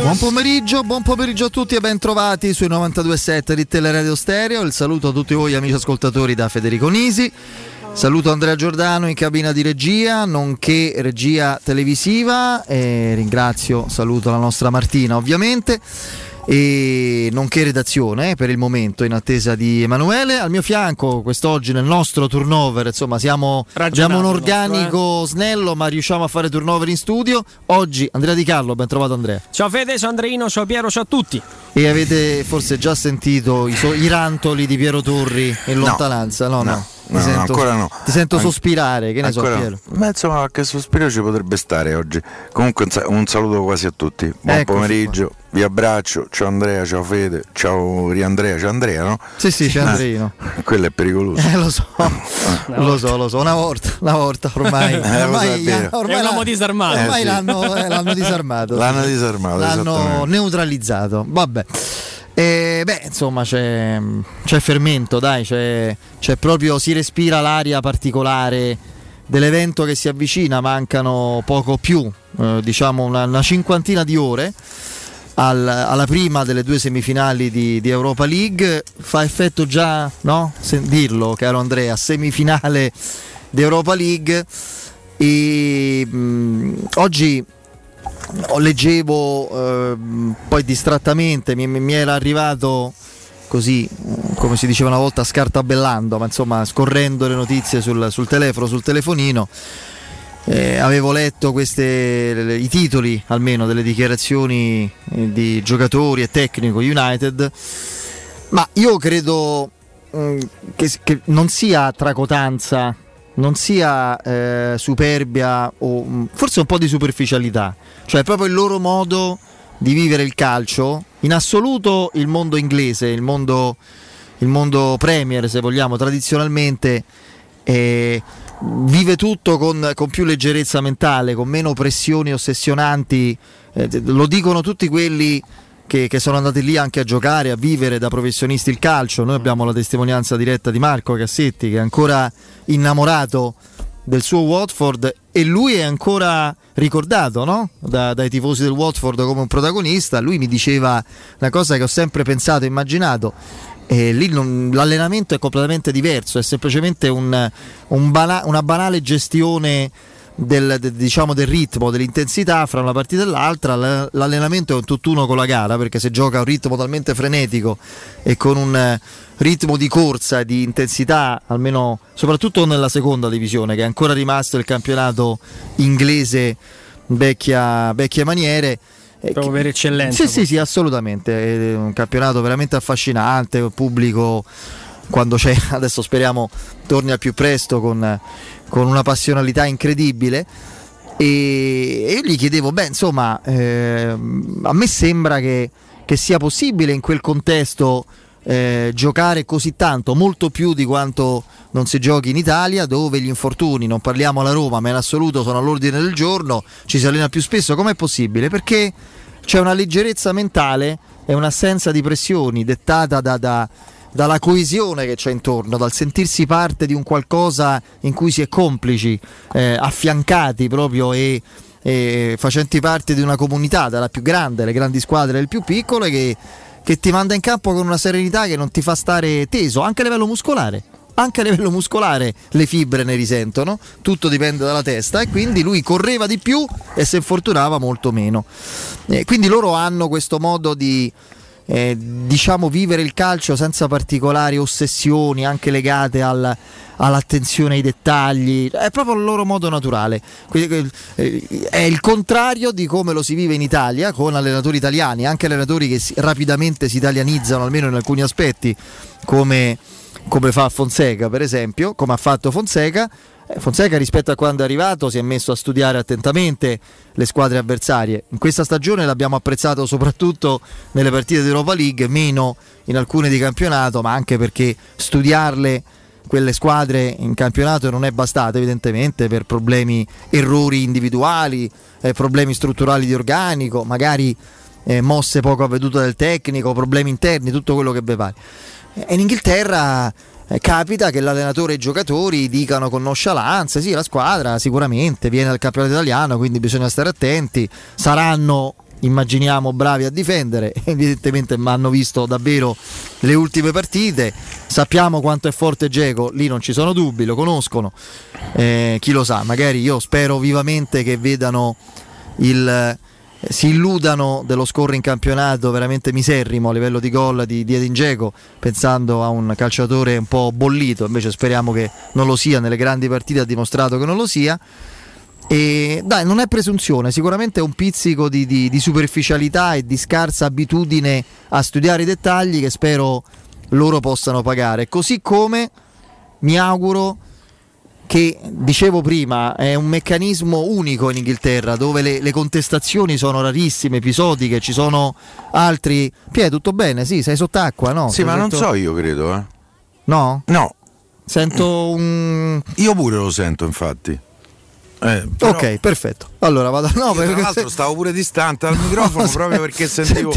Buon pomeriggio a tutti e ben trovati sui 92.7 di Teleradio Stereo. Il saluto a tutti voi amici ascoltatori da Federico Nisi. Saluto Andrea Giordano in cabina di regia, nonché regia televisiva, e saluto la nostra Martina ovviamente, e nonché redazione per il momento in attesa di Emanuele. Al mio fianco quest'oggi nel nostro turnover, insomma abbiamo un organico snello, ma riusciamo a fare turnover in studio. Oggi Andrea Di Carlo, ben trovato Andrea. Ciao Fede, ciao Andreino, ciao Piero, ciao a tutti. E avete forse già sentito i rantoli di Piero Torri in lontananza? No. Ancora no. Ti sento sospirare, che ne so, Piero? Ma insomma, che sospiro ci potrebbe stare oggi. Comunque un saluto quasi a tutti. Buon pomeriggio, vi abbraccio. Ciao Andrea, ciao Fede, ciao Riandrea, c'è Andrea, no? Sì, c'è Andreino. Quello è pericoloso. Lo so. Una volta ormai è un uomo disarmato. Ormai l'hanno disarmato. L'hanno neutralizzato. Vabbè. Insomma c'è fermento, dai, c'è proprio, si respira l'aria particolare dell'evento che si avvicina. Mancano poco più, diciamo una cinquantina di ore alla prima delle due semifinali di Europa League. Fa effetto già, no? Dirlo, caro Andrea, semifinale di Europa League. E oggi leggevo poi distrattamente, mi era arrivato così, come si diceva una volta, scartabellando, ma insomma scorrendo le notizie sul telefono, sul telefonino, avevo letto i titoli almeno delle dichiarazioni di giocatori e tecnico United, ma io credo che non sia tracotanza, non sia superbia, o forse un po' di superficialità, cioè proprio il loro modo di vivere il calcio. In assoluto il mondo inglese, il mondo Premier, se vogliamo, tradizionalmente vive tutto con più leggerezza mentale, con meno pressioni ossessionanti. Lo dicono tutti quelli che sono andati lì anche a giocare, a vivere da professionisti il calcio. Noi abbiamo la testimonianza diretta di Marco Cassetti, che è ancora innamorato del suo Watford, e lui è ancora ricordato, no? Dai tifosi del Watford come un protagonista. Lui mi diceva una cosa che ho sempre pensato e immaginato: lì l'allenamento è completamente diverso, è semplicemente una banale gestione del ritmo, dell'intensità fra una partita e l'altra. L'allenamento è un tutt'uno con la gara, perché se gioca a un ritmo talmente frenetico e con un ritmo di corsa e di intensità, almeno soprattutto nella seconda divisione, che è ancora rimasto il campionato inglese vecchie maniere, proprio per eccellenza. Sì, assolutamente, è un campionato veramente affascinante, il pubblico quando c'è, adesso speriamo torni al più presto, con una passionalità incredibile. E io gli chiedevo, a me sembra che sia possibile in quel contesto giocare così tanto, molto più di quanto non si giochi in Italia, dove gli infortuni, non parliamo alla Roma, ma in assoluto sono all'ordine del giorno, ci si allena più spesso. Com'è possibile? Perché c'è una leggerezza mentale e un'assenza di pressioni dettata dalla coesione che c'è intorno, dal sentirsi parte di un qualcosa in cui si è complici, affiancati proprio e facenti parte di una comunità, dalla più grande, le grandi squadre, le più piccole, che ti manda in campo con una serenità che non ti fa stare teso, anche a livello muscolare. Anche a livello muscolare le fibre ne risentono, tutto dipende dalla testa, e quindi lui correva di più e si infortunava molto meno. Quindi loro hanno questo modo di vivere il calcio senza particolari ossessioni, anche legate all'attenzione ai dettagli. È proprio il loro modo naturale. È il contrario di come lo si vive in Italia con allenatori italiani, anche allenatori che rapidamente si italianizzano, almeno in alcuni aspetti, come fa Fonseca, per esempio, come ha fatto Fonseca. Fonseca, rispetto a quando è arrivato, si è messo a studiare attentamente le squadre avversarie. In questa stagione l'abbiamo apprezzato soprattutto nelle partite di Europa League, meno in alcune di campionato, ma anche perché studiarle quelle squadre in campionato non è bastato, evidentemente, per errori individuali, problemi strutturali di organico, magari mosse poco avvedute del tecnico, problemi interni, tutto quello che vi pare. In Inghilterra capita che l'allenatore e i giocatori dicano con nonchalance: sì, la squadra sicuramente viene dal campionato italiano, quindi bisogna stare attenti, saranno immaginiamo bravi a difendere, evidentemente hanno visto davvero le ultime partite, sappiamo quanto è forte Dzeko, lì non ci sono dubbi, lo conoscono, chi lo sa, magari io spero vivamente che vedano si illudano dello score in campionato veramente miserrimo a livello di gol di Edin Dzeko, pensando a un calciatore un po' bollito, invece speriamo che non lo sia, nelle grandi partite ha dimostrato che non lo sia. E dai, non è presunzione, sicuramente è un pizzico di superficialità e di scarsa abitudine a studiare i dettagli che spero loro possano pagare, così come mi auguro che, dicevo prima, è un meccanismo unico in Inghilterra dove le contestazioni sono rarissime, episodiche, ci sono altri. Pie, tutto bene? Sì, sei sott'acqua, no? Sì, ma non so, io credo, No? No. Sento un... Io pure lo sento, infatti. Però... Ok, perfetto. Allora vado. No, tra l'altro stavo pure distante dal microfono proprio perché sentivo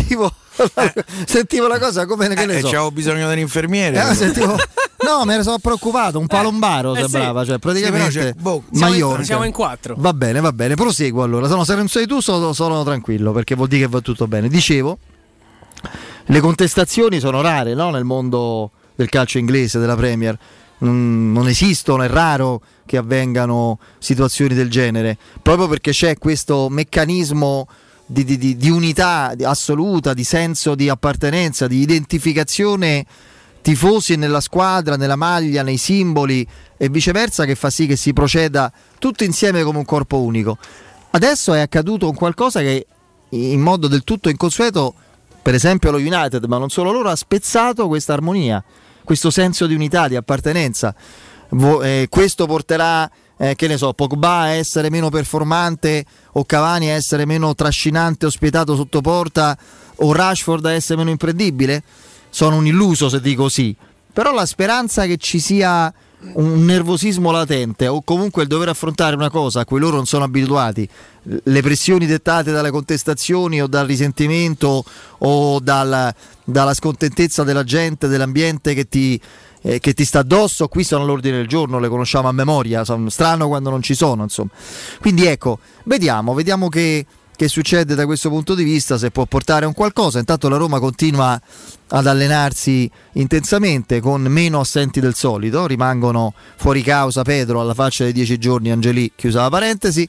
la cosa come che ne so. C'avevo bisogno dell'infermiere. No, me ne sono preoccupato. Un palombaro sembrava, sì. cioè praticamente. Sì, siamo in 4. Va bene, proseguo allora. Se non sei tu, sono tranquillo perché vuol dire che va tutto bene. Dicevo, le contestazioni sono rare, no? Nel mondo del calcio inglese, della Premier. Non esistono, è raro che avvengano situazioni del genere, proprio perché c'è questo meccanismo di unità assoluta, di senso di appartenenza, di identificazione tifosi nella squadra, nella maglia, nei simboli e viceversa, che fa sì che si proceda tutti insieme come un corpo unico. Adesso è accaduto un qualcosa che in modo del tutto inconsueto, per esempio lo United, ma non solo loro, ha spezzato questa armonia, questo senso di unità, di appartenenza. Questo porterà, che ne so, Pogba a essere meno performante, o Cavani a essere meno trascinante o spietato sotto porta, o Rashford a essere meno imprendibile? Sono un illuso se dico sì, però la speranza che ci sia un nervosismo latente o comunque il dover affrontare una cosa a cui loro non sono abituati, le pressioni dettate dalle contestazioni o dal risentimento o dalla scontentezza della gente, dell'ambiente che ti sta addosso, qui sono all'ordine del giorno, le conosciamo a memoria, strano quando non ci sono, insomma. Quindi ecco, vediamo che succede da questo punto di vista, se può portare a un qualcosa. Intanto la Roma continua ad allenarsi intensamente con meno assenti del solito, rimangono fuori causa Pedro alla faccia dei 10 giorni, Angelì, chiusa la parentesi,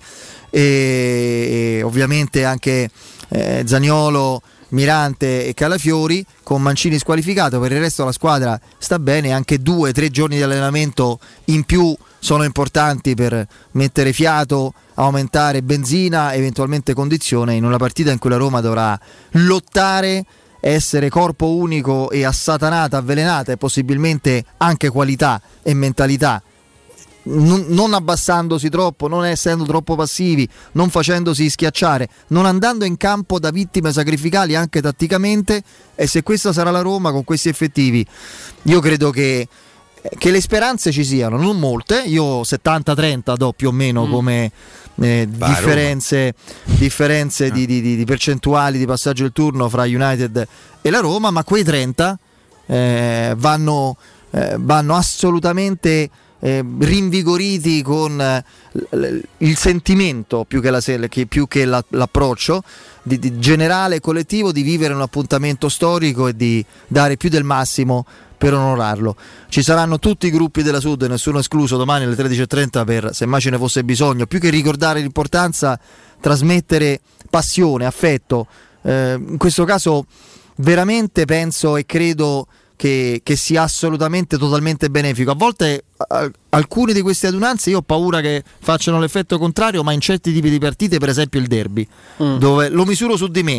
e ovviamente anche Zaniolo, Mirante e Calafiori, con Mancini squalificato. Per il resto la squadra sta bene, anche 2-3 giorni di allenamento in più sono importanti per mettere fiato, aumentare benzina, eventualmente condizione in una partita in cui la Roma dovrà lottare, essere corpo unico e assatanata, avvelenata, e possibilmente anche qualità e mentalità, non abbassandosi troppo, non essendo troppo passivi, non facendosi schiacciare, non andando in campo da vittime sacrificali anche tatticamente. E se questa sarà la Roma con questi effettivi, io credo che le speranze ci siano, non molte, io 70-30 do più o meno come differenze di percentuali di passaggio del turno fra United e la Roma, ma quei 30 vanno assolutamente rinvigoriti con il sentimento più che l'approccio di generale e collettivo di vivere un appuntamento storico e di dare più del massimo per onorarlo. Ci saranno tutti i gruppi della Sud, nessuno escluso, domani alle 13.30 per, se mai ce ne fosse bisogno, più che ricordare l'importanza, trasmettere passione, affetto. In questo caso veramente penso e credo che sia assolutamente totalmente benefico. A volte alcune di queste adunanze io ho paura che facciano l'effetto contrario, ma in certi tipi di partite, per esempio il derby, dove lo misuro su di me.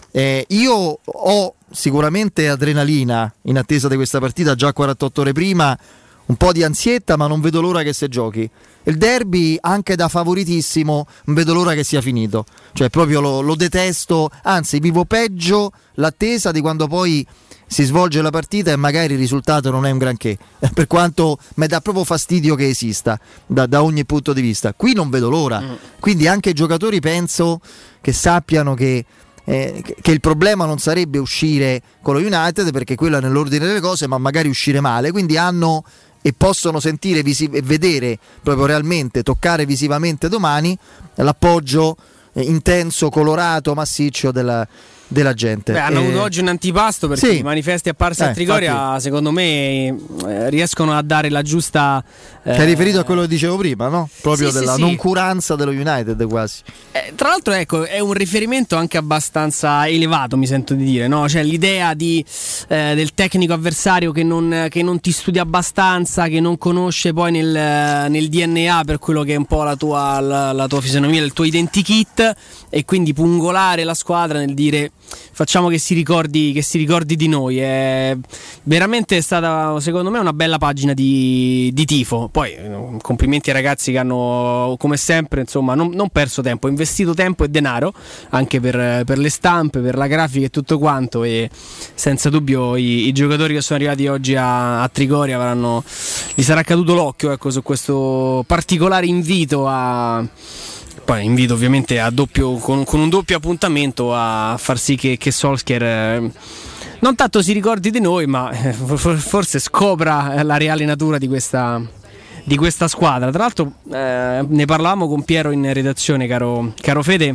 Io ho sicuramente adrenalina in attesa di questa partita, già 48 ore prima, un po' di ansietta, ma non vedo l'ora che si giochi. Il derby, anche da favoritissimo, non vedo l'ora che sia finito, cioè proprio lo detesto, anzi vivo peggio l'attesa di quando poi si svolge la partita e magari il risultato non è un granché, per quanto mi dà proprio fastidio che esista da ogni punto di vista. Qui non vedo l'ora, quindi anche i giocatori penso che sappiano che il problema non sarebbe uscire con lo United, perché quello è nell'ordine delle cose, ma magari uscire male, quindi hanno e possono sentire e vedere proprio realmente, toccare visivamente domani l'appoggio intenso, colorato, massiccio della gente. Hanno avuto oggi un antipasto perché i manifesti apparsi a Trigoria infatti, secondo me riescono a dare la giusta che è riferito a quello che dicevo prima, no? Proprio della noncuranza dello United quasi. Tra l'altro ecco, è un riferimento anche abbastanza elevato, mi sento di dire, no? Cioè l'idea del tecnico avversario che non ti studia abbastanza, che non conosce poi nel DNA per quello che è un po' la tua fisionomia, il tuo identikit, e quindi pungolare la squadra nel dire facciamo che si ricordi di noi. È veramente stata secondo me una bella pagina di tifo. Poi complimenti ai ragazzi che hanno come sempre insomma non perso tempo, investito tempo e denaro anche per le stampe, per la grafica e tutto quanto, e senza dubbio i giocatori che sono arrivati oggi a Trigoria gli sarà caduto l'occhio, ecco, su questo particolare invito poi invito ovviamente a con un doppio appuntamento a far sì che Solskjaer non tanto si ricordi di noi, ma forse scopra la reale natura di questa squadra. Tra l'altro ne parlavamo con Piero in redazione, caro Fede,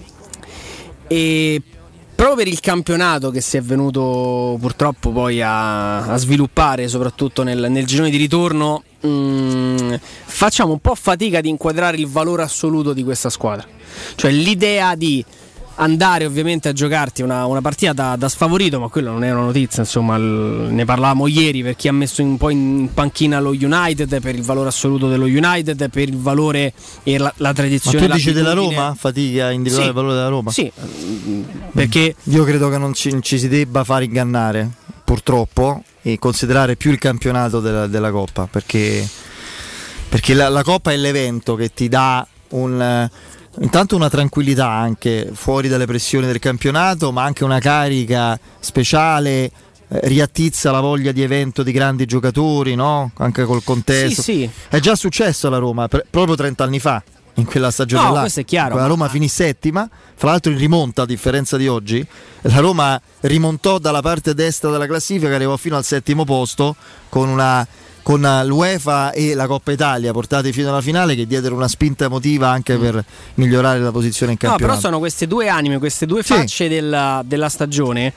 e proprio per il campionato che si è venuto purtroppo poi a sviluppare soprattutto nel girone di ritorno, facciamo un po' fatica ad inquadrare il valore assoluto di questa squadra. Cioè l'idea di andare ovviamente a giocarti una partita da sfavorito, ma quello non è una notizia, insomma, ne parlavamo ieri, per chi ha messo un po' in panchina lo United, per il valore assoluto dello United, per il valore e la tradizione. Ma tu dici della Roma? Fatica a individuare il valore della Roma? Sì, perché io credo che non ci si debba far ingannare, purtroppo, e considerare più il campionato della Coppa, perché la Coppa è l'evento che ti dà intanto una tranquillità anche fuori dalle pressioni del campionato, ma anche una carica speciale, riattizza la voglia di evento di grandi giocatori, no? Anche col contesto. Sì. È già successo alla Roma proprio 30 anni fa, in quella stagione là. Questo è chiaro. La Roma finì settima, fra l'altro in rimonta, a differenza di oggi. La Roma rimontò dalla parte destra della classifica, arrivò fino al settimo posto con l'UEFA e la Coppa Italia portati fino alla finale, che diedero una spinta emotiva anche per migliorare la posizione in campionato. Però sono queste due anime, queste due facce della stagione,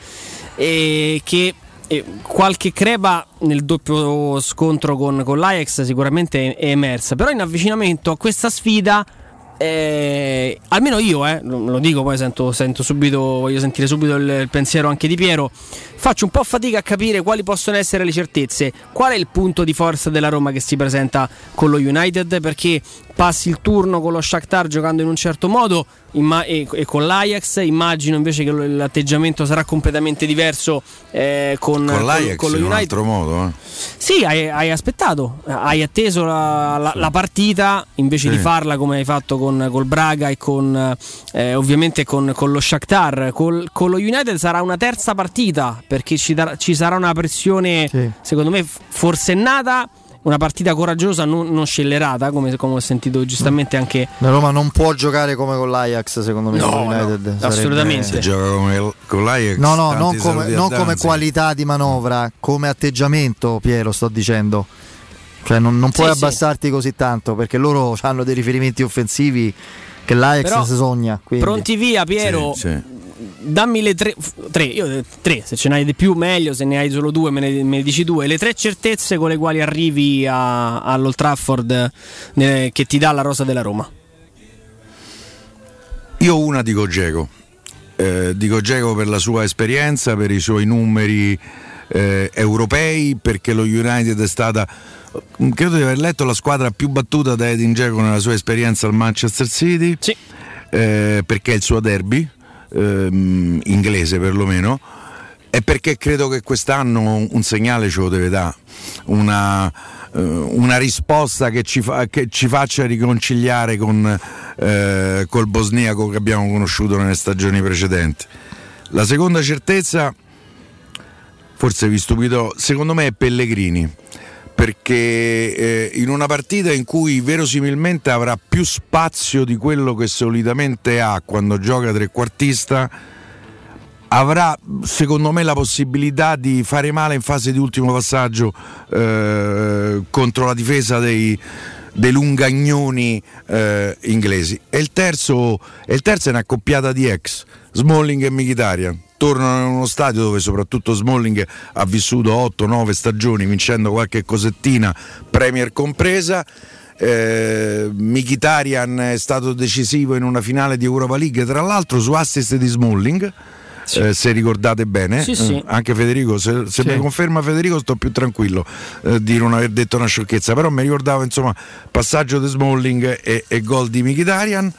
che qualche crepa nel doppio scontro con l'Ajax sicuramente è emersa, però in avvicinamento a questa sfida almeno io lo dico, poi sento subito, voglio sentire subito il pensiero anche di Piero, faccio un po' fatica a capire quali possono essere le certezze, qual è il punto di forza della Roma che si presenta con lo United, perché passi il turno con lo Shakhtar giocando in un certo modo e con l'Ajax, immagino invece che l'atteggiamento sarà completamente diverso con l'Ajax con lo in United. Un altro modo. Sì, hai aspettato, hai atteso la partita invece di farla come hai fatto col Braga e ovviamente con lo Shakhtar. Con lo United sarà una terza partita, perché ci sarà una pressione secondo me forsennata, una partita coraggiosa, non scellerata, come ho sentito giustamente anche. La Roma non può giocare come con l'Ajax, secondo me. No, United assolutamente. Se gioca come con l'Ajax, non come qualità di manovra, come atteggiamento, Piero, sto dicendo. Cioè non puoi abbassarti così tanto, perché loro hanno dei riferimenti offensivi che l'Ajax però si sogna. Quindi. Pronti via, Piero. Dammi le tre, io tre, se ce n'hai di più meglio, se ne hai solo due me ne dici due, le tre certezze con le quali arrivi all'Old Trafford che ti dà la rosa della Roma. Io una dico Dzeko per la sua esperienza, per i suoi numeri europei, perché lo United è stata, credo di aver letto, la squadra più battuta da Edin Dzeko nella sua esperienza al Manchester City, perché è il suo derby inglese perlomeno, e perché credo che quest'anno un segnale ce lo deve dare, una risposta che ci faccia riconciliare col bosniaco che abbiamo conosciuto nelle stagioni precedenti. La seconda certezza, forse vi stupirò, secondo me è Pellegrini, perché in una partita in cui verosimilmente avrà più spazio di quello che solitamente ha quando gioca trequartista, avrà secondo me la possibilità di fare male in fase di ultimo passaggio contro la difesa dei dei lungagnoni inglesi. E il terzo è un'accoppiata di ex, Smalling e Mkhitaryan. Tornano in uno stadio dove soprattutto Smalling ha vissuto 8-9 stagioni vincendo qualche cosettina, Premier compresa. Mkhitaryan è stato decisivo in una finale di Europa League, tra l'altro su assist di Smalling. Sì. Se ricordate bene, sì. Anche Federico, se mi conferma Federico sto più tranquillo di non aver detto una sciocchezza, però mi ricordavo insomma passaggio di Smalling e gol di Mkhitaryan.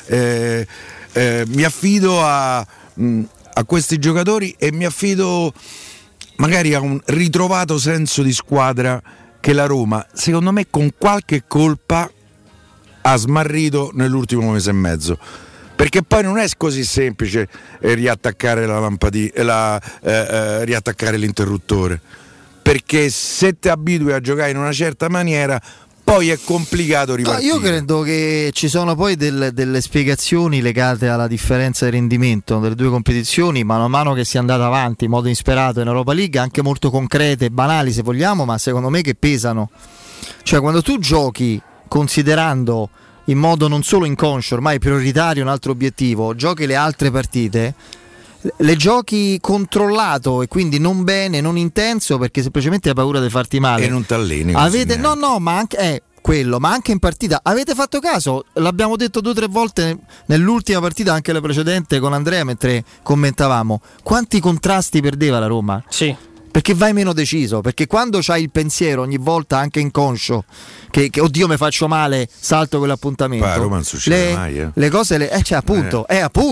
Mi affido a questi giocatori e mi affido magari a un ritrovato senso di squadra che la Roma, secondo me, con qualche colpa ha smarrito nell'ultimo mese e mezzo. Perché poi non è così semplice riattaccare la lampadina, riattaccare l'interruttore. Perché se ti abitui a giocare in una certa maniera, poi è complicato ripartire. Io credo che ci sono poi delle spiegazioni legate alla differenza di rendimento delle due competizioni, mano a mano che si è andata avanti in modo insperato in Europa League, anche molto concrete, banali se vogliamo, ma secondo me che pesano. Cioè quando tu giochi considerando in modo non solo inconscio, ormai prioritario un altro obiettivo, giochi le altre partite, le giochi controllato e quindi non bene, non intenso, perché semplicemente hai paura di farti male. E non t'alleni. Ma anche quello, ma anche in partita. Avete fatto caso? L'abbiamo detto 2 o 3 volte nell'ultima partita, anche la precedente con Andrea mentre commentavamo. Quanti contrasti perdeva la Roma? Sì. Perché vai meno deciso, perché quando c'hai il pensiero ogni volta anche inconscio che oddio mi faccio male, salto quell'appuntamento. Poi a Roma non succede mai, le cose appunto.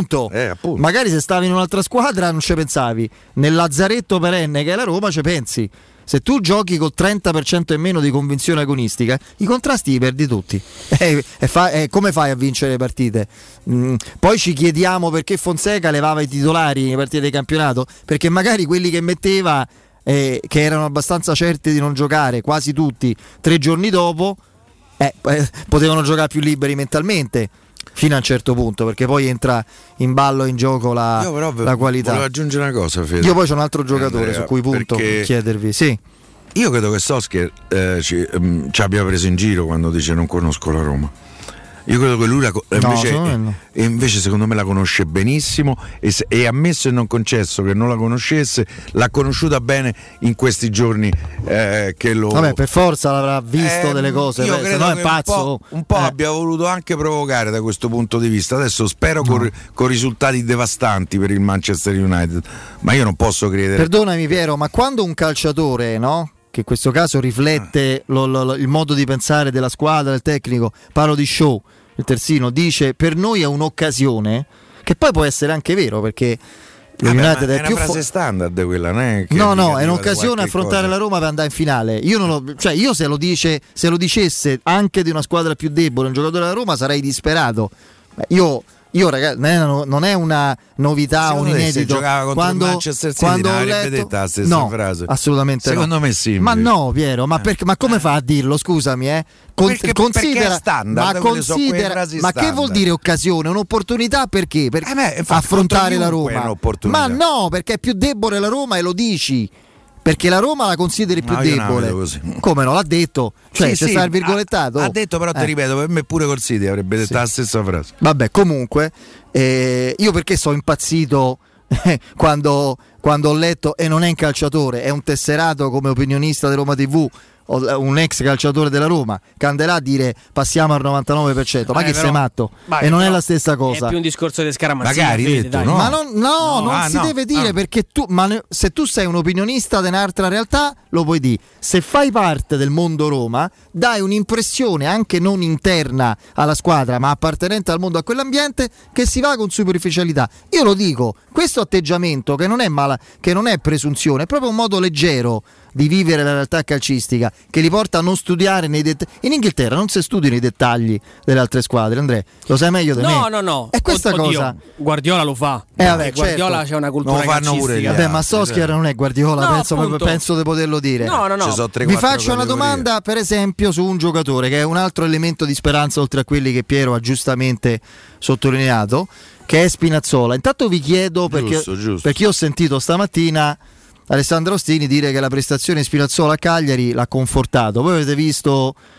Magari se stavi in un'altra squadra non ci pensavi. Nel lazzaretto perenne che è la Roma ci pensi. Se tu giochi col 30% in meno di convinzione agonistica, i contrasti li perdi tutti. Come fai a vincere le partite? Poi ci chiediamo perché Fonseca levava i titolari nelle partite di campionato, perché magari quelli che metteva che erano abbastanza certi di non giocare, quasi tutti, 3 giorni dopo potevano giocare più liberi mentalmente fino a un certo punto, perché poi entra in ballo in gioco la qualità. Volevo aggiungere una cosa, Fede. Io poi c'ho un altro giocatore Andrea, su cui punto chiedervi. Sì. Io credo che Solskjaer ci abbia preso in giro quando dice non conosco la Roma. Io credo che lui invece secondo me la conosce benissimo e ammesso e non concesso che non la conoscesse, l'ha conosciuta bene in questi giorni che lo... Vabbè, per forza l'avrà visto delle cose, io credo se no è pazzo. Un po' abbia voluto anche provocare da questo punto di vista. Adesso spero con risultati devastanti per il Manchester United, ma io non posso credere. Perdonami Piero, ma quando un calciatore, no? Che in questo caso riflette il modo di pensare della squadra, del tecnico, parlo di Show, il terzino, dice per noi è un'occasione, che poi può essere anche vero, perché lo United è più una frase standard quella, non è che no, è un'occasione affrontare la Roma per andare in finale. Io se lo dicesse anche di una squadra più debole, un giocatore della Roma, sarei disperato. Io ragazzi, non è una novità, un inedito. Quando Manchester City avrebbe detto la stessa frase. Assolutamente secondo me sì. Ma no, Piero, ma come fa a dirlo? Scusami, Perché considera è standard, ma che vuol dire occasione? Un'opportunità perché? Per affrontare la Roma. Ma no, perché è più debole la Roma e lo dici. Perché la Roma la consideri più debole. Come no? L'ha detto. Cioè, se sta il virgolettato. Ha detto, però ti ripeto, per me pure col City avrebbe detto la stessa frase. Vabbè, comunque, io perché sono impazzito quando ho letto, e non è un calciatore, è un tesserato come opinionista di Roma TV, un ex calciatore della Roma, Candelà, dire passiamo al 99%, ma che sei matto? E non è la stessa cosa. È più un discorso di scaramanzia. Magari detto, no. Ma non si deve dire, perché se tu sei un opinionista di un'altra realtà lo puoi dire. Se fai parte del mondo Roma, dai un'impressione anche non interna alla squadra, ma appartenente al mondo, a quell'ambiente, che si va con superficialità. Io lo dico, questo atteggiamento che non è presunzione, è proprio un modo leggero di vivere la realtà calcistica, che li porta a non studiare nei dettagli. In Inghilterra non si studiano i dettagli delle altre squadre, Andrea, lo sai meglio di me. No. E questa cosa Guardiola lo fa. Guardiola c'è una cultura calcistica. Vabbè, ma Solskjaer non è Guardiola, penso di poterlo dire. No. Vi faccio una domanda, per esempio, su un giocatore che è un altro elemento di speranza oltre a quelli che Piero ha giustamente sottolineato, che è Spinazzola. Intanto vi chiedo, perché io ho sentito stamattina Alessandro Ostini dire che la prestazione di Spinazzola a Cagliari l'ha confortato. Voi avete visto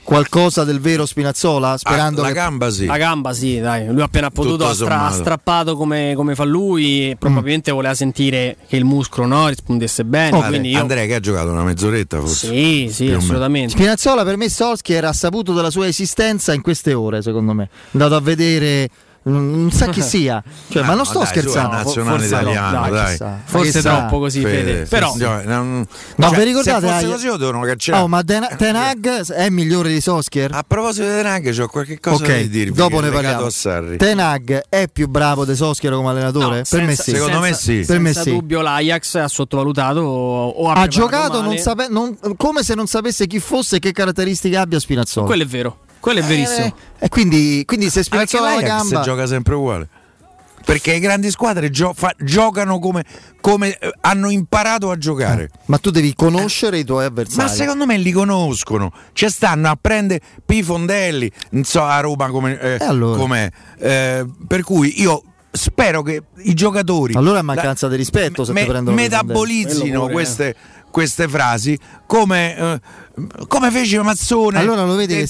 qualcosa del vero Spinazzola, sperando la che... gamba sì. La gamba sì, dai, lui appena potuto ha strappato come fa lui e probabilmente voleva sentire che il muscolo, no, rispondesse bene. Quindi Andrea che ha giocato una mezz'oretta forse. Sì, assolutamente. Spinazzola, per me Solskjaer ha saputo della sua esistenza in queste ore, secondo me. È andato a vedere, non sa chi sia, cioè, ma non sto scherzando. Nazionale italiano, dai. Forse troppo così, Fede. Però ma vi ricordate, se fosse così lo devono cancellare. Ma Ten Hag è migliore di Solskjaer? A proposito di Ten Hag c'ho qualche cosa da dirvi. Dopo ne parliamo. Ten Hag è più bravo di Solskjaer come allenatore? No, per me sì. Secondo me sì. Per me senza dubbio l'Ajax ha sottovalutato o ha giocato come se non sapesse chi fosse e che caratteristiche abbia Spinazzola. Quello è vero. Quello è verissimo. E quindi se Spinazzola ha la gamba, gioca sempre uguale. Perché le grandi squadre giocano come hanno imparato a giocare. Ma tu devi conoscere i tuoi avversari. Ma secondo me li conoscono. Ci stanno a prendere Pifondelli, non so a Roma com'è. Per cui io spero che i giocatori, allora è mancanza di rispetto se ti prendono metabolizzino queste frasi come fece Mazzone. Allora lo vedi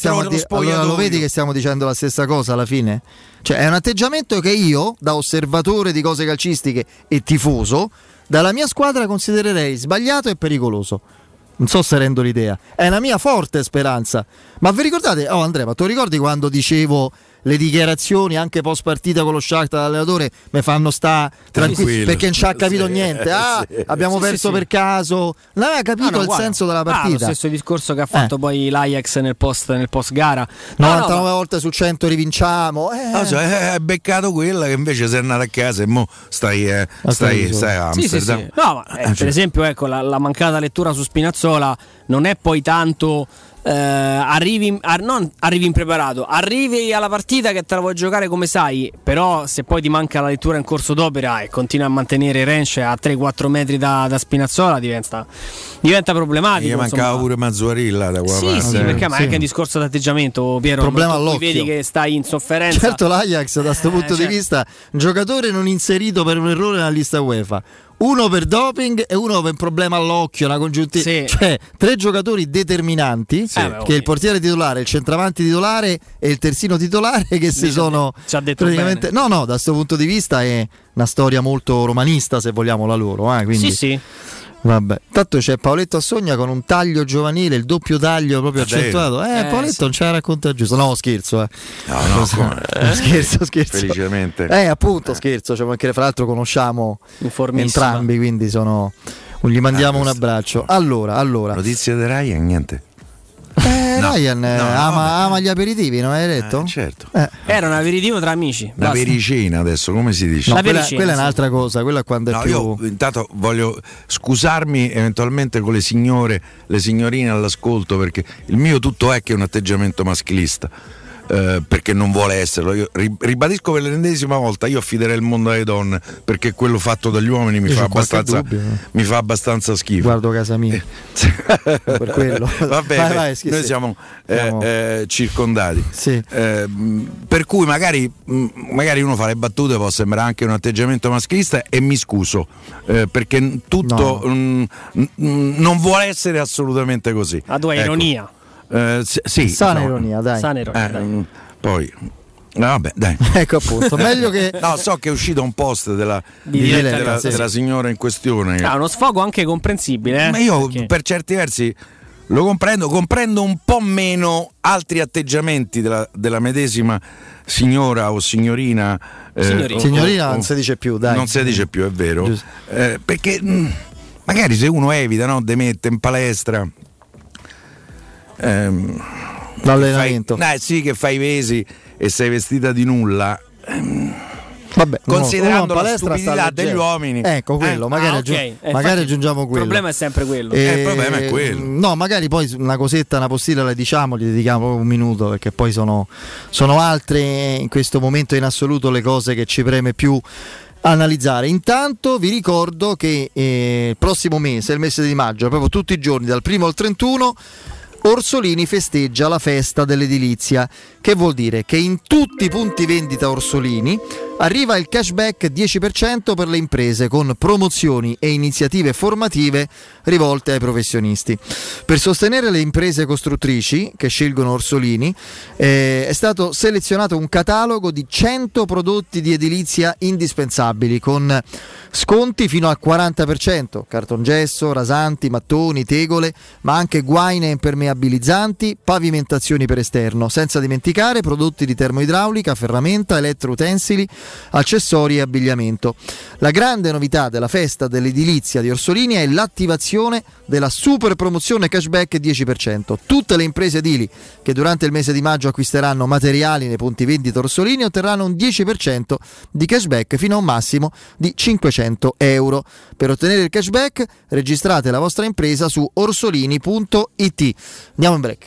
che stiamo dicendo la stessa cosa alla fine? Cioè è un atteggiamento che io, da osservatore di cose calcistiche e tifoso, dalla mia squadra considererei sbagliato e pericoloso. Non so se rendo l'idea. È una mia forte speranza. Ma vi ricordate? Oh Andrea, ma tu ricordi quando dicevo le dichiarazioni anche post partita con lo Shakhtar dall'allenatore mi fanno sta tranquillo perché non ci ha capito niente. Abbiamo perso per caso. Non aveva capito il senso della partita. Lo stesso discorso che ha fatto poi l'Ajax nel post gara. 99 volte su 100 rivinciamo. Hai beccato quella che invece sei andata a casa e mo stai a Amsterdam. Sì. No, ma, per esempio, ecco, la mancata lettura su Spinazzola non è poi tanto arrivi impreparato, arrivi alla partita che te la vuoi giocare come sai, però se poi ti manca la lettura in corso d'opera e continui a mantenere Rensch a 3-4 metri da Spinazzola diventa problematico. Gli mancava pure Mazzuarilla da quella parte. Sì, perché ma è anche un discorso di atteggiamento, Piero. Problema all'occhio. Vedi che stai in sofferenza. Certo, l'Ajax da questo punto di vista, un giocatore non inserito per un errore nella lista UEFA, uno per doping e uno per un problema all'occhio, una congiuntiva, cioè 3 giocatori determinanti, che è il portiere titolare, il centravanti titolare e il terzino titolare che si sono praticamente bene. No, da questo punto di vista è una storia molto romanista, se vogliamo, la loro, quindi sì. Vabbè, tanto c'è Paoletto Assogna con un taglio giovanile, il doppio taglio proprio accentuato. Paoletto non ce la racconta giusto. No, scherzo. No, scherzo. Felicemente. Appunto, scherzo. Cioè, anche fra l'altro conosciamo entrambi, quindi gli mandiamo un abbraccio. Allora. Notizie di Ryan, niente. Ryan ama gli aperitivi, non hai detto? Certo. Era un aperitivo tra amici. La pericena adesso, come si dice? No, quella è un'altra cosa, quella quando è più... Io intanto voglio scusarmi eventualmente con le signorine all'ascolto, perché il mio tutto è che è un atteggiamento maschilista. Perché non vuole esserlo. Io ribadisco per l'ennesima volta, io affiderei il mondo alle donne, perché quello fatto dagli uomini mi fa abbastanza schifo. Guardo casa mia per quello. Vabbè, vai, noi siamo circondati, per cui magari uno fa le battute, può sembrare anche un atteggiamento maschilista, e mi scuso perché tutto non vuole essere assolutamente così. La tua ironia. Sì, sana ironia, dai. Poi vabbè, dai. Ecco appunto, meglio che so che è uscito un post della signora in questione. Uno sfogo anche comprensibile, ma io per certi versi lo comprendo un po' meno altri atteggiamenti della medesima signora o signorina. Signorina non si dice più, dai. Non si dice più, è vero. Perché magari se uno evita, no, demette in palestra l'allenamento, che fai pesi e sei vestita di nulla, vabbè, considerando la stupidità degli uomini, ecco quello, magari aggiungiamo quello. Il problema è sempre quello. Il problema è quello. No, magari poi una cosetta, una postilla la diciamo, gli dedichiamo un minuto, perché poi sono altre in questo momento in assoluto le cose che ci preme più analizzare. Intanto vi ricordo che il prossimo mese, il mese di maggio, proprio tutti i giorni dal 1 al 31, Orsolini festeggia la festa dell'edilizia, che vuol dire che in tutti i punti vendita Orsolini Arriva il cashback 10% per le imprese con promozioni e iniziative formative rivolte ai professionisti. Per sostenere le imprese costruttrici che scelgono Orsolini è stato selezionato un catalogo di 100 prodotti di edilizia indispensabili con sconti fino al 40%, cartongesso, rasanti, mattoni, tegole, ma anche guaine impermeabilizzanti, pavimentazioni per esterno, senza dimenticare prodotti di termoidraulica, ferramenta, elettroutensili, accessori e abbigliamento. La grande novità della festa dell'edilizia di Orsolini è l'attivazione della super promozione cashback 10%. Tutte le imprese edili che durante il mese di maggio acquisteranno materiali nei punti vendita Orsolini otterranno un 10% di cashback fino a un massimo di 500 euro. Per ottenere il cashback registrate la vostra impresa su orsolini.it. Andiamo in break.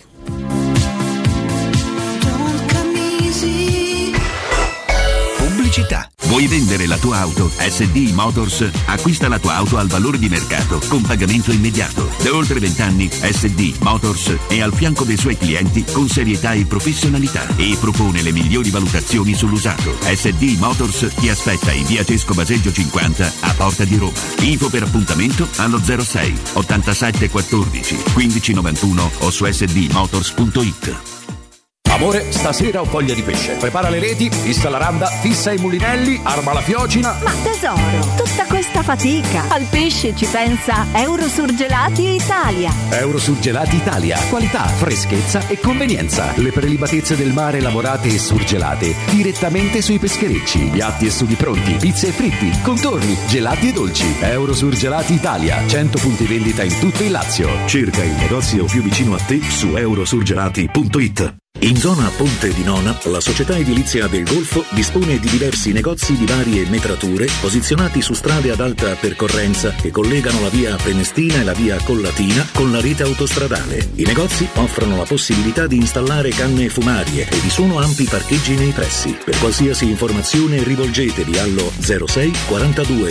Pubblicità. Vuoi vendere la tua auto? SD Motors acquista la tua auto al valore di mercato con pagamento immediato. Da oltre 20 anni SD Motors è al fianco dei suoi clienti con serietà e professionalità e propone le migliori valutazioni sull'usato. SD Motors ti aspetta in via Cesco Baseggio 50 a Porta di Roma. Info per appuntamento allo 06 87 14 15 91 o su sdmotors.it. Amore, stasera ho voglia di pesce. Prepara le reti, fissa la randa, fissa i mulinelli, arma la fiocina. Ma tesoro, tutta questa fatica. Al pesce ci pensa Eurosurgelati Italia. Eurosurgelati Italia. Qualità, freschezza e convenienza. Le prelibatezze del mare lavorate e surgelate direttamente sui pescherecci. Piatti e sughi pronti, pizze e fritti, contorni, gelati e dolci. Eurosurgelati Italia. 100 punti vendita in tutto il Lazio. Cerca il negozio più vicino a te su eurosurgelati.it. In zona Ponte di Nona, la società edilizia del Golfo dispone di diversi negozi di varie metrature posizionati su strade ad alta percorrenza che collegano la via Prenestina e la via Collatina con la rete autostradale. I negozi offrono la possibilità di installare canne fumarie e vi sono ampi parcheggi nei pressi. Per qualsiasi informazione rivolgetevi allo 06 42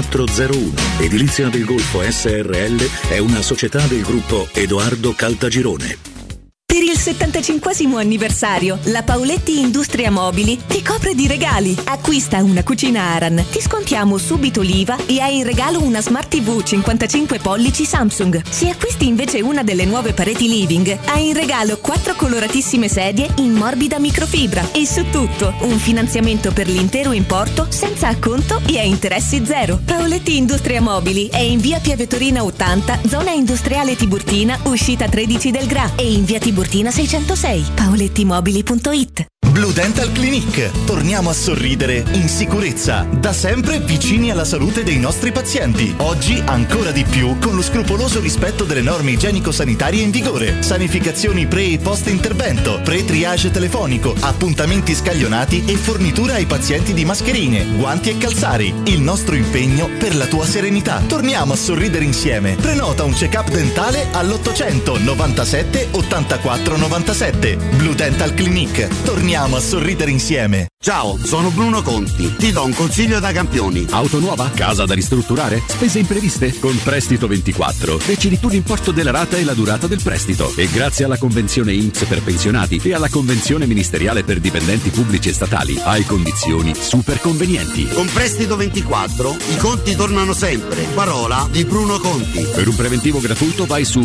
0401. Edilizia del Golfo SRL è una società del gruppo Edoardo Caltagirone. Per il 75° anniversario, la Paoletti Industria Mobili ti copre di regali. Acquista una cucina Aran, ti scontiamo subito l'IVA e hai in regalo una Smart TV 55 pollici Samsung. Se acquisti invece una delle nuove pareti living, hai in regalo 4 coloratissime sedie in morbida microfibra e su tutto un finanziamento per l'intero importo senza acconto e a interessi zero. Paoletti Industria Mobili è in via Piavetorina 80, zona industriale Tiburtina, uscita 13 del Gra, e in via Tiburtina 606. paolettimobili.it. Blue Dental Clinic. Torniamo a sorridere in sicurezza, da sempre vicini alla salute dei nostri pazienti. Oggi ancora di più con lo scrupoloso rispetto delle norme igienico-sanitarie in vigore. Sanificazioni pre e post intervento, pre-triage telefonico, appuntamenti scaglionati e fornitura ai pazienti di mascherine, guanti e calzari. Il nostro impegno per la tua serenità. Torniamo a sorridere insieme. Prenota un check-up dentale all'800 97 84 97. Blue Dental Clinic. Torniamo a sorridere insieme. Ciao, sono Bruno Conti. Ti do un consiglio da campioni. Auto nuova? Casa da ristrutturare? Spese impreviste? Con Prestito 24 decidi tu l'importo della rata e la durata del prestito. E grazie alla convenzione INPS per pensionati e alla convenzione ministeriale per dipendenti pubblici e statali hai condizioni super convenienti. Con Prestito 24 i conti tornano sempre. Parola di Bruno Conti. Per un preventivo gratuito vai su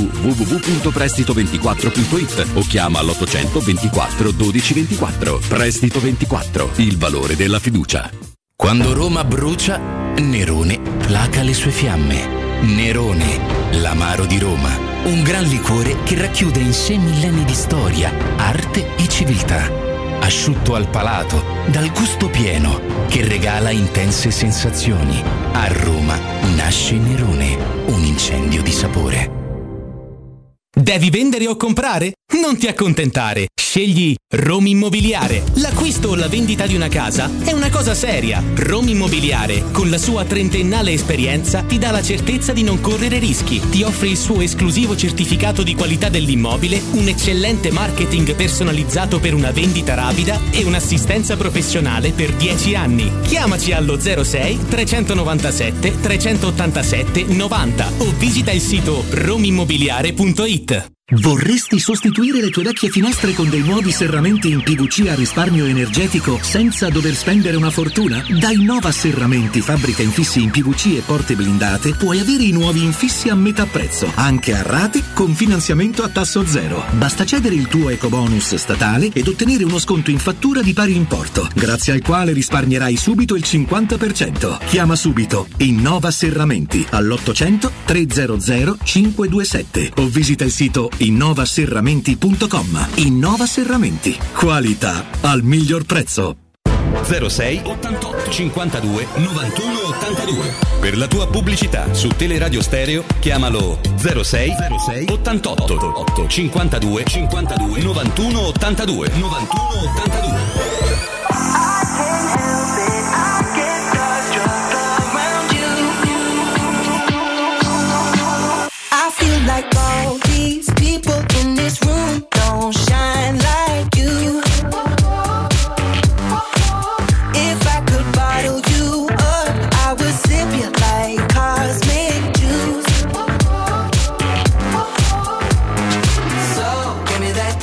www.prestito24.it o chiama all'800 24 12 24. Prestito 24, il valore della fiducia. Quando Roma brucia, Nerone placa le sue fiamme. Nerone, l'amaro di Roma. Un gran liquore che racchiude in sé millenni di storia, arte e civiltà. Asciutto al palato, dal gusto pieno, che regala intense sensazioni. A Roma nasce Nerone, un incendio di sapore. Devi vendere o comprare? Non ti accontentare. Scegli Roma Immobiliare. L'acquisto o la vendita di una casa è una cosa seria. Roma Immobiliare, con la sua 30ennale esperienza, ti dà la certezza di non correre rischi. Ti offre il suo esclusivo certificato di qualità dell'immobile, un eccellente marketing personalizzato per una vendita rapida e un'assistenza professionale per 10 anni. Chiamaci allo 06 397 387 90 o visita il sito romimmobiliare.it. Vorresti sostituire le tue vecchie finestre con dei nuovi serramenti in PVC a risparmio energetico senza dover spendere una fortuna? Da Innova Serramenti, fabbrica infissi in PVC e porte blindate, puoi avere i nuovi infissi a metà prezzo, anche a rate con finanziamento a tasso zero. Basta cedere il tuo ecobonus statale ed ottenere uno sconto in fattura di pari importo, grazie al quale risparmierai subito il 50%. Chiama subito Innova Serramenti all'800 300 527 o visita il sito innovaserramenti.com. Innova Serramenti, qualità al miglior prezzo. 06 88 52 91 82. Per la tua pubblicità su Teleradio Stereo chiamalo 06 88 52 91 82. I feel like all these people in this room don't shine like you. If I could bottle you up, I would sip you like cosmic juice. So give me that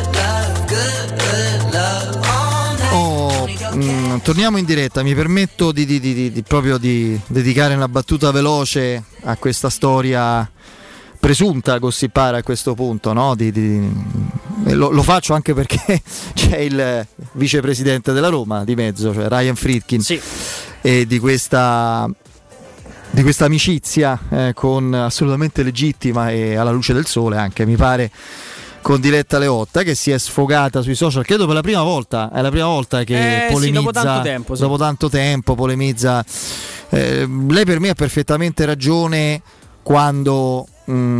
good love all night. Torniamo in diretta, mi permetto di proprio di dedicare una battuta veloce a questa storia presunta gossipare a questo punto, no? Lo faccio anche perché c'è il vicepresidente della Roma di mezzo, cioè Ryan Friedkin, sì. E di questa amicizia con assolutamente legittima e alla luce del sole anche, mi pare, con Diletta Leotta, che si è sfogata sui social, credo per la prima volta, è la prima volta che polemizza, dopo tanto tempo polemizza. Lei per me ha perfettamente ragione quando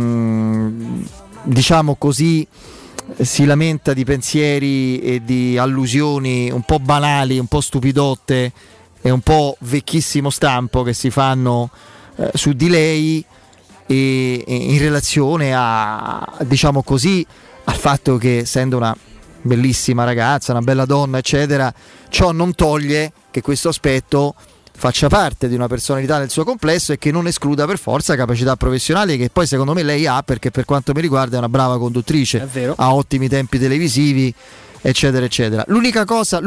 diciamo così si lamenta di pensieri e di allusioni un po' banali, un po' stupidotte e un po' vecchissimo stampo che si fanno su di lei e in relazione a, diciamo così, al fatto che essendo una bellissima ragazza, una bella donna eccetera, ciò non toglie che questo aspetto faccia parte di una personalità nel suo complesso e che non escluda per forza capacità professionali che poi secondo me lei ha, perché per quanto mi riguarda è una brava conduttrice, ha ottimi tempi televisivi eccetera eccetera. L'unica cosa,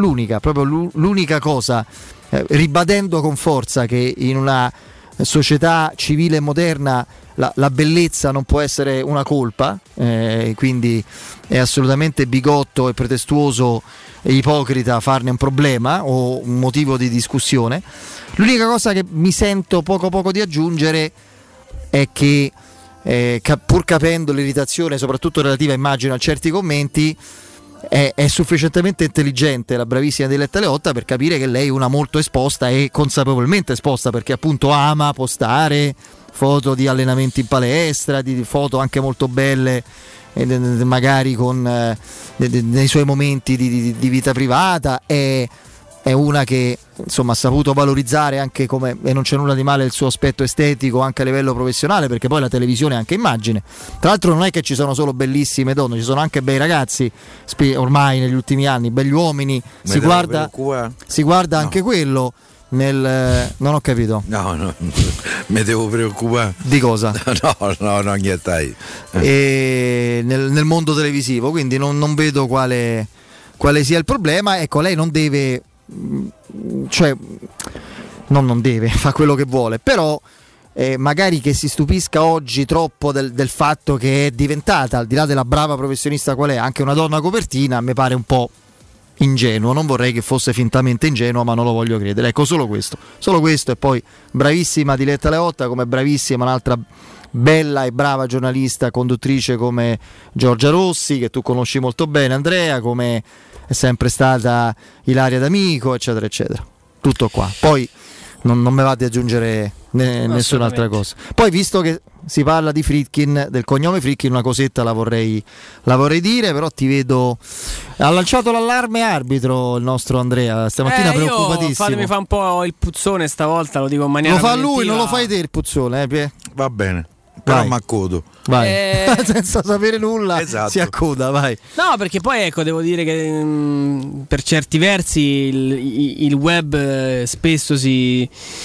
ribadendo con forza che in una società civile e moderna la bellezza non può essere una colpa, quindi è assolutamente bigotto e pretestuoso e ipocrita farne un problema o un motivo di discussione. L'unica cosa che mi sento poco di aggiungere è che pur capendo l'irritazione soprattutto relativa, immagino, a certi commenti, è sufficientemente intelligente la bravissima Diletta Leotta per capire che lei è una molto esposta e consapevolmente esposta, perché appunto ama postare foto di allenamenti in palestra, di foto anche molto belle magari con nei suoi momenti di vita privata. È una che insomma ha saputo valorizzare anche come, e non c'è nulla di male, il suo aspetto estetico anche a livello professionale, perché poi la televisione è anche immagine. Tra l'altro non è che ci sono solo bellissime donne, ci sono anche bei ragazzi ormai negli ultimi anni, begli uomini, si guarda anche quello non ho capito. No, mi devo preoccupare. Di cosa? No, niente. Nel mondo televisivo, quindi non vedo quale sia il problema. Ecco, lei non deve, cioè non deve, fa quello che vuole, però magari che si stupisca oggi troppo del fatto che è diventata, al di là della brava professionista qual è, anche una donna copertina, mi pare un po' ingenuo. Non vorrei che fosse fintamente ingenuo, ma non lo voglio credere. Ecco, solo questo. E poi bravissima Diletta Leotta, come bravissima un'altra bella e brava giornalista conduttrice come Giorgia Rossi, che tu conosci molto bene, Andrea, come è sempre stata Ilaria D'Amico, eccetera eccetera. Tutto qua. Poi non me va di aggiungere nessun'altra cosa. Poi, visto che si parla di Friedkin, del cognome Friedkin, una cosetta la vorrei dire, però ti vedo, ha lanciato l'allarme arbitro il nostro Andrea stamattina, preoccupatissimo. Mi fa un po' il puzzone stavolta, lo dico in maniera lo fa preventiva. Lui, non lo fai te il puzzone, Pie? Va bene, però mi accodo. Vai. Senza sapere nulla, esatto. Si accoda, vai. No, perché poi ecco, devo dire che per certi versi il web spesso si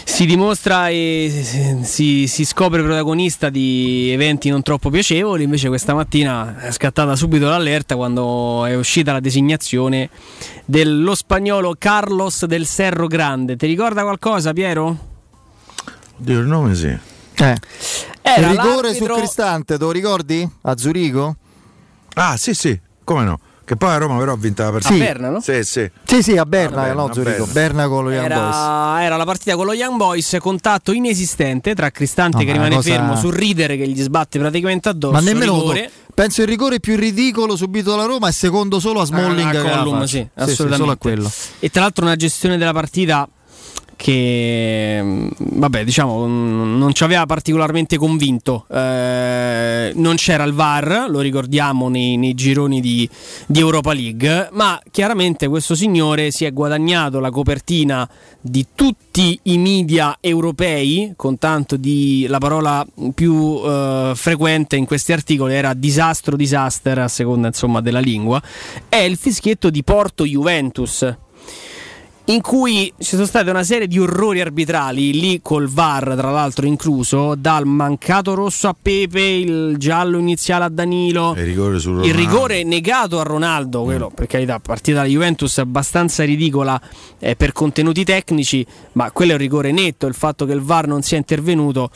si dimostra e si scopre protagonista di eventi non troppo piacevoli. Invece questa mattina è scattata subito l'allerta quando è uscita la designazione dello spagnolo Carlos del Cerro Grande. Ti ricorda qualcosa, Piero? Dio, il nome sì. Era il rigore l'arbitro... sul Cristante, te lo ricordi? A Zurigo? Ah, sì, come no? Che poi a Roma però ha vinto la partita. A Berna, no? Sì, a Berna, no, Zurigo. Berna con lo Young Boys. Era la partita con lo Young Boys, contatto inesistente tra Cristante che rimane fermo sul ridere che gli sbatte praticamente addosso. Ma nemmeno rigore. Penso il rigore più ridicolo subito dalla Roma è secondo solo a Smalling. A Collum, sì, assolutamente. Solo a quello. E tra l'altro una gestione della partita che vabbè, diciamo non ci aveva particolarmente convinto. Non c'era il VAR, lo ricordiamo nei gironi di Europa League, ma chiaramente questo signore si è guadagnato la copertina di tutti i media europei, con tanto di la parola più frequente in questi articoli era disaster a seconda insomma della lingua. È il fischietto di Porto Juventus, in cui ci sono state una serie di orrori arbitrali, lì col VAR tra l'altro incluso, dal mancato rosso a Pepe, il giallo iniziale a Danilo, il rigore negato a Ronaldo, quello per carità, partita dalla Juventus abbastanza ridicola per contenuti tecnici, ma quello è un rigore netto. Il fatto che il VAR non sia intervenuto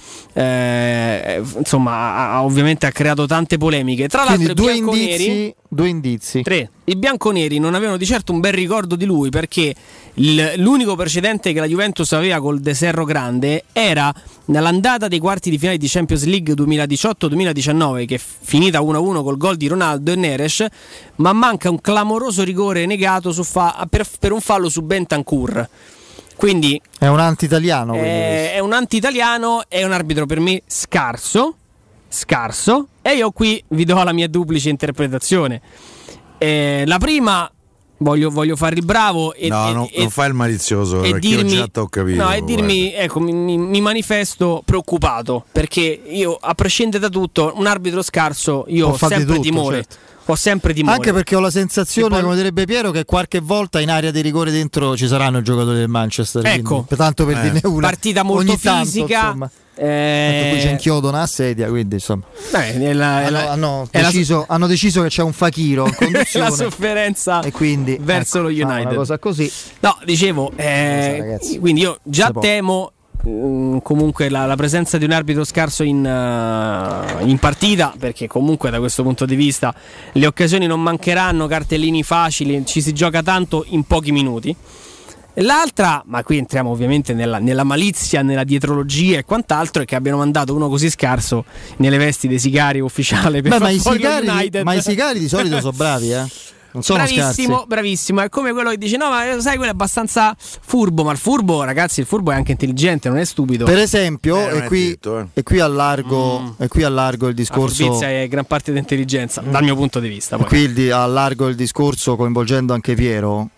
insomma ovviamente ha creato tante polemiche. Tra l'altro due indizi. 3. I bianconeri non avevano di certo un bel ricordo di lui, perché l'unico precedente che la Juventus aveva col De Cerro Grande era nell'andata dei quarti di finale di Champions League 2018-2019, che è finita 1-1 col gol di Ronaldo e Neres, ma manca un clamoroso rigore negato per un fallo su Bentancur. Quindi è un anti-italiano. È un anti-italiano, è un arbitro per me scarso, e io qui vi do la mia duplice interpretazione. La prima, voglio fare il bravo non fai il malizioso, e perché dirmi, io già t'ho capito. No, e dirmi, ecco, mi manifesto preoccupato, perché io, a prescindere da tutto, un arbitro scarso io ho sempre timore. Certo. Ho sempre timore. Anche perché ho la sensazione, come direbbe Piero, che qualche volta in area di rigore dentro ci saranno i giocatori del Manchester. Ecco, tanto per dirne una. Partita molto fisica. Tanto, qui c'è inchiodo una sedia, quindi insomma hanno deciso che c'è un Fakiro in conduzione. La sofferenza e quindi verso lo United, una cosa così. No, dicevo, quindi io già temo comunque la presenza di un arbitro scarso in partita, perché comunque da questo punto di vista le occasioni non mancheranno, cartellini facili, ci si gioca tanto in pochi minuti. L'altra, ma qui entriamo ovviamente nella malizia, nella dietrologia e quant'altro, è che abbiano mandato uno così scarso nelle vesti dei sicari ufficiale per ma i sicari di solito sono bravi, non sono bravissimo. È come quello che dice: no, ma sai, quello è abbastanza furbo. Ma il furbo è anche intelligente, non è stupido. Per esempio, e qui allargo il discorso. La furbizia è gran parte di intelligenza, dal mio punto di vista. Poi. Qui allargo il discorso coinvolgendo anche Piero.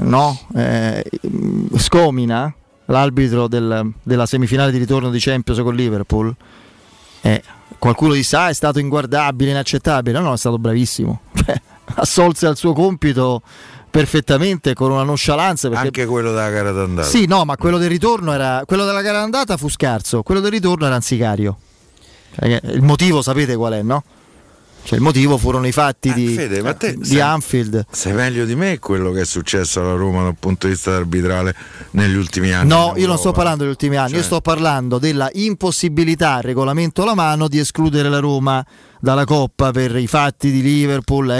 Scomina, l'arbitro della semifinale di ritorno di Champions con Liverpool, qualcuno disse è stato inguardabile, inaccettabile. No, è stato bravissimo, assolse al suo compito perfettamente, con una nonchalance, perché... anche quello della gara d'andata. Sì, no, ma quello del ritorno quello della gara d'andata fu scarso, quello del ritorno era un sicario. Il motivo sapete qual è, no? Cioè, il motivo furono i fatti di Anfield. Sai meglio di me quello che è successo alla Roma dal punto di vista arbitrale negli ultimi anni. No, io non sto parlando degli ultimi anni, io sto parlando della impossibilità, regolamento alla mano, di escludere la Roma dalla Coppa per i fatti di Liverpool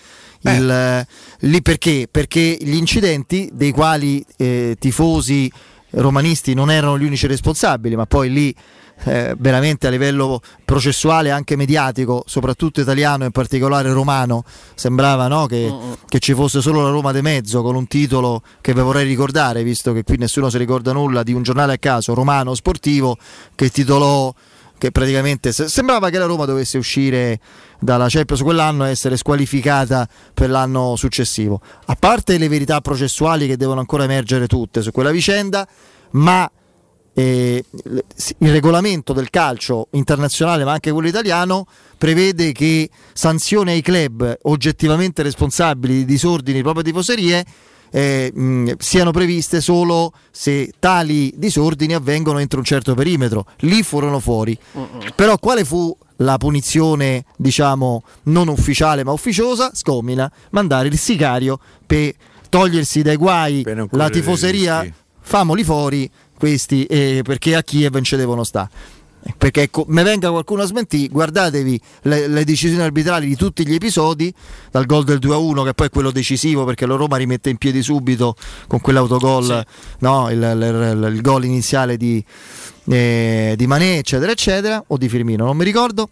lì perché gli incidenti dei quali tifosi romanisti non erano gli unici responsabili, ma poi lì veramente a livello processuale, anche mediatico, soprattutto italiano e in particolare romano, sembrava, no, che ci fosse solo la Roma de mezzo, con un titolo che vi vorrei ricordare, visto che qui nessuno si ricorda nulla, di un giornale a caso romano sportivo che titolò che praticamente sembrava che la Roma dovesse uscire dalla Champions quell'anno e essere squalificata per l'anno successivo. A parte le verità processuali che devono ancora emergere tutte su quella vicenda, ma il regolamento del calcio internazionale, ma anche quello italiano, prevede che sanzioni ai club oggettivamente responsabili di disordini di proprie tifoserie siano previste solo se tali disordini avvengono entro un certo perimetro. Lì furono fuori. Però quale fu la punizione, diciamo, non ufficiale ma ufficiosa? Scomina, mandare il sicario per togliersi dai guai la tifoseria, famoli fuori questi, perché a Kiev non ci devono stare. Perché me venga qualcuno a smentire, guardatevi le decisioni arbitrali di tutti gli episodi, dal gol del 2-1 che poi è quello decisivo perché la Roma rimette in piedi subito con quell'autogol, no? il gol iniziale di Mané, eccetera eccetera, o di Firmino, non mi ricordo,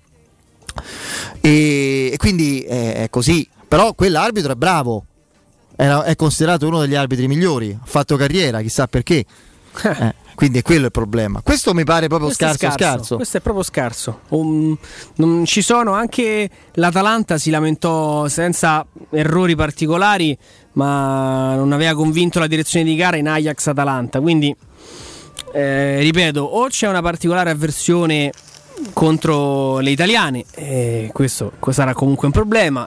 e quindi è così. Però quell'arbitro è bravo, è considerato uno degli arbitri migliori, ha fatto carriera, chissà perché. Quindi è quello il problema. Questo mi pare proprio scarso. Questo è proprio scarso. Non ci sono, anche l'Atalanta si lamentò senza errori particolari, ma non aveva convinto la direzione di gara in Ajax-Atalanta. Quindi ripeto, o c'è una particolare avversione contro le italiane, questo sarà comunque un problema,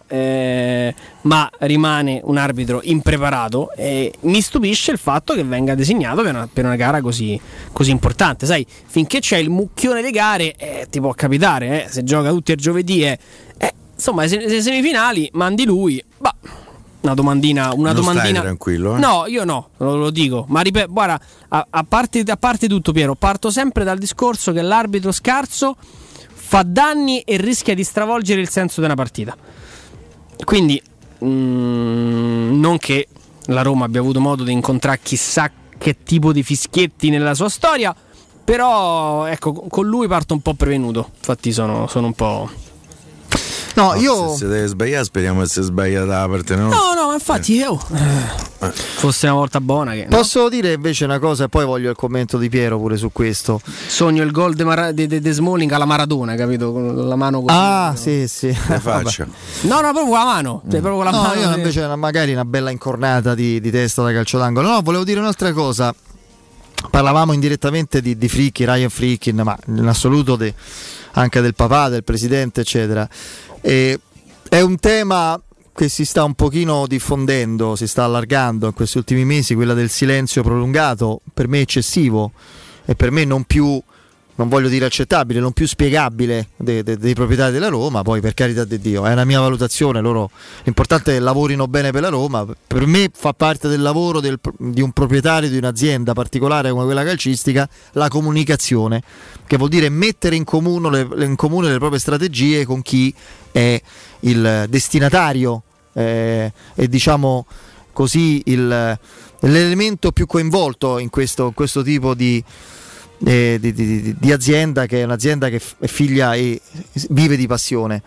ma rimane un arbitro impreparato, e mi stupisce il fatto che venga designato per una gara così importante. Sai, finché c'è il mucchione di gare ti può capitare, se gioca tutti il giovedì, insomma le semifinali mandi lui, una domandina. Stai tranquillo, No, io no, lo dico. Ma ripeto, guarda, a parte tutto, Piero, parto sempre dal discorso che l'arbitro scarso fa danni e rischia di stravolgere il senso di una partita. Quindi non che la Roma abbia avuto modo di incontrare chissà che tipo di fischietti nella sua storia, però ecco, con lui parto un po' prevenuto. Infatti sono un po'... No, io... Se deve sbagliare, speriamo che si sbaglia da parte, no? No, infatti fosse una volta buona che... Posso dire invece una cosa, e poi voglio il commento di Piero pure su questo. Sogno il gol di Smalling alla Maradona, capito? Con la mano così. Sì. Le faccia. No, proprio la mano. Proprio la mano. Io invece magari una bella incornata di testa da calcio d'angolo. No, volevo dire un'altra cosa. Parlavamo indirettamente di Ryan Friedkin, ma in assoluto anche del papà, del presidente, eccetera. È un tema che si sta un pochino diffondendo, si sta allargando in questi ultimi mesi, quella del silenzio prolungato, per me eccessivo e per me non voglio dire accettabile, non più spiegabile dei proprietari della Roma. Poi, per carità di Dio, è una mia valutazione, l'importante è che lavorino bene per la Roma. Per me fa parte del lavoro di un proprietario di un'azienda particolare come quella calcistica la comunicazione, che vuol dire mettere in comune le proprie strategie con chi è il destinatario e diciamo così l'elemento più coinvolto in questo tipo di azienda, che è un'azienda che è figlia e vive di passione.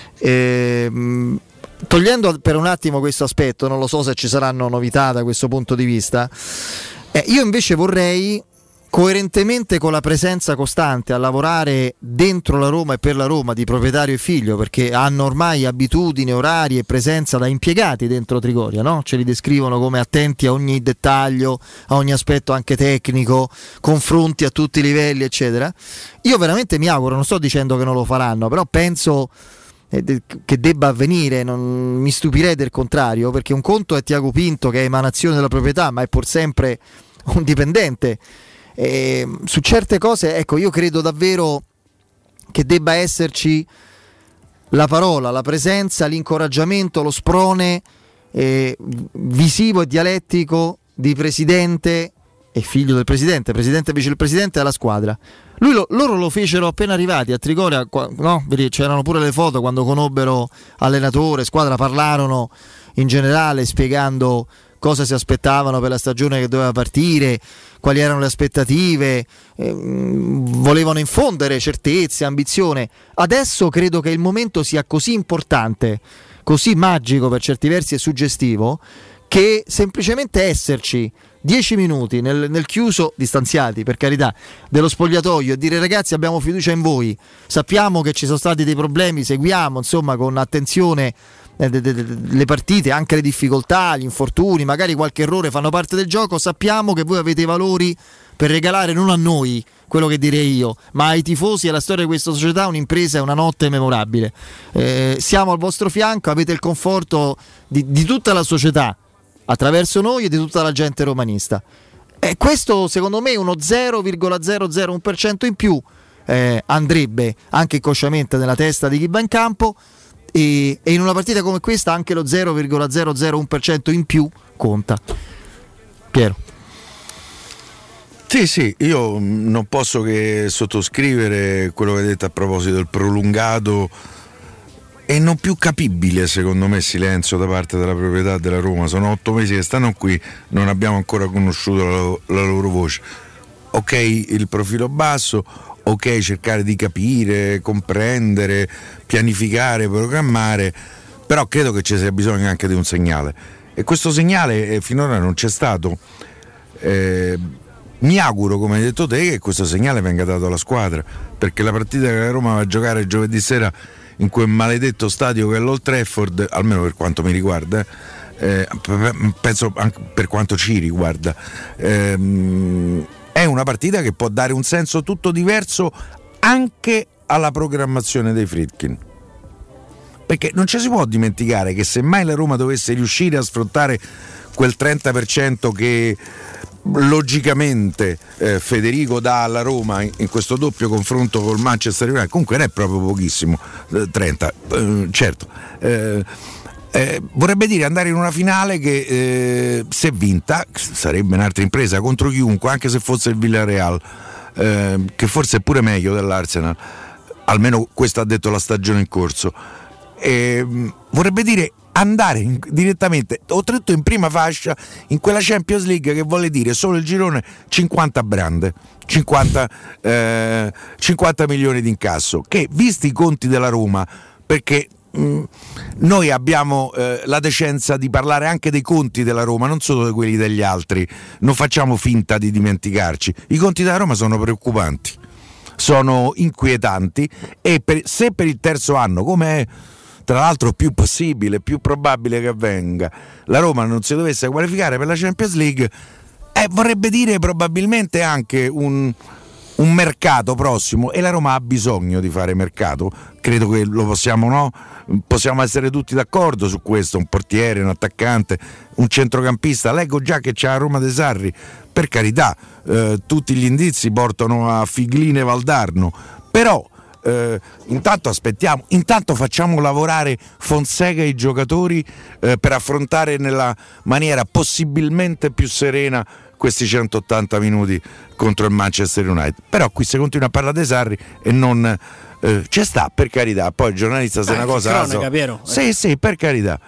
Togliendo per un attimo questo aspetto, non lo so se ci saranno novità da questo punto di vista, io invece vorrei, coerentemente con la presenza costante a lavorare dentro la Roma e per la Roma di proprietario e figlio, perché hanno ormai abitudini, orari e presenza da impiegati dentro Trigoria, no? Ce li descrivono come attenti a ogni dettaglio, a ogni aspetto anche tecnico, confronti a tutti i livelli, eccetera. Io veramente mi auguro, non sto dicendo che non lo faranno, però penso che debba avvenire. Non mi stupirei del contrario, perché un conto è Tiago Pinto, che è emanazione della proprietà, ma è pur sempre un dipendente. Su certe cose, ecco, io credo davvero che debba esserci la parola, la presenza, l'incoraggiamento, lo sprone visivo e dialettico di presidente e figlio del presidente e vicepresidente alla squadra. Loro lo fecero appena arrivati a Trigoria, no? C'erano pure le foto quando conobbero allenatore, squadra, parlarono in generale spiegando cosa si aspettavano per la stagione che doveva partire, quali erano le aspettative, volevano infondere certezze, ambizione. Adesso credo che il momento sia così importante, così magico per certi versi e suggestivo, che semplicemente esserci 10 minuti nel chiuso, distanziati per carità, dello spogliatoio, e dire: ragazzi, abbiamo fiducia in voi, sappiamo che ci sono stati dei problemi, seguiamo insomma con attenzione le partite, anche le difficoltà, gli infortuni, magari qualche errore fanno parte del gioco, sappiamo che voi avete i valori per regalare non a noi quello che direi io, ma ai tifosi e alla storia di questa società un'impresa e una notte memorabile. Siamo al vostro fianco, avete il conforto di tutta la società attraverso noi e di tutta la gente romanista. E questo secondo me uno 0,001% in più andrebbe anche inconsciamente nella testa di chi va in campo, e in una partita come questa anche lo 0,001% in più conta. Piero. Sì, io non posso che sottoscrivere quello che hai detto a proposito del prolungato e non più capibile, secondo me, silenzio da parte della proprietà della Roma. Sono 8 mesi che stanno qui, non abbiamo ancora conosciuto la loro voce. Ok, il profilo basso, ok, cercare di capire, comprendere, pianificare, programmare, però credo che ci sia bisogno anche di un segnale, e questo segnale finora non c'è stato. Mi auguro, come hai detto te, che questo segnale venga dato alla squadra, perché la partita che la Roma va a giocare giovedì sera in quel maledetto stadio che è l'Old Trafford, almeno per quanto mi riguarda, penso anche per quanto ci riguarda, è una partita che può dare un senso tutto diverso anche alla programmazione dei Friedkin, perché non ci si può dimenticare che se mai la Roma dovesse riuscire a sfruttare quel 30% che logicamente Federico dà alla Roma in questo doppio confronto col Manchester United, comunque non è proprio pochissimo, 30, certo, vorrebbe dire andare in una finale che se vinta sarebbe un'altra impresa contro chiunque, anche se fosse il Villarreal, che forse è pure meglio dell'Arsenal, almeno questo ha detto la stagione in corso. Vorrebbe dire andare direttamente, oltretutto in prima fascia, in quella Champions League che vuole dire solo il girone 50 brand, 50 milioni di incasso, che visti i conti della Roma, perché noi abbiamo la decenza di parlare anche dei conti della Roma, non solo di quelli degli altri, non facciamo finta di dimenticarci, i conti della Roma sono preoccupanti, sono inquietanti, e se per il terzo anno, come è tra l'altro più possibile, più probabile che avvenga, la Roma non si dovesse qualificare per la Champions League, vorrebbe dire probabilmente anche un mercato prossimo, e la Roma ha bisogno di fare mercato, credo che lo possiamo essere tutti d'accordo su questo, un portiere, un attaccante, un centrocampista. Leggo già che c'è la Roma dei Sarri, per carità, tutti gli indizi portano a Figline Valdarno, però intanto aspettiamo, intanto facciamo lavorare Fonseca e i giocatori per affrontare nella maniera possibilmente più serena questi 180 minuti contro il Manchester United. Però qui si continua a parlare dei Sarri e non ci sta, per carità, poi il giornalista se una cosa cronaca, sì, per carità,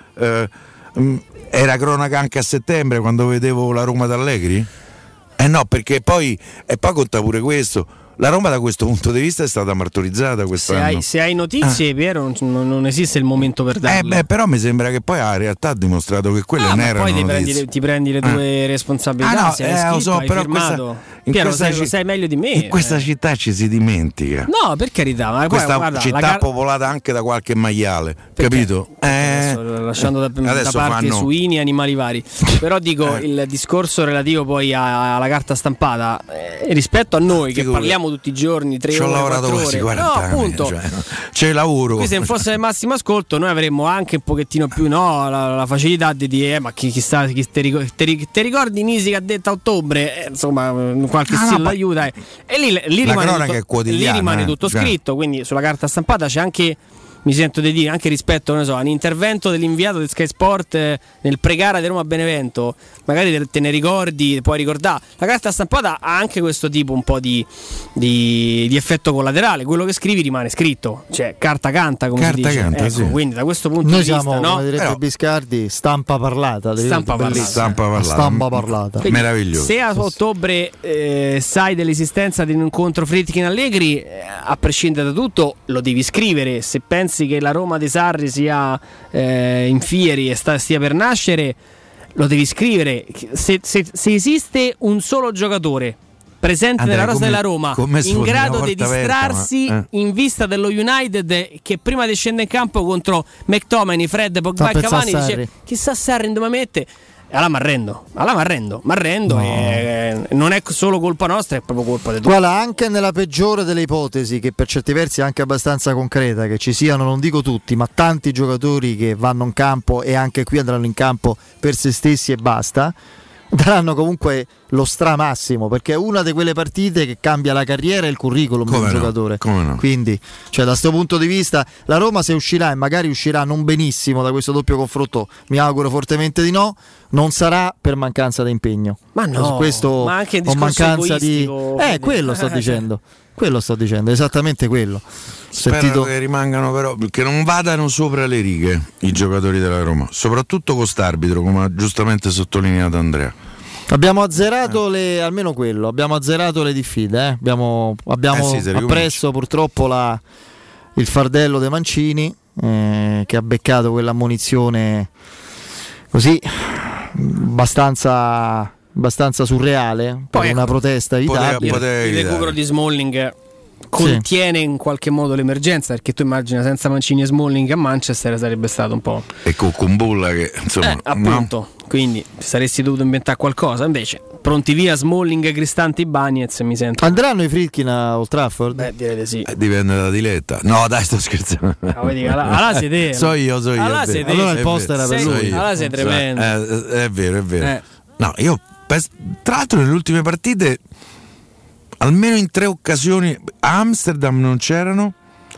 era cronaca anche a settembre quando vedevo la Roma d'Allegri? No, perché poi conta pure questo. La Roma da questo punto di vista è stata martorizzata quest'anno. Se hai notizie, Piero, non esiste il momento per darle. Però mi sembra che poi la realtà ha dimostrato che quelle non erano poi ti prendi le tue responsabilità. No, se hai scritto, lo so, hai però firmato. Piero, lo sai meglio di me. In questa città ci si dimentica. No, per carità. Ma questa guarda, città popolata anche da qualche maiale, capito? Lasciando da parte suini e animali vari. Però dico, il discorso relativo poi alla carta stampata, rispetto a noi che parliamo tutti i giorni 3 ore, 4 ore, ho lavorato quasi 40 anni, appunto, c'è lavoro. Qui se fosse il massimo ascolto noi avremmo anche un pochettino più la facilità di dire ma chi te ricordi Nisi che ha detto a ottobre, insomma qualche stile aiuta, e lì rimane tutto scritto, quindi sulla carta stampata c'è anche, mi sento di dire, anche rispetto all'intervento dell'inviato di Sky Sport nel pre-gara di Roma Benevento, magari te ne ricordi, puoi ricordare. La carta stampata ha anche questo tipo un po' di effetto collaterale, quello che scrivi rimane scritto, cioè carta canta, come si dice. Ecco, sì. Quindi da questo punto noi di vista, siamo, come direbbe Biscardi, stampa parlata. Stampa parlata. Quindi, meraviglioso. se a ottobre sai dell'esistenza di un incontro Friedkin-Allegri, a prescindere da tutto lo devi scrivere. Se pensi che la Roma dei Sarri sia in fieri e stia per nascere, lo devi scrivere. Se esiste un solo giocatore presente nella rosa della Roma in grado di distrarsi in vista dello United che prima di scendere in campo contro McTominay, Fred, Pogba e Cavani, dice chissà Sarri dove mette, Allora m'arrendo e non è solo colpa nostra, è proprio colpa di tutti. Guarda, anche nella peggiore delle ipotesi, che per certi versi è anche abbastanza concreta, che ci siano, non dico tutti, ma tanti giocatori che vanno in campo e anche qui andranno in campo per se stessi e basta, daranno comunque lo stramassimo, perché è una di quelle partite che cambia la carriera e il curriculum di un giocatore. Quindi, cioè, da questo punto di vista, la Roma, se uscirà, e magari uscirà non benissimo da questo doppio confronto, mi auguro fortemente di no, non sarà per mancanza di impegno. Ma no, questo, ma anche o mancanza di quello sto dicendo. Quello sto dicendo, esattamente quello. Spero che rimangano, però, che non vadano sopra le righe i giocatori della Roma, soprattutto con quest'arbitro, come ha giustamente sottolineato Andrea. Abbiamo azzerato almeno quello, abbiamo azzerato le diffide, abbiamo appresso purtroppo il fardello dei Mancini, che ha beccato quell'ammonizione così abbastanza surreale, poi per una protesta evitabile. Il recupero di Smalling contiene in qualche modo l'emergenza, perché tu immagina senza Mancini e Smalling a Manchester sarebbe stato un po', e con Kumbulla che insomma appunto, no? Quindi saresti dovuto inventare qualcosa, invece pronti via Smalling, Cristante, Bagnez, mi sento. Andranno i Friedkin a Old Trafford? Direi di sì. Dipende da Diletta. No, dai, sto scherzando. Allora siete so io. Allora il post era per lui. Allora sei tremendo. È vero. No, io tra l'altro nelle ultime partite, almeno in 3 occasioni, a Amsterdam non c'erano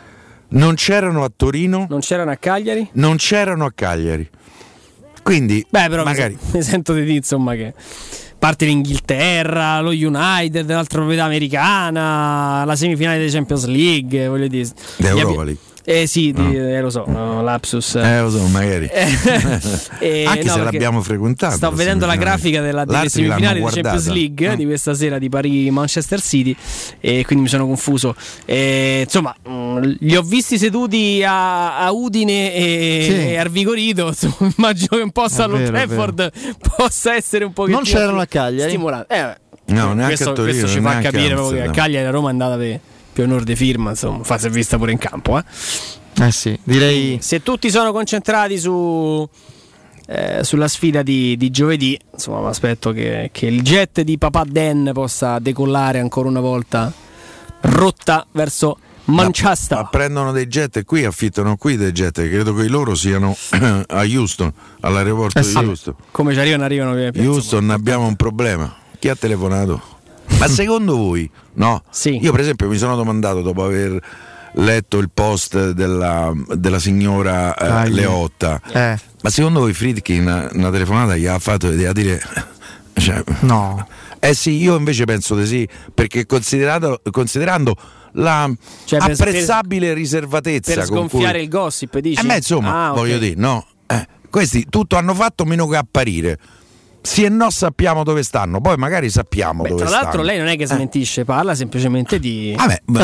a Torino, non c'erano a Cagliari, quindi però magari mi sento di dire, insomma, che parte l'Inghilterra, lo United, l'altra proprietà americana, la semifinale della Champions League, voglio dire, l'Europa League. Lo so, lapsus. Lo so, magari. Anche se l'abbiamo frequentato. Sto vedendo la grafica delle semifinali di Champions League di questa sera di Paris-Manchester City, e quindi mi sono confuso. Insomma, li ho visti seduti a Udine e Arvigorito. Insomma, immagino che un po' Old Trafford possa essere un pochettino. Non c'erano a Cagliari? Stimolante. No, neanche a Torino. Questo ci fa capire proprio che a Cagliari la Roma è andata più onor di firma, insomma, si è vista pure in campo. Sì, direi. Se tutti sono concentrati sulla sfida di giovedì, insomma, mi aspetto che il jet di Papà Dan possa decollare ancora una volta rotta verso Manchester. Ma prendono dei jet e qui affittano dei jet, credo che i loro siano a Houston, all'aeroporto di Houston. Come ci arrivano Houston, abbiamo un problema. Chi ha telefonato? Ma secondo voi, no? Sì. Io per esempio mi sono domandato, dopo aver letto il post della signora Leotta, ma secondo voi Friedkin una telefonata gli ha fatto a dire no? Sì, io invece penso di sì, perché considerando la apprezzabile riservatezza per sgonfiare il gossip, dici? Insomma, voglio dire, no? Questi tutto hanno fatto meno che apparire. Sì e no, sappiamo dove stanno, poi magari sappiamo dove stanno. Tra l'altro lei non è che smentisce, parla semplicemente di...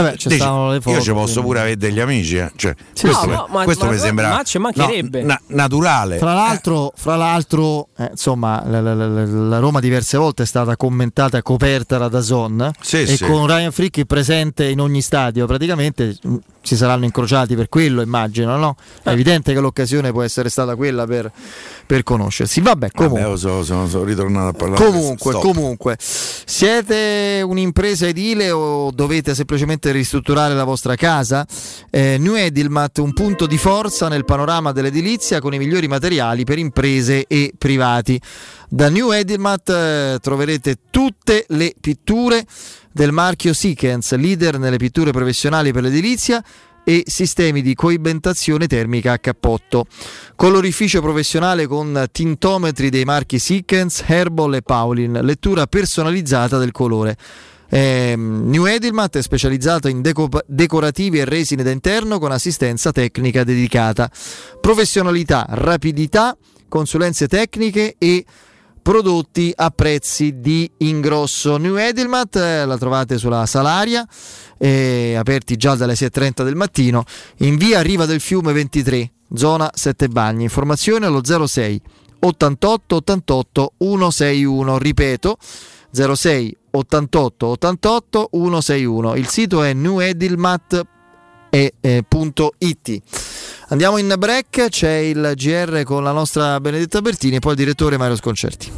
io ci posso pure avere degli amici, cioè, questo mi sembra ma ci mancherebbe. Naturale. Fra l'altro, insomma, la Roma diverse volte è stata commentata, coperta da DAZN, con Ryan Frick presente in ogni stadio, praticamente si saranno incrociati per quello, immagino, no? È evidente che l'occasione può essere stata quella per conoscersi. Vabbè, comunque. Sono ritornato a parlare. Comunque, siete un'impresa edile o dovete semplicemente ristrutturare la vostra casa? New Edilmat, un punto di forza nel panorama dell'edilizia con i migliori materiali per imprese e privati. Da New Edilmat troverete tutte le pitture del marchio Sikens, leader nelle pitture professionali per l'edilizia e sistemi di coibentazione termica a cappotto. Colorificio professionale con tintometri dei marchi Sikens, Herbal e Paulin, lettura personalizzata del colore. New Edilmat è specializzato in decorativi e resine da interno con assistenza tecnica dedicata. Professionalità, rapidità, consulenze tecniche e prodotti a prezzi di ingrosso. New Edilmat la trovate sulla Salaria, aperti già dalle 6:30 del mattino, in via Riva del Fiume 23, zona Sette Bagni. Informazioni allo 06 88 88 161, ripeto 06 88 88 161. Il sito è newedilmat.it. Andiamo in break, c'è il GR con la nostra Benedetta Bertini e poi il direttore Mario Sconcerti.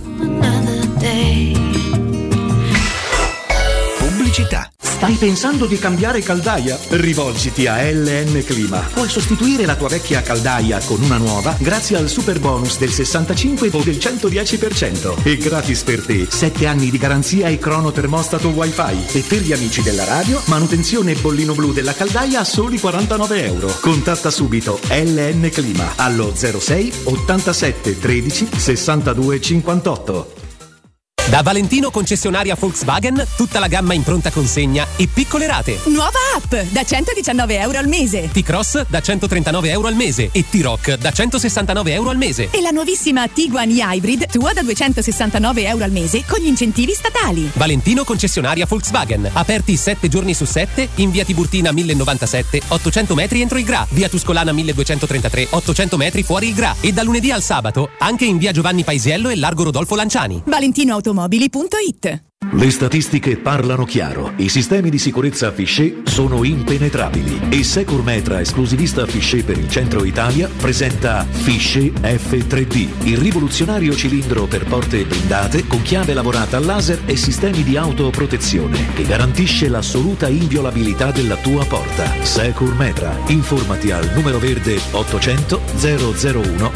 Pubblicità. Stai pensando di cambiare caldaia? Rivolgiti a LN Clima. Puoi sostituire la tua vecchia caldaia con una nuova grazie al super bonus del 65 o del 110%. E gratis per te 7 anni di garanzia e cronotermostato wifi. E per gli amici della radio, manutenzione bollino blu della caldaia a soli €49. Contatta subito LN Clima allo 06 87 13 62 58. Da Valentino concessionaria Volkswagen, tutta la gamma in pronta consegna e piccole rate. Nuova app da €119 al mese. T-Cross da €139 al mese e T-Rock da €169 al mese. E la nuovissima Tiguan e-Hybrid tua da €269 al mese con gli incentivi statali. Valentino concessionaria Volkswagen, aperti 7 giorni su 7 in via Tiburtina 1097, 800 metri entro il Gra, via Tuscolana 1233, 800 metri fuori il Gra e da lunedì al sabato anche in via Giovanni Paisiello e largo Rodolfo Lanciani. ValentinoAutomobili.it. Le statistiche parlano chiaro. I sistemi di sicurezza Fichet sono impenetrabili e Securmetra, esclusivista Fichet per il centro Italia, presenta Fichet F3D, il rivoluzionario cilindro per porte blindate con chiave lavorata a laser e sistemi di autoprotezione che garantisce l'assoluta inviolabilità della tua porta. Securmetra. Informati al numero verde 800 001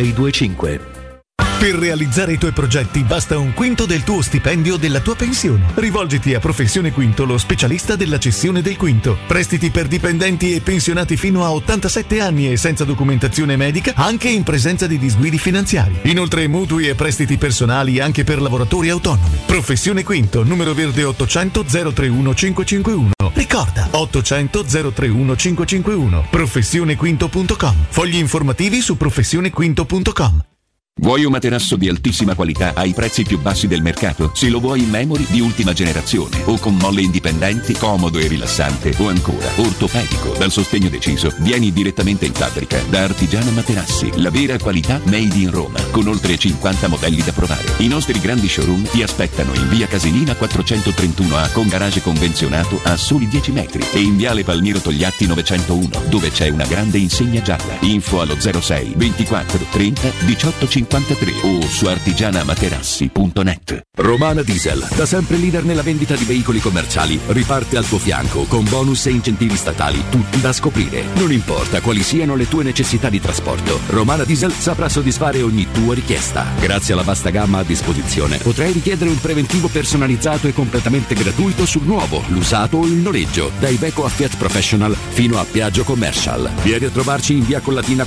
625. Per realizzare i tuoi progetti basta un quinto del tuo stipendio della tua pensione. Rivolgiti a Professione Quinto, lo specialista della cessione del quinto. Prestiti per dipendenti e pensionati fino a 87 anni e senza documentazione medica, anche in presenza di disguidi finanziari. Inoltre mutui e prestiti personali anche per lavoratori autonomi. Professione Quinto, numero verde 800 031 551. Ricorda, 800 031 551. Professionequinto.com. Fogli informativi su professionequinto.com. Vuoi un materasso di altissima qualità ai prezzi più bassi del mercato? Se lo vuoi in memory di ultima generazione o con molle indipendenti, comodo e rilassante o ancora ortopedico dal sostegno deciso, vieni direttamente in fabbrica da Artigiana Materassi, la vera qualità made in Roma, con oltre 50 modelli da provare. I nostri grandi showroom ti aspettano in via Casilina 431A con garage convenzionato a soli 10 metri e in viale Palmiro Togliatti 901 dove c'è una grande insegna gialla. Info allo 06 24 30 18 53 o su artigianamaterassi.net. Romana Diesel, da sempre leader nella vendita di veicoli commerciali, riparte al tuo fianco con bonus e incentivi statali, tutti da scoprire. Non importa quali siano le tue necessità di trasporto, Romana Diesel saprà soddisfare ogni tua richiesta. Grazie alla vasta gamma a disposizione, potrai richiedere un preventivo personalizzato e completamente gratuito sul nuovo, l'usato o il noleggio, da Iveco a Fiat Professional fino a Piaggio Commercial. Vieni a trovarci in via Collatina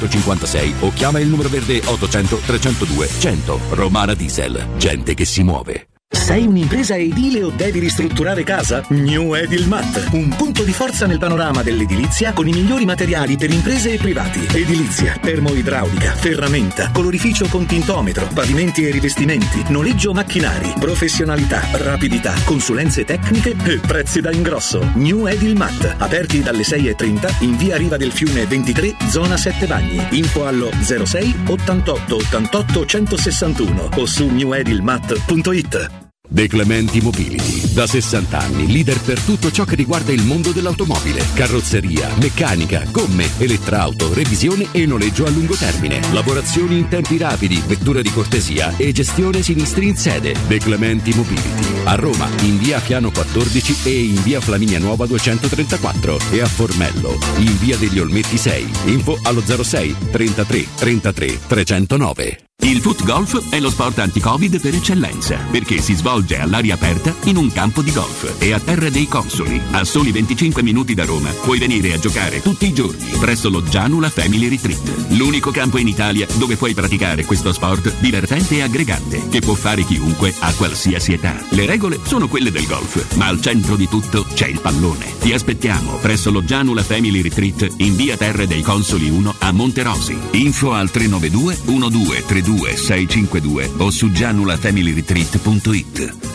456 o chiama il numero verde 800 302 100. Romana Diesel, gente che si muove. Sei un'impresa edile o devi ristrutturare casa? New Edilmat, un punto di forza nel panorama dell'edilizia con i migliori materiali per imprese e privati. Edilizia, termoidraulica, ferramenta, colorificio con tintometro, pavimenti e rivestimenti, noleggio macchinari, professionalità, rapidità, consulenze tecniche e prezzi da ingrosso. New Edilmat, aperti dalle 6:30 in via Riva del Fiume 23, zona 7 Bagni. Info allo 06 88 88 161 o su newedilmat.it. De Clementi Mobility, da 60 anni, leader per tutto ciò che riguarda il mondo dell'automobile, carrozzeria, meccanica, gomme, elettrauto, revisione e noleggio a lungo termine, lavorazioni in tempi rapidi, vettura di cortesia e gestione sinistri in sede. De Clementi Mobility, a Roma in via Piano 14 e in via Flaminia Nuova 234 e a Formello in via degli Olmetti 6. Info allo 06 33 33 309. Il foot golf è lo sport anti-Covid per eccellenza, perché si svolge all'aria aperta in un campo di golf e a Terra dei Consoli. A soli 25 minuti da Roma puoi venire a giocare tutti i giorni presso lo Gianula Family Retreat, l'unico campo in Italia dove puoi praticare questo sport divertente e aggregante che può fare chiunque a qualsiasi età. Le regole sono quelle del golf, ma al centro di tutto c'è il pallone. Ti aspettiamo presso lo Gianula Family Retreat in via Terra dei Consoli 1 a Monterosi. Info al 392 1232 652 o su gianulafamilyretreat.it.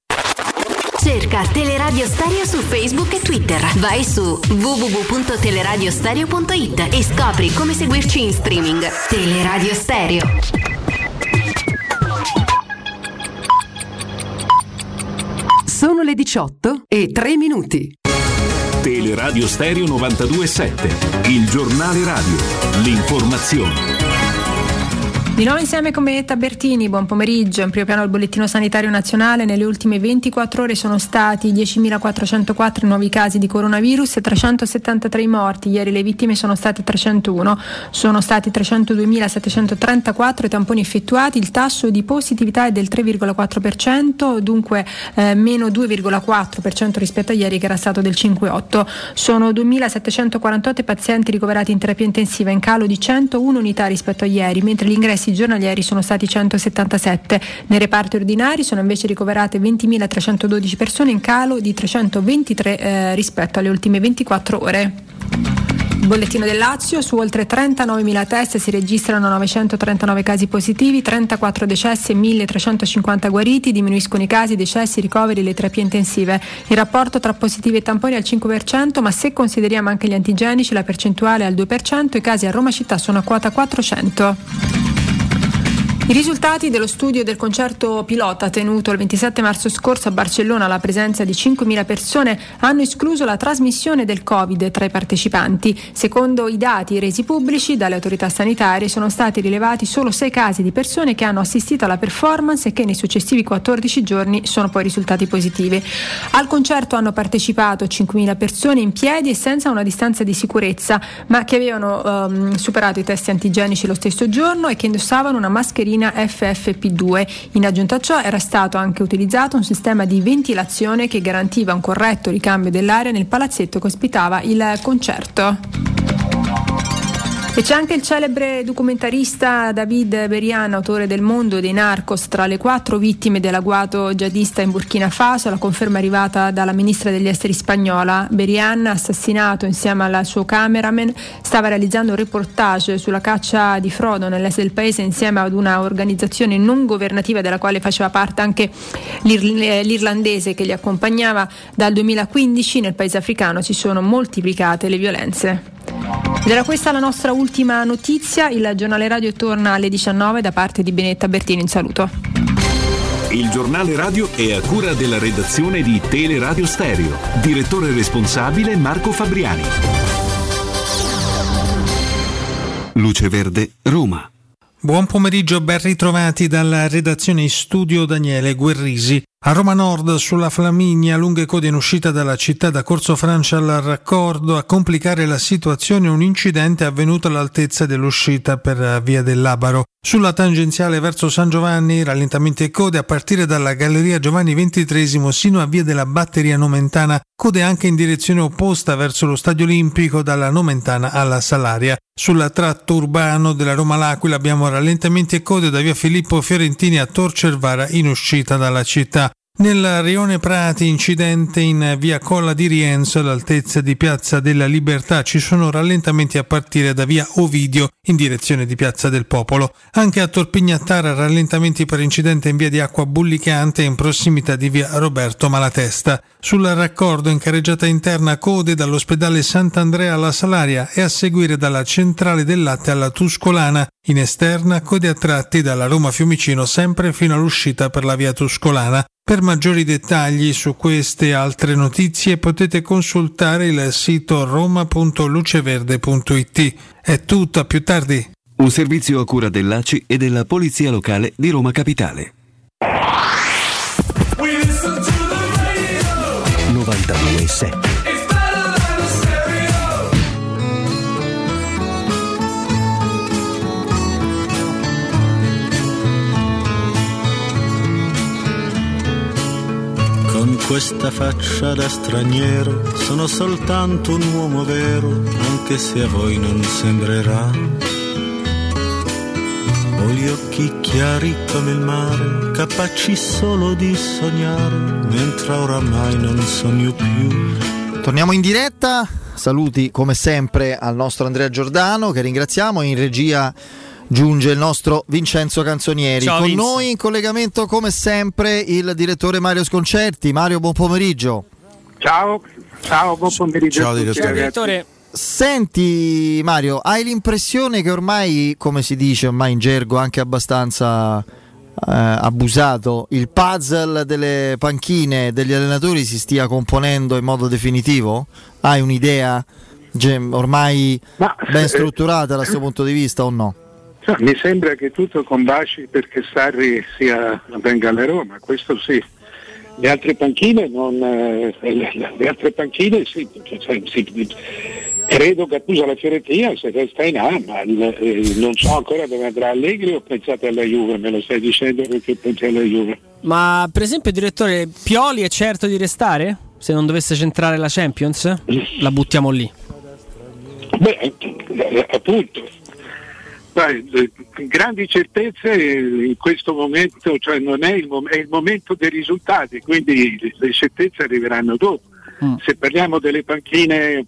Cerca Teleradio Stereo su Facebook e Twitter. Vai su www.teleradiostereo.it e scopri come seguirci in streaming. Teleradio Stereo. Sono le 18:03. Teleradio Stereo 92.7, il giornale radio, l'informazione. Di nuovo insieme con Benetta Bertini, buon pomeriggio. In primo piano il bollettino sanitario nazionale. Nelle ultime 24 ore sono stati 10.404 nuovi casi di coronavirus e 373 morti. Ieri le vittime sono state 301. Sono stati 302.734 i tamponi effettuati. Il tasso di positività è del 3,4%, dunque meno 2,4% rispetto a ieri che era stato del 5,8%. Sono 2.748 pazienti ricoverati in terapia intensiva, in calo di 101 unità rispetto a ieri, mentre gli ingressi giornalieri sono stati 177. Nei reparti ordinari sono invece ricoverate 20.312 persone, in calo di 323 rispetto alle ultime 24 ore. Il bollettino del Lazio: su oltre 39.000 test si registrano 939 casi positivi, 34 decessi e 1.350 guariti. Diminuiscono i casi, decessi, ricoveri e le terapie intensive. Il rapporto tra positivi e tamponi è al 5%, ma se consideriamo anche gli antigenici la percentuale è al 2%. I casi a Roma città sono a quota 400. I risultati dello studio del concerto pilota tenuto il 27 marzo scorso a Barcellona alla presenza di 5.000 persone hanno escluso la trasmissione del Covid tra i partecipanti. Secondo i dati resi pubblici dalle autorità sanitarie sono stati rilevati solo 6 casi di persone che hanno assistito alla performance e che nei successivi 14 giorni sono poi risultati positivi. Al concerto hanno partecipato 5.000 persone in piedi e senza una distanza di sicurezza, ma che avevano superato i test antigenici lo stesso giorno e che indossavano una mascherina FFP2. In aggiunta a ciò era stato anche utilizzato un sistema di ventilazione che garantiva un corretto ricambio dell'aria nel palazzetto che ospitava il concerto. E c'è anche il celebre documentarista David Berian, autore del Mondo dei Narcos, tra le 4 vittime dell'agguato jihadista in Burkina Faso. La conferma arrivata dalla ministra degli esteri spagnola. Berian, assassinato insieme al suo cameraman, stava realizzando un reportage sulla caccia di frodo nell'est del paese insieme ad una organizzazione non governativa della quale faceva parte anche l'irlandese che li accompagnava. Dal 2015 nel paese africano si sono moltiplicate le violenze. Ed era questa la nostra ultima notizia. Il giornale radio torna alle 19 da parte di Benetta Bertini. Un saluto. Il giornale radio è a cura della redazione di Teleradio Stereo. Direttore responsabile Marco Fabriani. Luce Verde, Roma. Buon pomeriggio, ben ritrovati dalla redazione in studio Daniele Guerrisi. A Roma Nord, sulla Flaminia, lunghe code in uscita dalla città da Corso Francia al raccordo. A complicare la situazione un incidente avvenuto all'altezza dell'uscita per via del Labaro. Sulla tangenziale verso San Giovanni, rallentamenti e code a partire dalla Galleria Giovanni XXIII sino a via della Batteria Nomentana. Code anche in direzione opposta verso lo Stadio Olimpico dalla Nomentana alla Salaria. Sul tratto urbano della Roma-L'Aquila abbiamo rallentamenti e code da via Filippo Fiorentini a Tor Cervara in uscita dalla città. Nel rione Prati, incidente in via Colla di Rienzo all'altezza di Piazza della Libertà. Ci sono rallentamenti a partire da via Ovidio in direzione di Piazza del Popolo. Anche a Tor Pignattara rallentamenti per incidente in via di Acqua Bullicante in prossimità di via Roberto Malatesta. Sul raccordo in carreggiata interna code dall'ospedale Sant'Andrea alla Salaria e a seguire dalla centrale del latte alla Tuscolana. In esterna code a tratti dalla Roma Fiumicino sempre fino all'uscita per la via Tuscolana. Per maggiori dettagli su queste e altre notizie potete consultare il sito roma.luceverde.it. È tutto, a più tardi. Un servizio a cura dell'ACI e della Polizia Locale di Roma Capitale. 92.7. Con questa faccia da straniero sono soltanto un uomo vero, anche se a voi non sembrerà. Ho gli occhi chiari come il mare, capaci solo di sognare, mentre oramai non sogno più. Torniamo in diretta, saluti come sempre al nostro Andrea Giordano che ringraziamo, in regia giunge il nostro Vincenzo Canzonieri. Ciao, con Vince. noi in collegamento come sempre il direttore Mario Sconcerti. Mario, buon pomeriggio. Ciao, buon pomeriggio. Ciao direttore. Senti Mario, hai l'impressione che ormai, come si dice ormai in gergo anche abbastanza abusato, il puzzle delle panchine degli allenatori si stia componendo in modo definitivo? Hai un'idea ormai ben strutturata da questo punto di vista o no? Mi sembra che tutto combaci perché Sarri venga alla Roma, questo sì. Le altre panchine sì, credo Gattuso alla Fiorentina se resta in A, ma non so ancora dove andrà Allegri o pensate alla Juve, me lo stai dicendo perché pensi alla Juve. Ma per esempio, direttore, Pioli è certo di restare? Se non dovesse centrare la Champions? La buttiamo lì. Beh, appunto. Grandi certezze in questo momento, cioè non è il momento dei risultati, quindi le certezze arriveranno dopo. Se parliamo delle panchine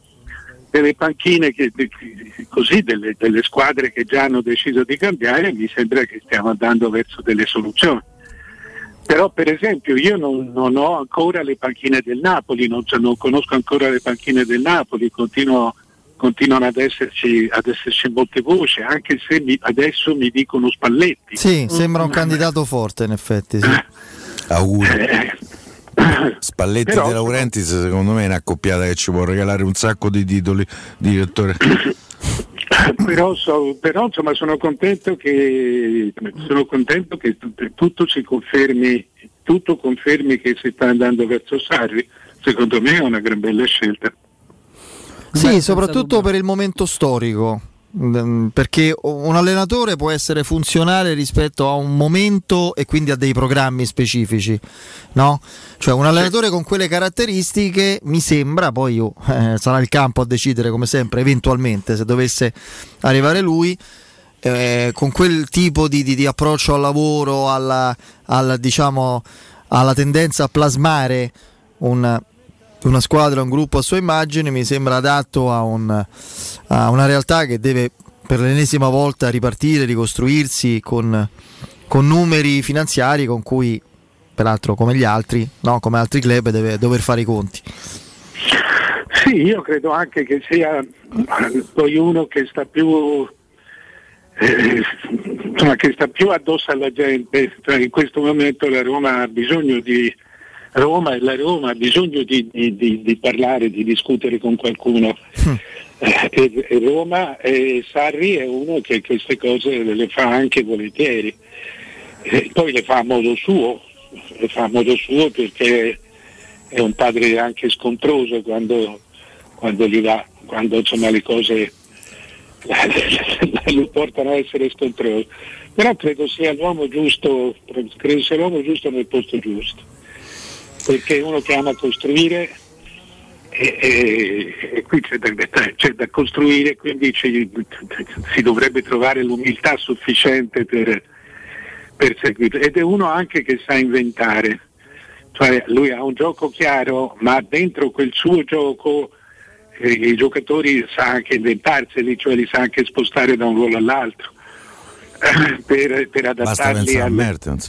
che così delle squadre che già hanno deciso di cambiare, mi sembra che stiamo andando verso delle soluzioni. Però per esempio io non ho ancora le panchine del Napoli, non conosco ancora le panchine del Napoli, continuano ad esserci molte voci, anche se adesso mi dicono Spalletti. Sì, sembra un candidato forte in effetti. Sì. Auguri. Spalletti e De Laurentiis secondo me è una accoppiata che ci può regalare un sacco di titoli, direttore. Però insomma sono contento che tutto confermi che si sta andando verso Sarri. Secondo me è una gran bella scelta. Sì, soprattutto per il momento storico, perché un allenatore può essere funzionale rispetto a un momento e quindi a dei programmi specifici, no? Cioè un allenatore con quelle caratteristiche mi sembra, poi sarà il campo a decidere come sempre, eventualmente se dovesse arrivare lui, con quel tipo di approccio al lavoro, alla tendenza a plasmare una squadra, un gruppo a sua immagine, mi sembra adatto a una realtà che deve per l'ennesima volta ripartire, ricostruirsi con numeri finanziari con cui peraltro come gli altri, no, come altri club deve dover fare i conti. Sì, io credo anche che sia poi uno che sta più addosso alla gente. In questo momento la Roma ha bisogno di parlare, di discutere con qualcuno. E Roma e Sarri è uno che queste cose le fa anche volentieri. Poi le fa a modo suo perché è un padre anche scontroso quando gli va, quando insomma le cose lo portano a essere scontroso. Però credo sia l'uomo giusto nel posto giusto, perché è uno che ama costruire e qui c'è da costruire, quindi si dovrebbe trovare l'umiltà sufficiente per seguire, ed è uno anche che sa inventare, cioè lui ha un gioco chiaro, ma dentro quel suo gioco i giocatori sa anche inventarseli, cioè li sa anche spostare da un ruolo all'altro per adattarli a Mertens.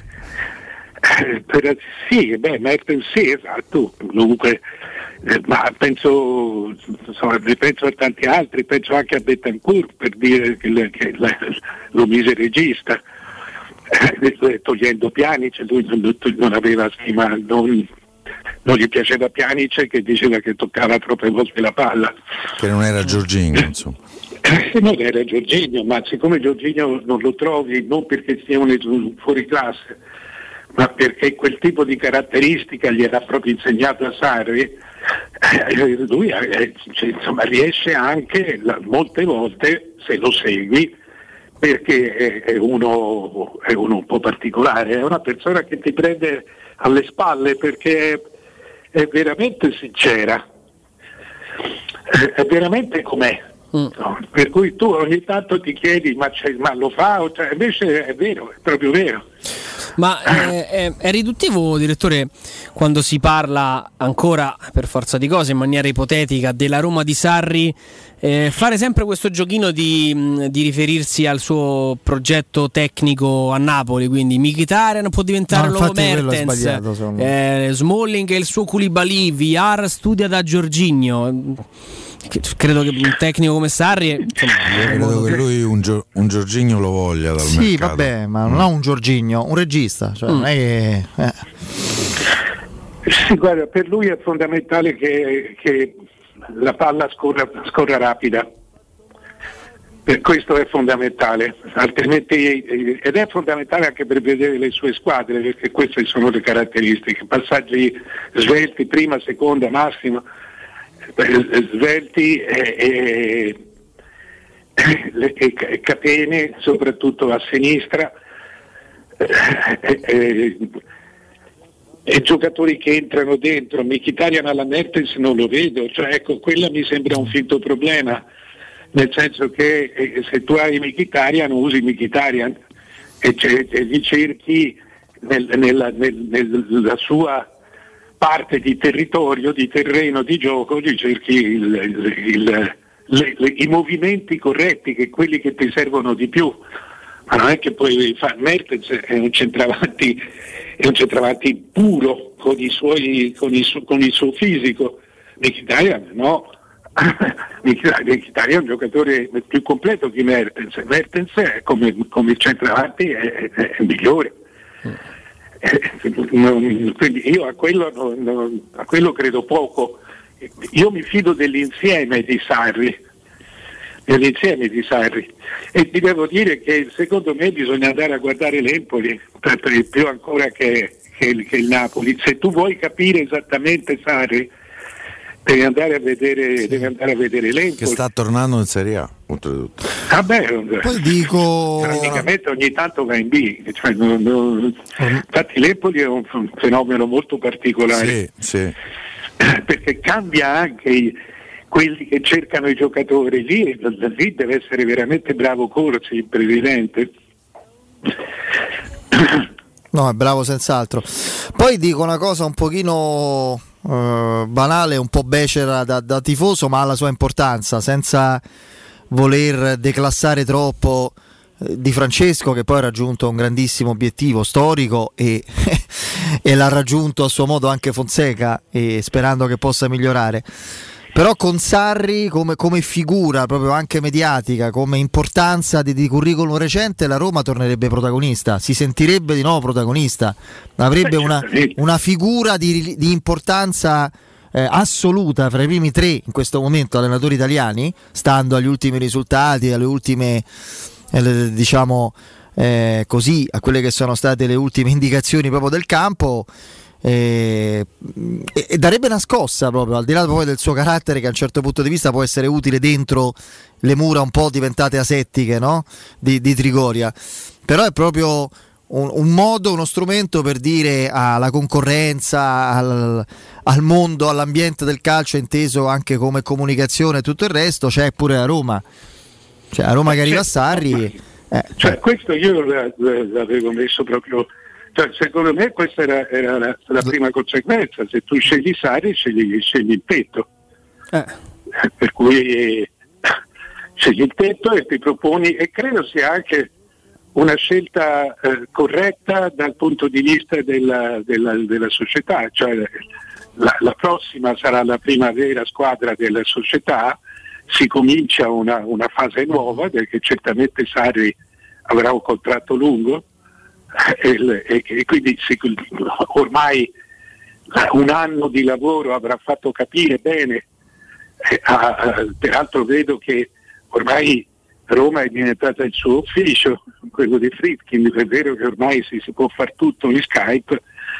Mertens sì, esatto. Comunque, ma penso a tanti altri, penso anche a Betancourt, per dire che lo mise regista, togliendo Pjanic. Lui non aveva stima, non gli piaceva Pjanic, che diceva che toccava troppe volte la palla, che non era Jorginho, insomma. Non era Jorginho, ma siccome Jorginho non lo trovi, non perché sia un fuori classe, ma perché quel tipo di caratteristica gli era proprio insegnato a Sarri, lui riesce anche molte volte, se lo segui, perché è uno un po' particolare, è una persona che ti prende alle spalle perché è veramente sincera, è veramente com'è. No, per cui tu ogni tanto ti chiedi ma lo fa? Cioè, invece è vero, è proprio vero. Ma è riduttivo, direttore, quando si parla ancora per forza di cose in maniera ipotetica della Roma di Sarri, fare sempre questo giochino di riferirsi al suo progetto tecnico a Napoli, quindi Mkhitaryan può diventare l'uomo Mertens, Smalling e il suo Koulibaly, VR studia da Jorginho. credo che un tecnico come Sarri, insomma, credo che lui un Jorginho lo voglia dal mercato. Sì, vabbè, ma non ha un Jorginho, un regista, cioè non è che Sì, guarda, per lui è fondamentale che la palla scorra rapida. Per questo è fondamentale, altrimenti, ed è fondamentale anche per vedere le sue squadre, perché queste sono le caratteristiche, passaggi svelti, prima, seconda, massimo, svelti e catene, soprattutto a sinistra, e giocatori che entrano dentro. Mkhitaryan alla Mertens non lo vedo, cioè ecco, quella mi sembra un finto problema. Nel senso che se tu hai Mkhitaryan usi Mkhitaryan e gli cerchi nella sua parte di territorio, di terreno di gioco, gli cerchi i movimenti corretti, che quelli che ti servono di più. Ma non è che poi fare. Mertens è un centravanti puro con il suo fisico. Mkhitaryan no. Mkhitaryan è un giocatore più completo di Mertens. Mertens è come centravanti è migliore. Quindi io a quello credo poco. Io mi fido dell'insieme di Sarri. E ti devo dire che secondo me bisogna andare a guardare l'Empoli più ancora che il Napoli. Se tu vuoi capire esattamente Sarri, devi andare a vedere l'Empoli, che sta tornando in Serie A, oltretutto. Poi dico, praticamente ogni tanto va in B, cioè infatti l'Empoli è un fenomeno molto particolare, sì. Perché cambia anche quelli che cercano i giocatori. Lì deve essere veramente bravo Corsi, il presidente. No, è bravo senz'altro. Poi dico una cosa un pochino banale, un po' becera da tifoso, ma ha la sua importanza, senza voler declassare troppo Di Francesco, che poi ha raggiunto un grandissimo obiettivo storico e l'ha raggiunto a suo modo anche Fonseca, e sperando che possa migliorare. Però con Sarri come figura proprio anche mediatica, come importanza di curriculum recente, la Roma tornerebbe protagonista, si sentirebbe di nuovo protagonista, avrebbe una figura di importanza assoluta fra i primi tre in questo momento allenatori italiani, stando agli ultimi risultati, alle ultime così, a quelle che sono state le ultime indicazioni proprio del campo. E darebbe una scossa proprio, al di là poi del suo carattere, che a un certo punto di vista può essere utile dentro le mura un po' diventate asettiche, no? di Trigoria, però è proprio un modo, uno strumento per dire alla concorrenza, al mondo, all'ambiente del calcio inteso anche come comunicazione e tutto il resto, c'è pure la Roma, cioè a Roma che arriva a Sarri, questo io l'avevo messo proprio. Cioè, secondo me questa era la prima conseguenza. Se tu scegli Sarri, scegli il tetto, per cui scegli il tetto e ti proponi, e credo sia anche una scelta corretta dal punto di vista della società. Cioè, la prossima sarà la prima vera squadra della società, si comincia una fase nuova, perché certamente Sarri avrà un contratto lungo. E quindi ormai un anno di lavoro avrà fatto capire bene, peraltro vedo che ormai Roma è diventata il suo ufficio, quello di Friedkin. È vero che ormai si può fare tutto in Skype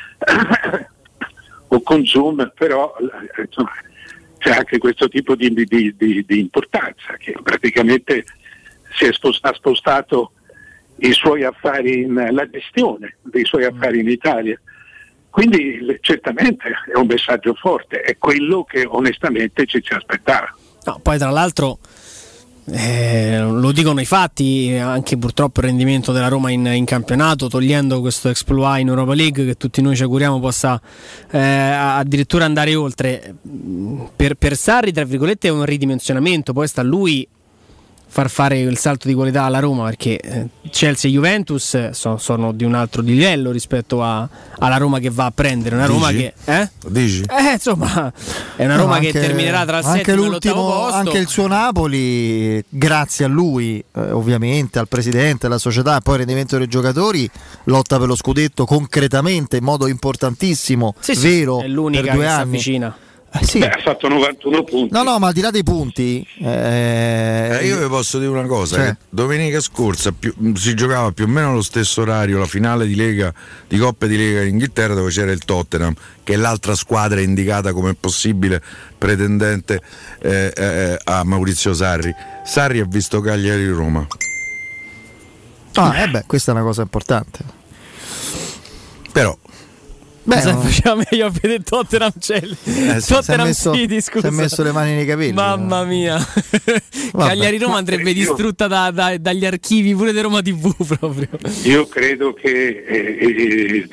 o con Zoom, però insomma, c'è anche questo tipo di importanza, che praticamente ha spostato i suoi affari, la gestione dei suoi affari in Italia. Quindi certamente è un messaggio forte, è quello che onestamente ci aspettava. No, poi tra l'altro lo dicono i fatti, anche purtroppo il rendimento della Roma in campionato, togliendo questo exploit in Europa League, che tutti noi ci auguriamo possa addirittura andare oltre. Per Sarri, tra virgolette, è un ridimensionamento, poi sta a lui far fare il salto di qualità alla Roma, perché Chelsea e Juventus sono di un altro livello rispetto alla Roma che va a prendere una Roma che dici? Insomma è una Roma che terminerà tra il settimo e l'ottavo posto. Anche il suo Napoli, grazie a lui ovviamente, al presidente, alla società e poi al rendimento dei giocatori, lotta per lo scudetto concretamente in modo importantissimo, vero, è l'unica per 2 che anni. si avvicina. Sì. Ha fatto 91 punti. No, ma al di là dei punti, io vi posso dire una cosa: che domenica scorsa si giocava più o meno allo stesso orario la finale di Lega, di Coppa di Lega in Inghilterra, dove c'era il Tottenham, che è l'altra squadra indicata come possibile pretendente a Maurizio Sarri. Sarri ha visto Cagliari-Roma. Questa è una cosa importante. Però faceva meglio a vedere Tottenham Tottenham City, scusa. Si è messo le mani nei capelli. Mamma mia. Cagliari Roma andrebbe distrutta dagli archivi pure di Roma TV proprio. Io credo che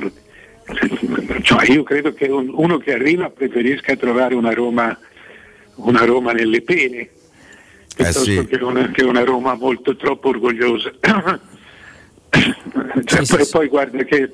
uno che arriva preferisca trovare una Roma nelle pene piuttosto che una Roma molto troppo orgogliosa. Poi guarda che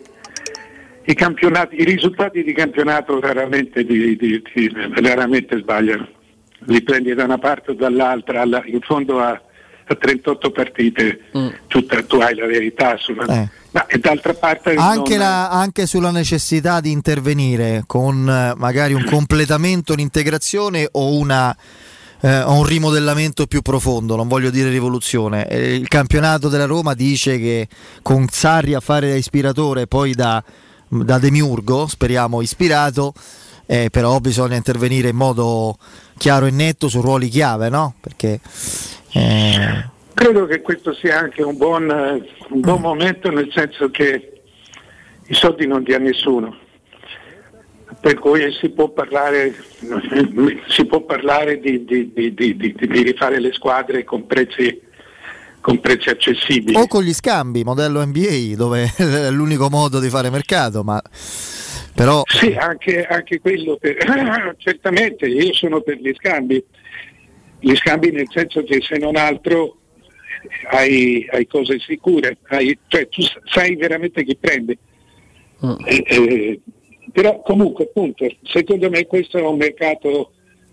i risultati di campionato raramente sbagliano, li prendi da una parte o dall'altra, in fondo a 38 partite tu hai la verità ma d'altra parte anche sulla necessità di intervenire con magari un completamento, un'integrazione o un rimodellamento più profondo, non voglio dire rivoluzione. Il campionato della Roma dice che con Sarri a fare da ispiratore, poi da demiurgo, speriamo ispirato, però bisogna intervenire in modo chiaro e netto su ruoli chiave, no? Perché credo che questo sia anche un buon momento, nel senso che i soldi non di a nessuno, per cui si può parlare di rifare le squadre con prezzi accessibili o con gli scambi, modello NBA, dove è l'unico modo di fare mercato, ma però sì, anche quello certamente io sono per gli scambi nel senso che se non altro hai cose sicure, cioè tu sai veramente chi prende. Però comunque appunto secondo me questo è un mercato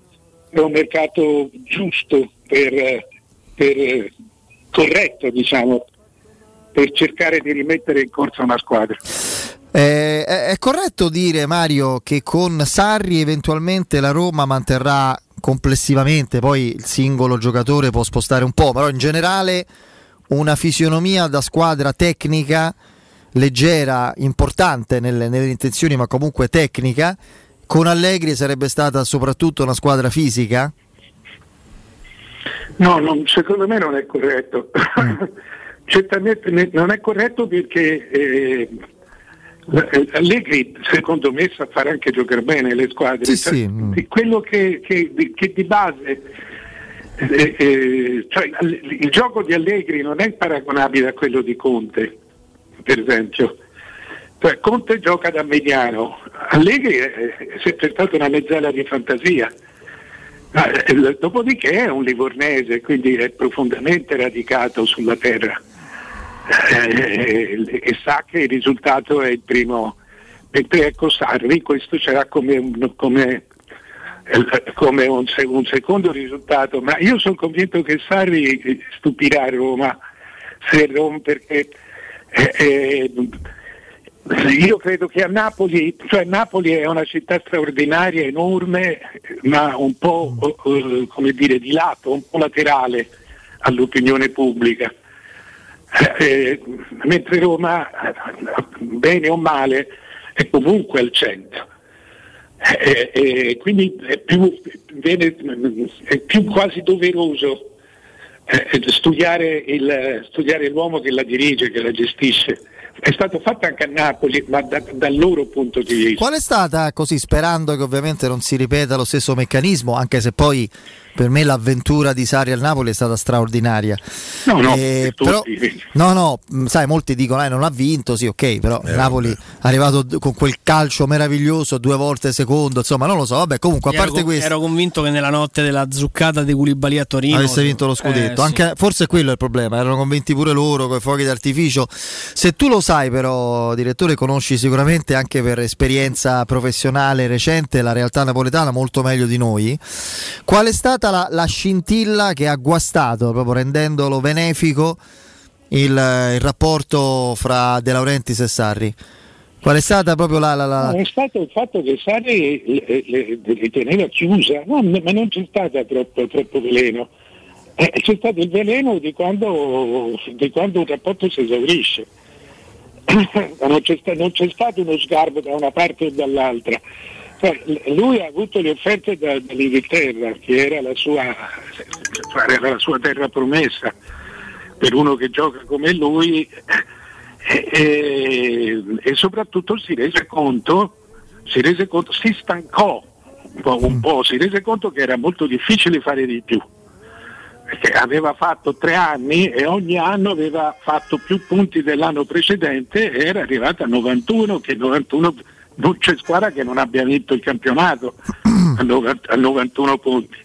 giusto per corretto, diciamo, per cercare di rimettere in corsa una squadra. È corretto dire, Mario, che con Sarri eventualmente la Roma manterrà complessivamente, poi il singolo giocatore può spostare un po', però in generale una fisionomia da squadra tecnica, leggera, importante nelle intenzioni, ma comunque tecnica. Con Allegri sarebbe stata soprattutto una squadra fisica? No, secondo me non è corretto. Certamente non è corretto perché Allegri secondo me sa fare anche giocare bene le squadre. Sì. Quello che di base cioè, il gioco di Allegri non è paragonabile a quello di Conte, per esempio. Cioè, Conte gioca da mediano, Allegri è sempre stata una mezzala di fantasia. Dopodiché è un livornese, quindi è profondamente radicato sulla terra e sa che il risultato è il primo. Mentre ecco Sarri questo c'era come un secondo risultato, ma io sono convinto che Sarri stupirà Roma perché io credo che a Napoli è una città straordinaria, enorme, ma un po' come dire di lato, un po' laterale all'opinione pubblica, mentre Roma, bene o male, è comunque al centro. Quindi è più quasi doveroso studiare l'uomo che la dirige, che la gestisce. è stato fatto anche a Napoli, ma dal loro punto di vista. Qual è stata, così sperando che ovviamente non si ripeta lo stesso meccanismo, anche se poi per me l'avventura di Sarri al Napoli è stata straordinaria. Però, sai, molti dicono non ha vinto, sì, ok, però Napoli è arrivato con quel calcio meraviglioso 2 volte secondo, insomma, non lo so, vabbè, comunque a parte questo ero convinto che nella notte della zuccata di Koulibaly a Torino avesse vinto lo scudetto, anche, forse quello è il problema, erano convinti pure loro con i fuochi d'artificio. Se tu lo sai però, direttore, conosci sicuramente anche per esperienza professionale recente la realtà napoletana molto meglio di noi, qual è stata la scintilla che ha guastato, proprio rendendolo benefico, il rapporto fra De Laurentiis e Sarri? Qual è stata proprio È stato il fatto che Sarri li teneva chiusa, ma non c'è stato troppo veleno. C'è stato il veleno di quando un rapporto si esaurisce. Non c'è stato uno sgarbo da una parte o dall'altra. Lui ha avuto le offerte dall'Inghilterra, che era la sua terra promessa per uno che gioca come lui, e soprattutto si stancò un po', si rese conto che era molto difficile fare di più, perché aveva fatto 3 anni e ogni anno aveva fatto più punti dell'anno precedente e era arrivato a 91, che 91 non c'è squadra che non abbia vinto il campionato a 91 punti.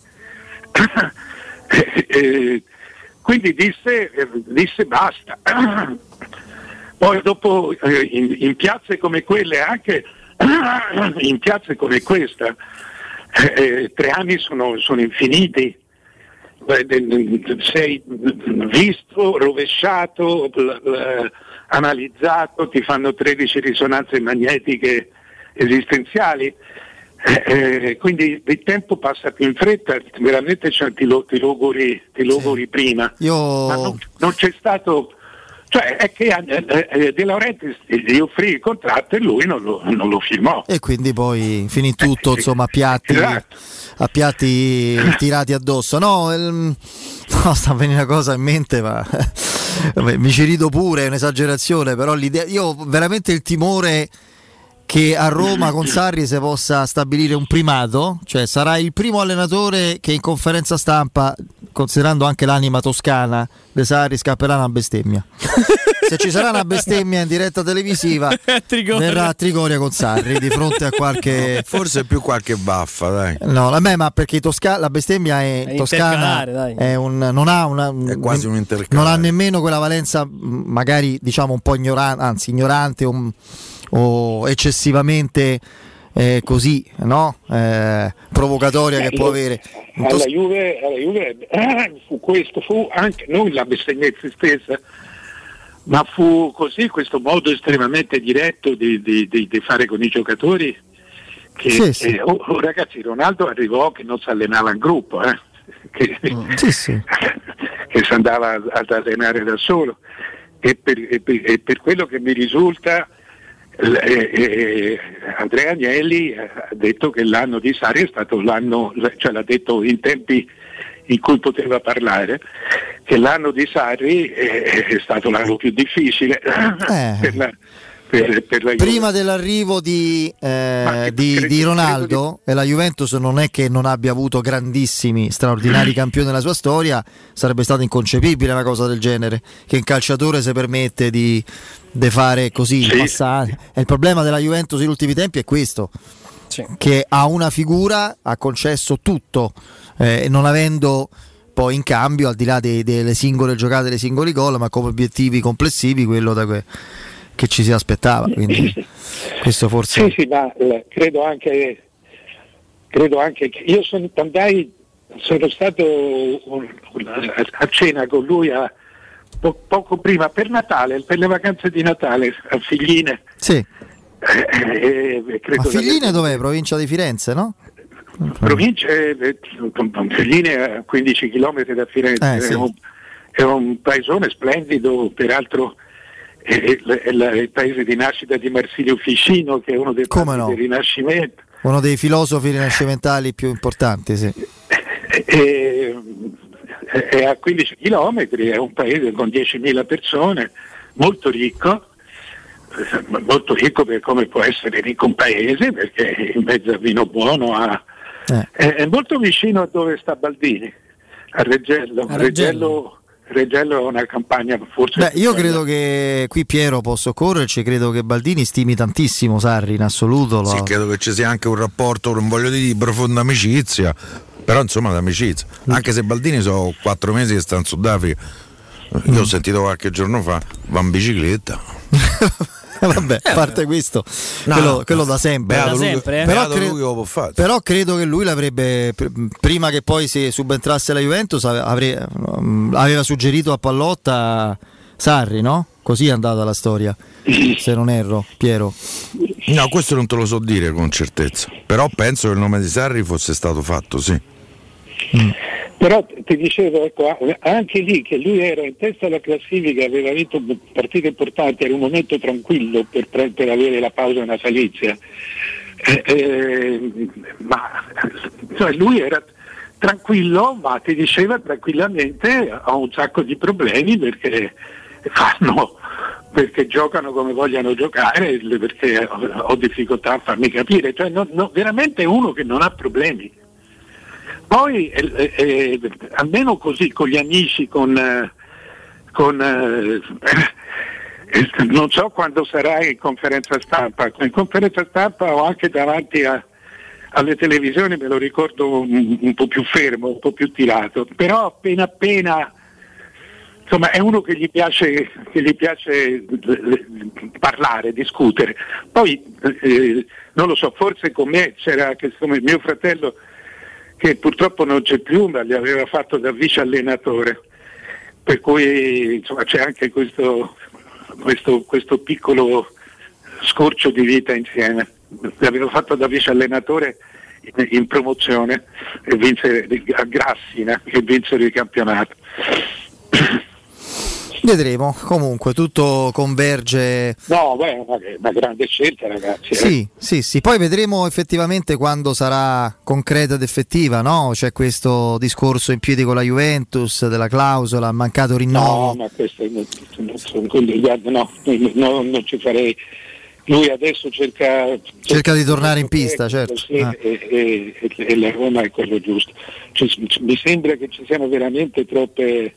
Quindi disse basta. Poi dopo in piazze come quelle, anche in piazze come questa, 3 anni sono infiniti. Sei visto, rovesciato, analizzato, ti fanno 13 risonanze magnetiche esistenziali, quindi il tempo passa più in fretta, veramente ti logori prima. Ma non c'è stato, cioè è che De Laurentiis gli offrì il contratto e lui non lo firmò, e quindi poi finì tutto insomma a piatti tirati addosso. No, sta venendo una cosa in mente, ma mi ci rido pure, è un'esagerazione, però l'idea, io veramente il timore che a Roma con Sarri si possa stabilire un primato, cioè sarà il primo allenatore che in conferenza stampa, considerando anche l'anima toscana De Sarri, scapperà una bestemmia. Se ci sarà una bestemmia in diretta televisiva verrà a Trigoria con Sarri di fronte a qualche, forse più qualche baffa, dai. No, vabbè, ma perché la bestemmia è toscana, dai. È quasi un intercalare, non ha nemmeno quella valenza magari diciamo un po' ignorante o eccessivamente così, no? Provocatoria che può avere. Alla Juve fu anche non la bestemmiezza stessa, ma fu così questo modo estremamente diretto di fare con i giocatori che sì. Ragazzi, Ronaldo arrivò che non si allenava in gruppo, che si andava ad allenare da solo, e per quello che mi risulta Andrea Agnelli ha detto che l'anno di Sarri è stato l'anno, cioè l'ha detto in tempi in cui poteva parlare, che l'anno di Sarri è stato l'anno più difficile per la prima dell'arrivo di Ronaldo, e la Juventus non è che non abbia avuto grandissimi, straordinari campioni nella sua storia, sarebbe stato inconcepibile una cosa del genere, che un calciatore si permette di fare così in passato. E il problema della Juventus negli ultimi tempi è questo, che ha una figura, ha concesso tutto, non avendo poi in cambio, al di là delle singole giocate, dei singoli gol, ma come obiettivi complessivi quello che ci si aspettava, quindi questo forse sì, ma credo anche che io sono stato a cena con lui poco prima, per Natale, per le vacanze di Natale a Figline. Sì. Credo a Figline dov'è? Provincia di Firenze, no? Provincia Figline a 15 km da Firenze, sì. È un paesone splendido, peraltro è il paese di nascita di Marsilio Ficino, che è uno dei padri del Rinascimento, uno dei filosofi rinascimentali più importanti, sì. È a 15 chilometri, è un paese con 10.000 persone, molto ricco, molto ricco per come può essere ricco un paese, perché in mezzo a vino buono è molto vicino a dove sta Baldini, a Reggello. Reggello è una campagna forse. Io credo che qui, Piero, posso correrci, credo che Baldini stimi tantissimo Sarri in assoluto. Sì, credo che ci sia anche un rapporto, non voglio dire di profonda amicizia, però insomma d'amicizia. Anche se Baldini sono 4 mesi che sta in Sudafrica. Io ho sentito qualche giorno fa, va in bicicletta. Vabbè, a parte questo, quello da sempre. Però credo che lui l'avrebbe, prima che poi si subentrasse la Juventus, aveva suggerito a Pallotta Sarri, no? Così è andata la storia, se non erro, Piero. No, questo non te lo so dire con certezza, però penso che il nome di Sarri fosse stato fatto, sì. Però ti dicevo, ecco, anche lì che lui era in testa alla classifica, aveva vinto partite importanti, era un momento tranquillo per avere la pausa natalizia, ma cioè lui era tranquillo, ma ti diceva tranquillamente ho un sacco di problemi perché giocano come vogliono giocare, perché ho difficoltà a farmi capire, cioè veramente è uno che non ha problemi. Poi almeno così con gli amici, non so quando sarà in conferenza stampa o anche davanti alle televisioni me lo ricordo un po' più fermo, un po' più tirato, però appena insomma è uno che gli piace parlare, discutere. Poi non lo so, forse con me c'era anche mio fratello, che purtroppo non c'è più, ma li aveva fatto da vice allenatore, per cui insomma c'è anche questo piccolo scorcio di vita insieme. Li aveva fatto da vice allenatore in promozione e vinse a Grassina, che vinsero il campionato. Vedremo, comunque tutto converge. No, una grande scelta, ragazzi. Sì, poi vedremo effettivamente quando sarà concreta ed effettiva, no? C'è questo discorso in piedi con la Juventus della clausola, mancato rinnovo. No, ma questo non ci farei. Lui adesso cerca di tornare in pista, certo. Sì, e la Roma è quello giusto. Mi sembra che ci siano veramente troppe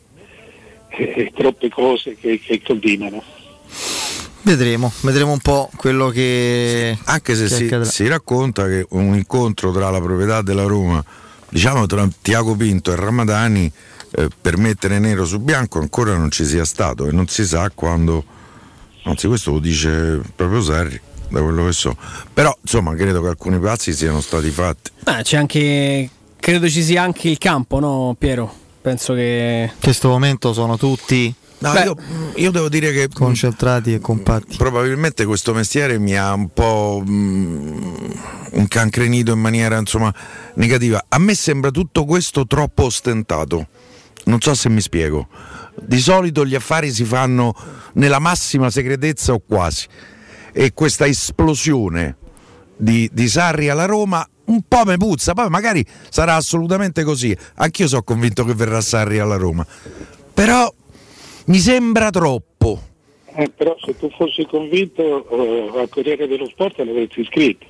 cose che combinano. Vedremo un po' quello che anche se si racconta che un incontro tra la proprietà della Roma, diciamo tra Tiago Pinto e Ramadani, per mettere nero su bianco ancora non ci sia stato e non si sa quando, anzi questo lo dice proprio Sarri, da quello che so, però insomma credo che alcuni passi siano stati fatti. C'è anche, credo ci sia anche il campo, no Piero? Penso che in questo momento sono tutti io devo dire che concentrati e compatti. Probabilmente questo mestiere mi ha un po' incancrenito in maniera insomma negativa. A me sembra tutto questo troppo ostentato, non so se mi spiego. Di solito gli affari si fanno nella massima segretezza o quasi, e questa esplosione di Sarri alla Roma un po' me puzza, poi magari sarà assolutamente così, anch'io sono convinto che verrà Sarri alla Roma, però mi sembra troppo. Però se tu fossi convinto al Corriere dello Sport l'avresti scritto.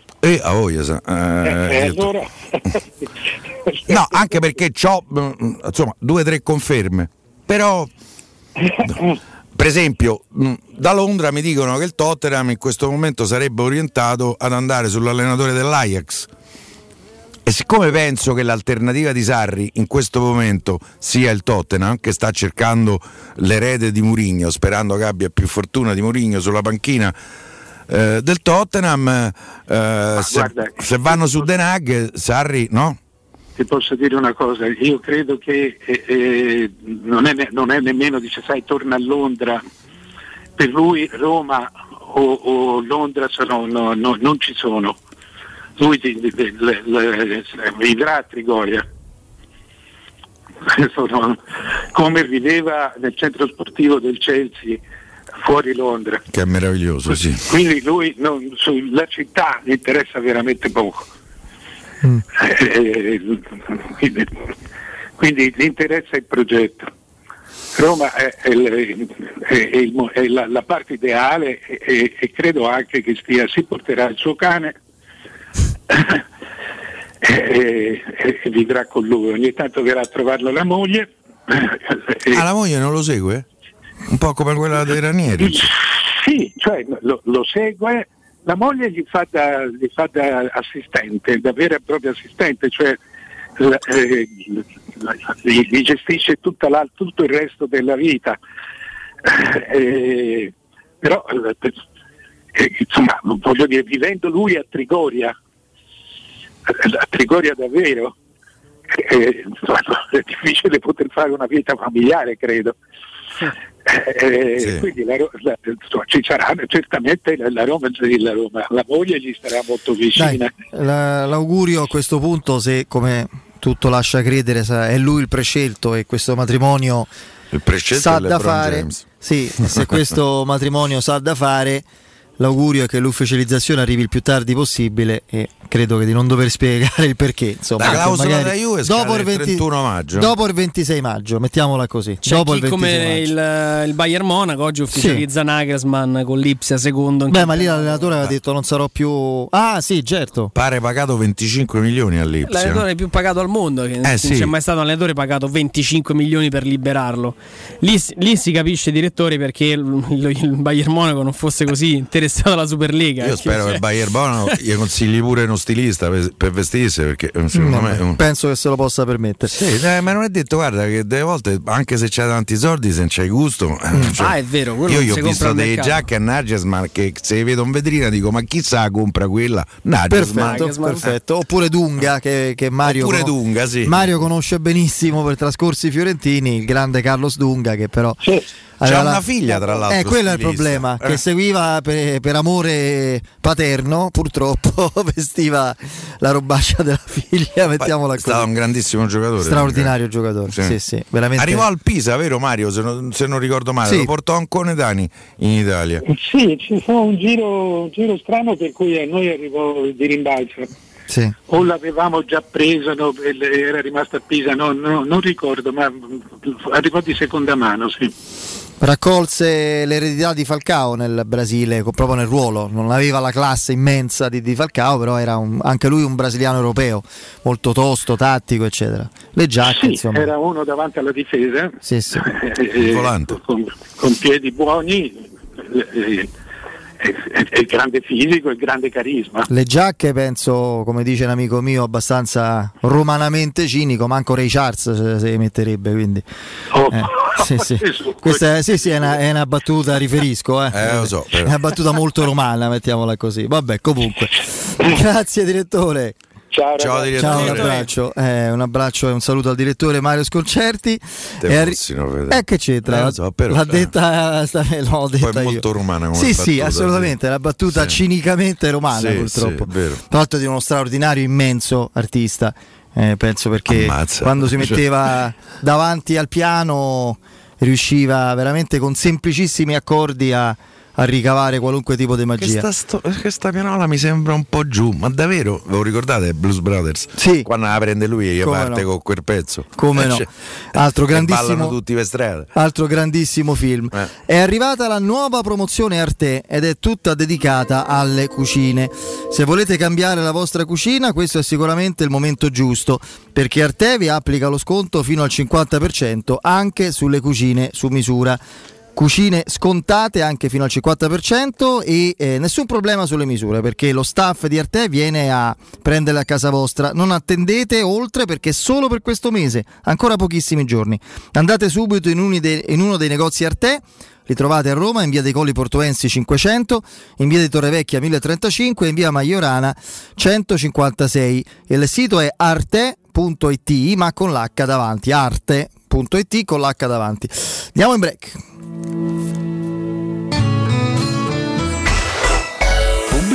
Allora no, anche perché c'ho insomma 2 o 3 conferme, però per esempio da Londra mi dicono che il Tottenham in questo momento sarebbe orientato ad andare sull'allenatore dell'Ajax, e siccome penso che l'alternativa di Sarri in questo momento sia il Tottenham, che sta cercando l'erede di Mourinho, sperando che abbia più fortuna di Mourinho sulla panchina del Tottenham, se vanno su Den Haag, Sarri no? Ti posso dire una cosa, io credo che non è nemmeno, dice sai torna a Londra, per lui Roma o Londra non ci sono. Lui vivrà a Trigoria, come viveva nel centro sportivo del Chelsea fuori Londra, che è meraviglioso, sì. Quindi lui sulla città gli interessa veramente poco. Quindi gli interessa il progetto. Roma è la parte ideale e credo anche che si porterà il suo cane e vivrà con lui. Ogni tanto verrà a trovarlo la moglie. La moglie non lo segue? Un po' come quella dei Ranieri? Sì, cioè lo segue, la moglie gli fa da assistente, da vera e propria assistente, cioè gli gestisce tutto il resto della vita. Però insomma, voglio dire, vivendo lui a Trigoria davvero, è difficile poter fare una vita familiare, credo. Quindi ci sarà certamente la Roma, la moglie gli starà molto vicina. L'augurio a questo punto, se come tutto lascia credere è lui il prescelto e questo matrimonio sa da fare, sì, se questo matrimonio sa da fare, l'augurio è che l'ufficializzazione arrivi il più tardi possibile e credo che di non dover spiegare il perché. Insomma, la clausola da Juve dopo il 31 maggio. Dopo il 26 maggio, mettiamola così. C'è dopo chi come il Bayern Monaco oggi ufficializza Nagelsmann con l'Ipsia secondo. Ma lì l'allenatore aveva detto non sarò più. Ah sì, certo. Pare pagato 25 milioni all'Ipsia. L'allenatore più pagato al mondo, che non c'è mai stato un allenatore pagato 25 milioni per liberarlo. Lì si capisce, direttori, perché il Bayern Monaco non fosse così interessato alla Superlega. Io spero che il Bayern Monaco gli consigli pure uno stilista per vestirsi, perché penso che se lo possa permettere. Sì, ma non è detto, guarda, che delle volte anche se c'hai tanti soldi, se non c'hai gusto, è vero, io gli ho visto delle giacche a Nagelsmann che se vedo in vetrina dico ma chissà compra quella Nagelsmann. Perfetto. Oppure Dunga che Mario Dunga, sì. Mario conosce benissimo per trascorsi fiorentini, il grande Carlos Dunga, che però c'ha una figlia, tra l'altro. Quello è il problema, che seguiva per amore paterno, purtroppo vestiva la robaccia della figlia, mettiamola così. È stato un grandissimo giocatore. Straordinario giocatore, sì, veramente. Arrivò al Pisa, vero Mario? Se non ricordo male, lo portò a Conedani in Italia. Sì, ci fu un giro strano per cui a noi arrivò di rimbalzo. Sì. O l'avevamo già preso, era rimasto a Pisa, non ricordo, ma arrivò di seconda mano, sì. Raccolse l'eredità di Falcao nel Brasile, proprio nel ruolo, non aveva la classe immensa di Falcao, però era anche lui un brasiliano europeo, molto tosto, tattico, eccetera. Le giacche, insomma. Era uno davanti alla difesa, volante. Con piedi buoni, il grande fisico, il grande carisma. Le giacche, penso, come dice un amico mio, abbastanza romanamente cinico, manco Ray Charles se metterebbe, quindi questa è una battuta, riferisco, lo so, è una battuta molto romana, mettiamola così. Vabbè, comunque grazie direttore. Ciao direttore. Ciao, un abbraccio e un saluto al direttore Mario Sconcerti. Che c'entra? L'ho detta poi molto romana come battuta, sì, assolutamente, la battuta cinicamente romana, purtroppo. Tra l'altro di uno straordinario, immenso artista, penso, perché quando si metteva davanti al piano riusciva veramente con semplicissimi accordi a ricavare qualunque tipo di magia. Questa pianola mi sembra un po' giù, ma davvero? Ve lo ricordate Blues Brothers? Sì. Quando la prende lui e parte con quel pezzo. Come no? Altro grandissimo, ballano tutti per strada. Altro grandissimo film. È arrivata la nuova promozione Arte ed è tutta dedicata alle cucine. Se volete cambiare la vostra cucina, questo è sicuramente il momento giusto, perché Arte vi applica lo sconto fino al 50% anche sulle cucine su misura. Cucine scontate anche fino al 50% e nessun problema sulle misure, perché lo staff di Arte viene a prenderle a casa vostra. Non attendete oltre, perché solo per questo mese, ancora pochissimi giorni. Andate subito in uno dei negozi Arte. Li trovate a Roma in via dei Colli Portuensi 500, in via di Torrevecchia 1035 e in via Maiorana 156. Il sito è arte.it, ma con l'H davanti, arte.it con l'H davanti. Andiamo in break.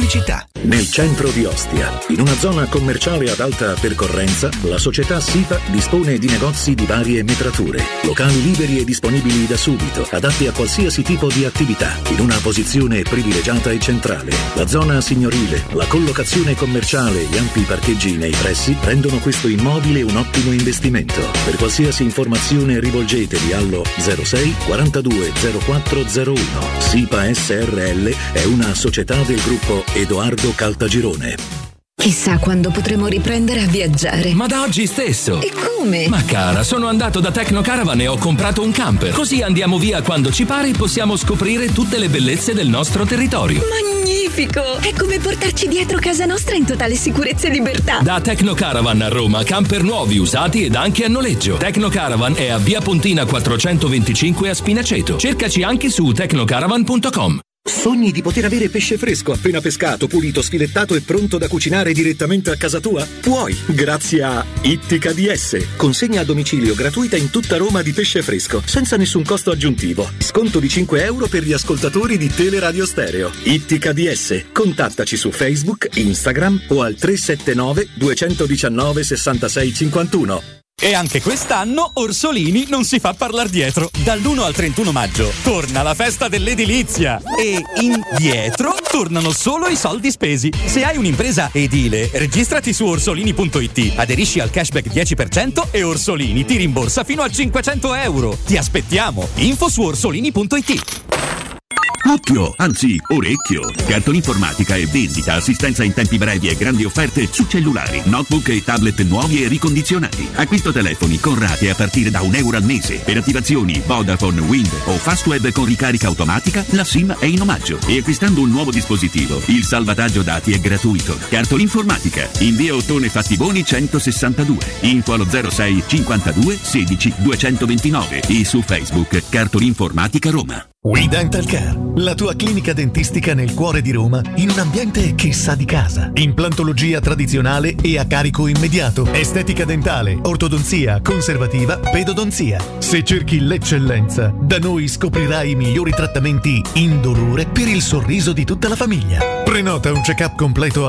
pubblicità. Nel centro di Ostia, in una zona commerciale ad alta percorrenza, la società SIPA dispone di negozi di varie metrature, locali liberi e disponibili da subito, adatti a qualsiasi tipo di attività, in una posizione privilegiata e centrale. La zona signorile, la collocazione commerciale e gli ampi parcheggi nei pressi rendono questo immobile un ottimo investimento. Per qualsiasi informazione rivolgetevi allo 06 42 0401. SIPA SRL è una società del gruppo Edoardo Caltagirone. Chissà quando potremo riprendere a viaggiare. Ma da oggi stesso. E come? Ma cara, sono andato da Tecnocaravan e ho comprato un camper. Così andiamo via quando ci pare e possiamo scoprire tutte le bellezze del nostro territorio. Magnifico! È come portarci dietro casa nostra in totale sicurezza e libertà. Da Tecnocaravan a Roma, camper nuovi, usati ed anche a noleggio. Tecnocaravan è a Via Pontina 425 a Spinaceto. Cercaci anche su tecnocaravan.com. Sogni di poter avere pesce fresco appena pescato, pulito, sfilettato e pronto da cucinare direttamente a casa tua? Puoi, grazie a Ittica DS. Consegna a domicilio gratuita in tutta Roma di pesce fresco, senza nessun costo aggiuntivo. Sconto di €5 per gli ascoltatori di Teleradio Stereo. Ittica DS. Contattaci su Facebook, Instagram o al 379 219 66 51. E anche quest'anno Orsolini non si fa parlar dietro. Dall'1 al 31 maggio torna la festa dell'edilizia e indietro tornano solo i soldi spesi. Se hai un'impresa edile, registrati su orsolini.it, aderisci al cashback 10% e Orsolini ti rimborsa fino a €500. Ti aspettiamo. Info su orsolini.it. Occhio, anzi orecchio. Cartolinformatica e vendita, assistenza in tempi brevi e grandi offerte su cellulari, notebook e tablet nuovi e ricondizionati. Acquisto telefoni con rate a partire da €1 al mese. Per attivazioni Vodafone, Wind o Fastweb con ricarica automatica, la SIM è in omaggio. E acquistando un nuovo dispositivo, il salvataggio dati è gratuito. Cartolinformatica, in via Ottone Fattiboni 162. Info allo 06 52 16 229 e su Facebook Cartolinformatica Roma. We Dental Care, la tua clinica dentistica nel cuore di Roma, in un ambiente che sa di casa. Implantologia tradizionale e a carico immediato. Estetica dentale, ortodonzia, conservativa, pedodonzia. Se cerchi l'eccellenza, da noi scoprirai i migliori trattamenti indolore per il sorriso di tutta la famiglia. Prenota un check-up completo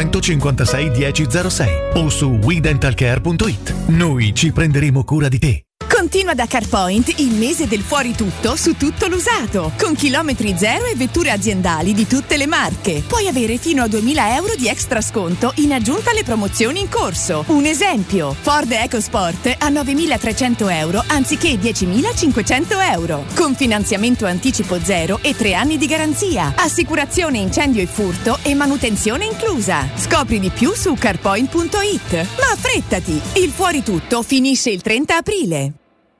all'856 1006 o su WeDentalCare.it. Noi ci prenderemo cura di te. Continua da CarPoint il mese del fuori tutto su tutto l'usato, con chilometri zero e vetture aziendali di tutte le marche. Puoi avere fino a €2000 di extra sconto in aggiunta alle promozioni in corso. Un esempio: Ford EcoSport a €9.300 anziché €10.500, con finanziamento anticipo zero e 3 anni di garanzia, assicurazione incendio e furto e manutenzione inclusa. Scopri di più su CarPoint.it. Ma affrettati, il fuori tutto finisce il 30 aprile.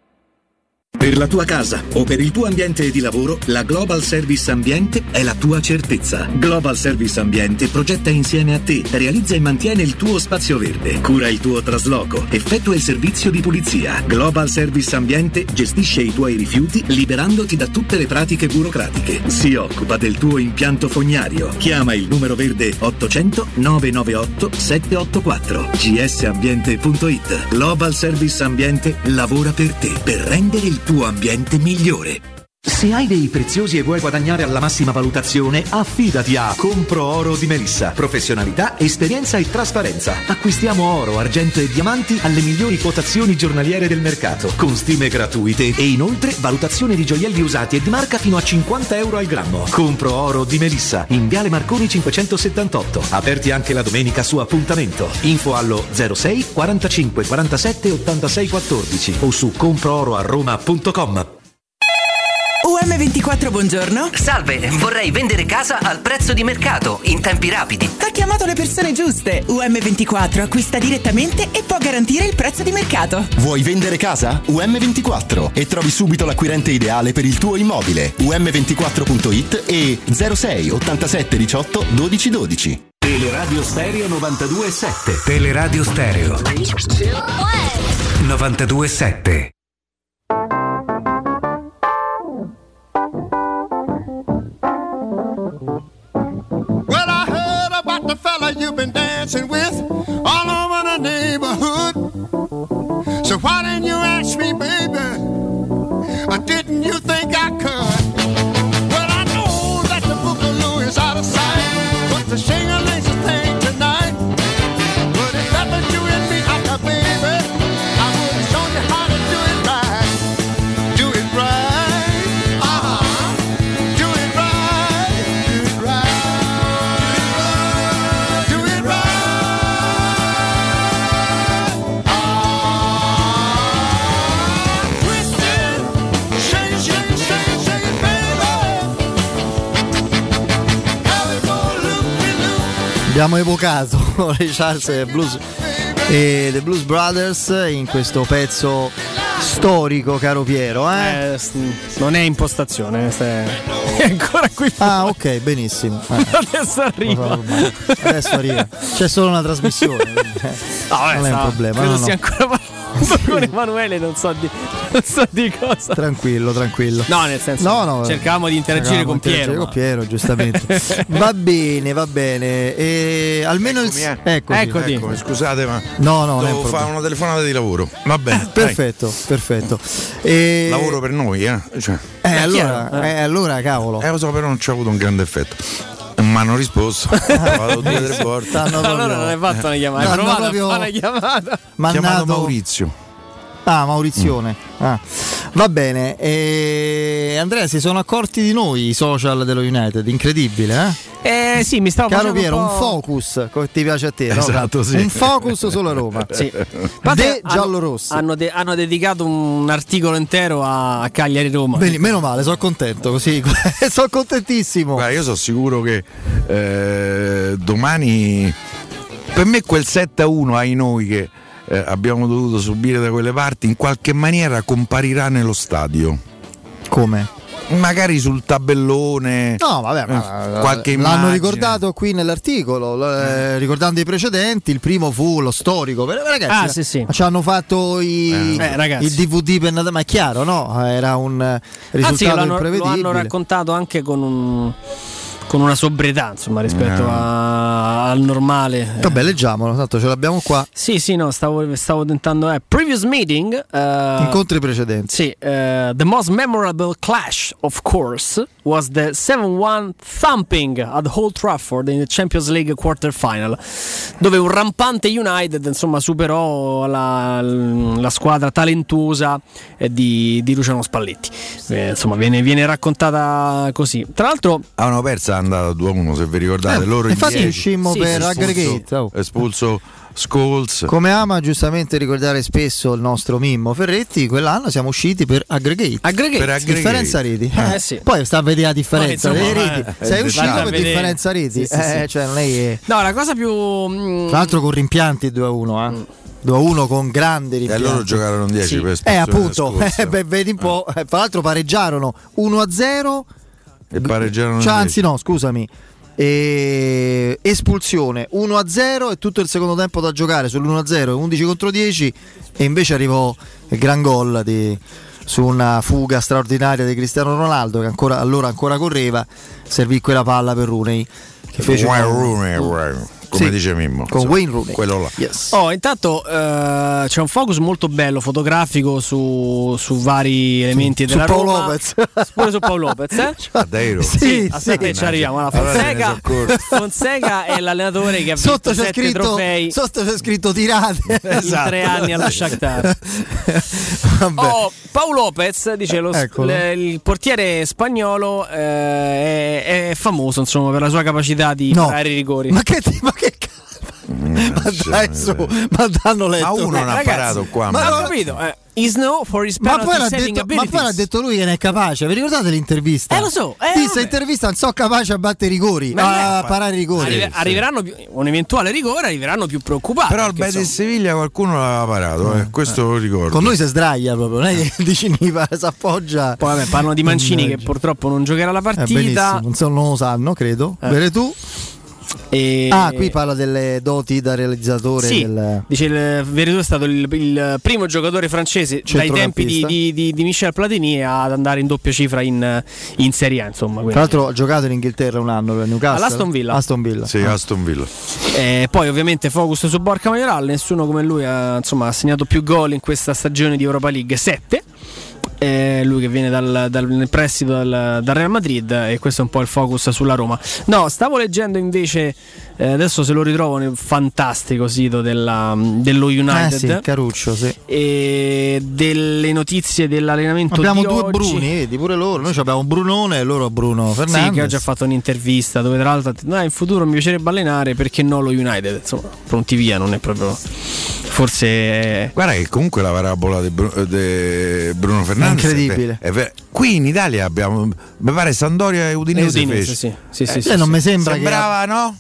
Per la tua casa o per il tuo ambiente di lavoro, la Global Service Ambiente è la tua certezza. Global Service Ambiente progetta insieme a te, realizza e mantiene il tuo spazio verde, cura il tuo trasloco, effettua il servizio di pulizia. Global Service Ambiente gestisce i tuoi rifiuti liberandoti da tutte le pratiche burocratiche. Si occupa del tuo impianto fognario. Chiama il numero verde 800 998 784. gsambiente.it. Global Service Ambiente lavora per te, per rendere il tuo ambiente migliore. Se hai dei preziosi e vuoi guadagnare alla massima valutazione, affidati a Compro Oro di Melissa. Professionalità, esperienza e trasparenza. Acquistiamo oro, argento e diamanti alle migliori quotazioni giornaliere del mercato, con stime gratuite e inoltre valutazione di gioielli usati e di marca fino a €50 al grammo. Compro Oro di Melissa, in Viale Marconi 578. Aperti anche la domenica su appuntamento. Info allo 06 45 47 86 14 o su comprooroaroma.com. UM24, buongiorno. Salve, vorrei vendere casa al prezzo di mercato, in tempi rapidi. Ha chiamato le persone giuste. UM24 acquista direttamente e può garantire il prezzo di mercato. Vuoi vendere casa? UM24 e trovi subito l'acquirente ideale per il tuo immobile. UM24.it e 06 87 18 12 12. Teleradio Stereo 92.7. Teleradio Stereo 92.7. Well, I heard about the fella you've been dancing with all over the neighborhood. So why didn't you ask me, baby? Or didn't you think I could? Well, I know that the Boogaloo is out of sight, but the Abbiamo evocato Ray Charles e The Blues Brothers in questo pezzo storico, caro Piero. Non è impostazione, è ancora qui. Ok, benissimo. Adesso arriva. C'è solo una trasmissione. Non è un problema. Credo sia ancora con Emanuele, non so di cosa. Tranquillo. No, nel senso, cercavamo di interagire con Piero. Giustamente. Va bene. E almeno Eccomi, scusate, ma devo fare una telefonata di lavoro. Va bene. Perfetto. Lavoro per noi, cioè. Allora, cavolo. Lo so, però non ci ha avuto un grande effetto. Mi hanno risposto. Vado 2-3 volte. Allora non hai fatto una chiamata. Hai provato a fare una chiamata. Chiamato Maurizio. Maurizione. Va bene. Andrea, si sono accorti di noi i social dello United, incredibile, sì, mi stavo Caro Piero, un focus, come ti piace a te, esatto, no? Sì. Un focus solo a Roma. Sì. Giallorossi. Hanno dedicato un articolo intero a Cagliari Roma. Bene, meno male, sono contento così. Sono contentissimo. Guarda, io sono sicuro che domani, per me quel 7-1 ai noi che abbiamo dovuto subire da quelle parti in qualche maniera comparirà nello stadio. Come? Magari sul tabellone. No, vabbè, ma qualche l'hanno immagine. Ricordato qui nell'articolo, ricordando i precedenti. Il primo fu lo storico. Ragazzi, sì. ci hanno fatto il DVD per Natale, ma è chiaro, no? Era un risultato imprevedibile. Lo hanno raccontato anche con una sobrietà, insomma, rispetto al normale. Vabbè, leggiamolo, tanto ce l'abbiamo qua. Sì, no, stavo tentando. Previous meeting. Incontri precedenti. Sì, the most memorable clash, of course, was the 7-1 thumping at Old Trafford in the Champions League quarter final, dove un rampante United, insomma, superò la squadra talentuosa di Luciano Spalletti. Insomma, viene raccontata così. Tra l'altro, avevano perso, è andato 2-1, se vi ricordate. Loro infatti uscimmo per aggregate. Espulso Scholes. Come ama giustamente ricordare spesso il nostro Mimmo Ferretti, quell'anno siamo usciti per aggregate. Differenza reti. Sì. Poi sta a vedere la differenza delle reti. Sei uscito per vedere. Differenza reti. Sì. Cioè non è che... No, la cosa più tra l'altro con rimpianti 2-1, 2-1 con grandi rimpianti. E loro giocarono 10 per appunto. Vedi un po'. Tra l'altro pareggiarono 1-0 e pareggiarono. Anzi no, scusami. Espulsione 1-0 e tutto il secondo tempo da giocare sull'1-0 11 contro 10 e invece arrivò il gran gol su una fuga straordinaria di Cristiano Ronaldo che allora ancora correva, servì quella palla per Rooney che fece come dice Mimmo, con Wayne Rooney, quello là. Yes. Intanto c'è un focus molto bello fotografico su vari elementi della Paolo Roma. Lopez. Pure su Paolo Lopez, Sì, aspetta, ci arriviamo. Fonseca è l'allenatore che ha vinto 7 trofei. Sotto c'è scritto tirate in 3 anni allo Shakhtar. Paolo Lopez dice il portiere spagnolo è famoso, insomma, per la sua capacità di parare i rigori. Ma che dai su, ma danno letto. Ma uno non ha parato qua. Ma ho capito. Is known for his penalty setting abilities. Ma poi ha detto lui che ne è capace. Vi ricordate l'intervista? Lo so. Questa intervista non so capace a battere i rigori, a parare i rigori. Arriveranno un eventuale rigore, arriveranno più preoccupati. Però al Betis Siviglia qualcuno l'aveva parato, questo lo ricordo. Con noi si sdraia proprio, non è che dici si appoggia. Poi vabbè, parlano di Mancini che purtroppo non giocherà la partita. Non lo sanno, credo. Vere tu? Qui parla delle doti da realizzatore. Sì, dice il Veretù è stato il primo giocatore francese dai tempi di Michel Platini ad andare in doppia cifra in Serie A, insomma. Tra l'altro ha giocato in Inghilterra un anno per Newcastle. All'Aston Villa. Sì, Aston Villa. Poi ovviamente focus su Borja Mayoral, nessuno come lui ha segnato più gol in questa stagione di Europa League, 7. Lui che viene nel prestito dal Real Madrid, e questo è un po' il focus sulla Roma. No, stavo leggendo invece adesso se lo ritrovo nel fantastico sito dello United, Caruccio, sì. E delle notizie dell'allenamento abbiamo di due oggi. Bruni, vedi pure loro. Noi abbiamo Brunone e loro Bruno Fernandes. Sì, che oggi ha fatto un'intervista dove tra l'altro in futuro mi piacerebbe allenare, perché no lo United, insomma, pronti via, non è proprio forse. Guarda che comunque la parabola di Bruno Fernandes incredibile. Qui in Italia abbiamo, mi pare, Sampdoria e Udinese. Sì. Non mi sembra sembrava, che no? Un giocatore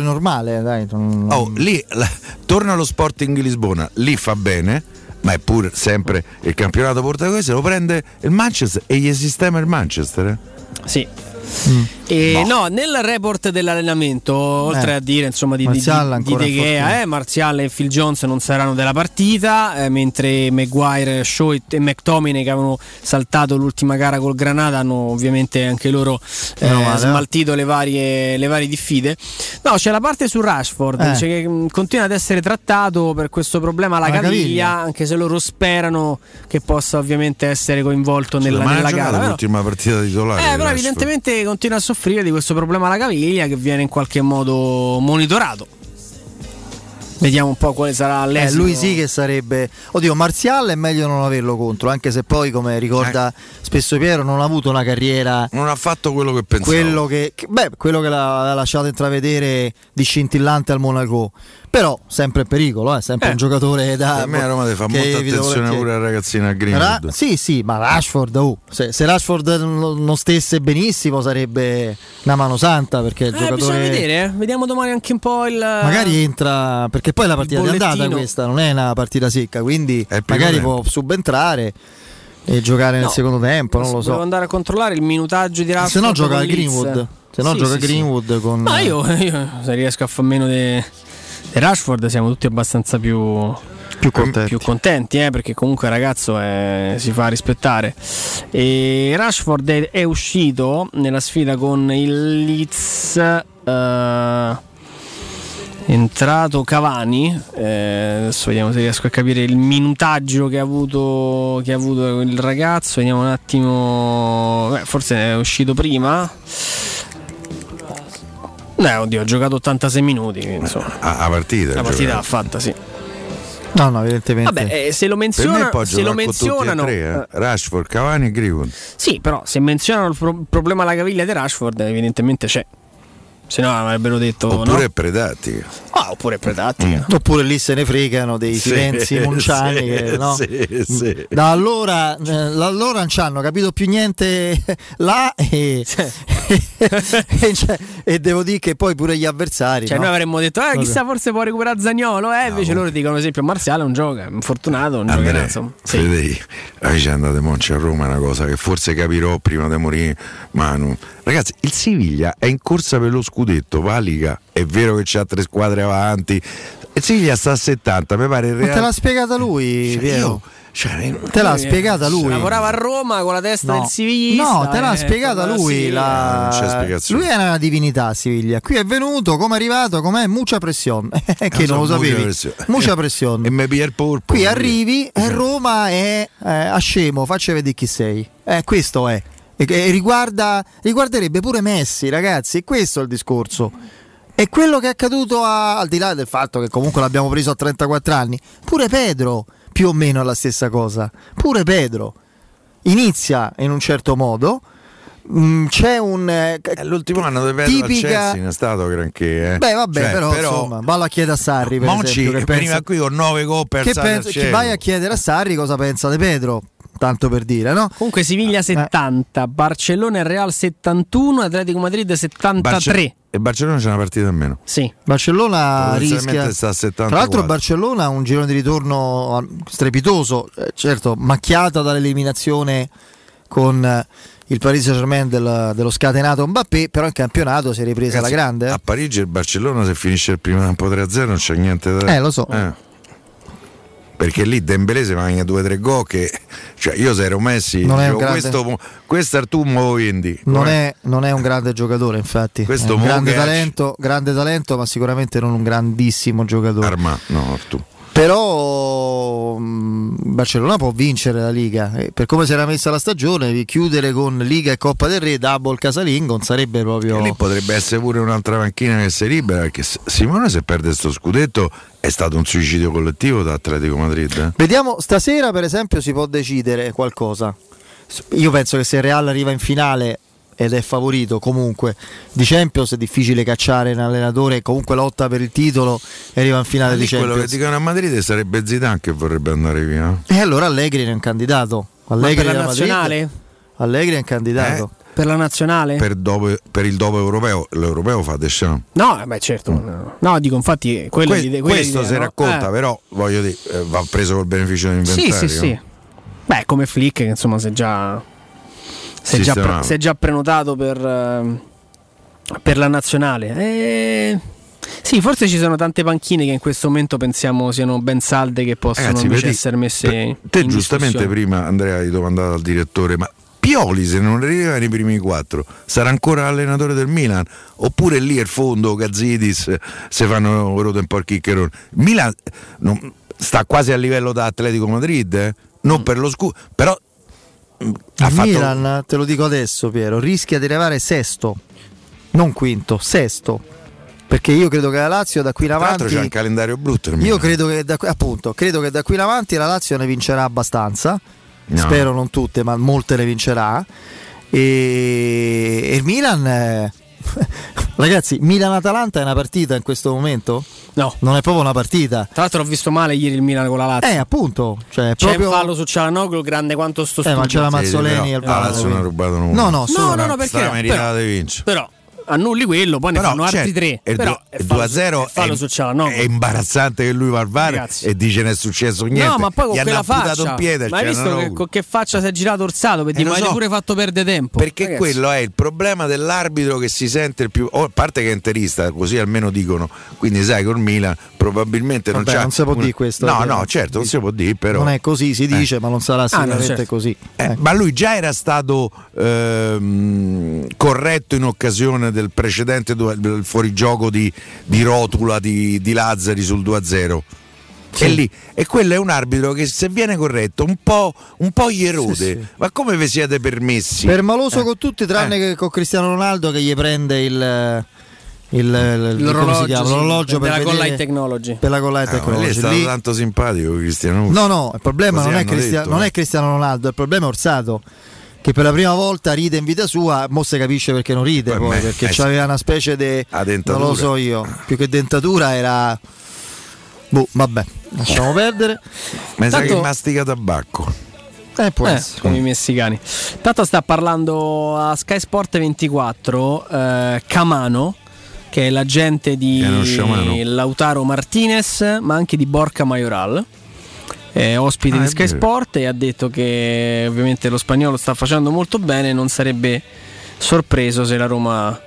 normale, dai. Lì torna allo Sporting Lisbona, lì fa bene, ma è pure sempre il campionato portoghese, lo prende il Manchester e gli sistema il Manchester. Sì. No, nel report dell'allenamento, oltre a dire insomma di De Gea, Martial e Phil Jones non saranno della partita, mentre Maguire, Shaw e McTominay, che avevano saltato l'ultima gara col Granada, hanno ovviamente anche loro smaltito le varie diffide. No, c'è la parte su Rashford, dice che continua ad essere trattato per questo problema alla caviglia, anche se loro sperano che possa ovviamente essere coinvolto nella gara. L'ultima partita titolare, però evidentemente continua a soffrire di questo problema alla caviglia che viene in qualche modo monitorato. Vediamo un po' quale sarà l'esito. Lui sì che sarebbe. Oddio, Martial è meglio non averlo contro, anche se poi, come ricorda spesso Piero, non ha avuto una carriera. Non ha fatto quello che pensavo. Quello che l'ha lasciato intravedere di scintillante al Monaco. Però sempre in pericolo, è sempre un giocatore da. A me a Roma ti fa molta attenzione pure al ragazzino a Greenwood. Sì, ma Rashford, se Rashford non stesse benissimo sarebbe una mano santa, perché il giocatore. Bisogna vedere, vediamo domani anche un po' il. Magari entra, perché poi la partita di andata questa non è una partita secca, quindi magari può subentrare e giocare nel secondo tempo, non lo so. Devo andare a controllare il minutagio di Rashford. Se no gioca Greenwood. Greenwood con. Ma io se riesco a far meno di Rashford siamo tutti abbastanza più contenti, perché comunque il ragazzo si fa rispettare. E Rashford è uscito nella sfida con il Leeds, entrato Cavani, adesso vediamo se riesco a capire il minutaggio che ha avuto il ragazzo, vediamo un attimo. Forse è uscito prima. Ha giocato 86 minuti, insomma. La partita l'ha fatta, sì. No, evidentemente. Vabbè, se lo menzionano, Rashford, Cavani e Greenwood. Sì, però se menzionano il problema alla caviglia di Rashford, evidentemente c'è. Se no avrebbero detto oppure predati. Oppure predati. Oppure lì se ne fregano dei silenzi monciani che, no? Sì. Da allora non ci hanno capito più niente là e devo dire che poi pure gli avversari, noi avremmo detto chissà, forse può recuperare Zaniolo, invece loro dicono ad esempio Martial non gioca, è infortunato, non giocherà, insomma. Federico, ci andate Monci a Roma, è una cosa che forse capirò prima di morire Manu. Ragazzi, il Siviglia è in corsa per lo scudetto, va a Liga, è vero che c'ha 3 squadre avanti, il Siviglia sta a 70, mi pare. Ma te l'ha spiegata lui, Piero? Te l'ha spiegata lui. Lavorava a Roma con la testa del Siviglia. No, te l'ha spiegata lui. Non c'è spiegazione. Lui era una divinità a Siviglia. Qui è venuto, come è arrivato, com'è? Mucha pressione. Che non lo sapevi. Mucha pressione. E me pia il polpo. Qui arrivi e Roma è a scemo, faccia vedere chi sei. Questo è. E riguarderebbe pure Messi, ragazzi. Questo è il discorso. E quello che è accaduto al di là del fatto che comunque l'abbiamo preso a 34 anni, pure Pedro più o meno è la stessa cosa. Pure Pedro inizia in un certo modo, c'è un l'ultimo anno di Pedro al Chelsea non è stato granché. Però insomma, vallo a chiedere a Sarri, per esempio, che veniva qui con 9 coppe che vai a chiedere a Sarri cosa pensa di Pedro, tanto per dire, no? Comunque Siviglia 70, Barcellona e Real 71, Atletico Madrid 73. E Barcellona c'è una partita in meno. Sì. Barcellona rischia. Sta a 74. Tra l'altro Barcellona ha un girone di ritorno strepitoso, certo macchiata dall'eliminazione con il Paris Saint-Germain dello scatenato Mbappé, però in campionato si è ripresa alla grande. A Parigi il Barcellona, se finisce il primo tempo 3-0 non c'è niente da lo so. Perché lì Dembélé si magna 2-3 gol che, cioè io se ero Messi dicevo, questo tu muovendi. Non è un grande giocatore, infatti. Questo è un grande talento, ma sicuramente non un grandissimo giocatore. Artù. Però Barcellona può vincere la Liga, per come si era messa la stagione, chiudere con Liga e Coppa del Re, double casalingo, non sarebbe proprio. E lì potrebbe essere pure un'altra panchina che si libera, perché Simone, se perde sto scudetto, è stato un suicidio collettivo da Atletico Madrid. Vediamo, stasera per esempio si può decidere qualcosa. Io penso che se il Real arriva in finale ed è favorito comunque di Champions, è difficile cacciare un allenatore, comunque lotta per il titolo e arriva in finale di Champions. Quello che dicono a Madrid sarebbe Zidane che vorrebbe andare via. E allora Allegri è un candidato. Ma per la nazionale? Allegri è un candidato. Per la nazionale? Per il dopo europeo. L'europeo fa Deschamps. No, beh certo. No, dico infatti questo si racconta, però voglio dire, va preso col beneficio dell'inventario. Sì. Beh, come Flick, che insomma si è già prenotato per la nazionale. Sì, forse ci sono tante panchine che in questo momento pensiamo siano ben salde, che possono invece essere messe te in giustamente discussione. Prima Andrea hai domandato al direttore, ma Pioli, se non arriva nei primi 4, sarà ancora allenatore del Milan? Oppure lì il fondo, Gazzidis, se fanno roto un po' il chiccherone? Milan sta quasi a livello da Atletico Madrid, non per lo scudo, però Milan, te lo dico adesso Piero, rischia di arrivare sesto, non quinto, sesto, perché io credo che la Lazio da qui in avanti, c'è un calendario brutto. Io credo che da qui in avanti la Lazio ne vincerà abbastanza. No. Spero non tutte, ma molte le vincerà. E il Milan, ragazzi, Milan-Atalanta è una partita in questo momento? No, non è proprio una partita. Tra l'altro ho visto male ieri il Milan con la Lazio. Appunto, cioè, c'è proprio... un fallo su Cialanoglu grande quanto sto studio. Ma c'era Mazzoleni al la Lazio non ha rubato nulla. No, perché meritata di vincere. Però annulli quello, poi ne fanno altri 3. Però 2-0 è imbarazzante che lui va al VAR e dice non è successo niente. No, ma poi con gli quella faccia, un piede, ma hai visto con che faccia si è girato orsato per dire ma hai pure fatto perdere tempo? Perché ragazzi, quello è il problema dell'arbitro che si sente il più, a parte che è interista, così almeno dicono, quindi sai col Milan probabilmente non c'è. Non si può dire questo. No, certo, non si può dire, però non è così, si dice, ma non sarà sicuramente così. Ma lui già era stato corretto in occasione del precedente del fuorigioco di Rotula di Lazzari sul 2-0. Sì. E quello è un arbitro che se viene corretto un po' gli erode. Sì. Ma come vi siete permessi? Permaloso con tutti tranne che con Cristiano Ronaldo che gli prende l'orologio per la Goal Line Technology. Per la Goal Line Technology. Lì è stato tanto simpatico Cristiano. No, il problema non è Cristiano Ronaldo, il problema è Orsato, che per la prima volta ride in vita sua. Mo se capisce perché non ride, perché c'aveva una specie di non lo so io, più che dentatura era vabbè, lasciamo perdere. Ma sa che mastica tabacco. Può essere. Come i messicani. Tanto sta parlando a Sky Sport 24 Camano, che è l'agente di Lautaro Martinez, ma anche di Borja Mayoral, ospite di Sky Sport, e ha detto che ovviamente lo spagnolo sta facendo molto bene, non sarebbe sorpreso se la Roma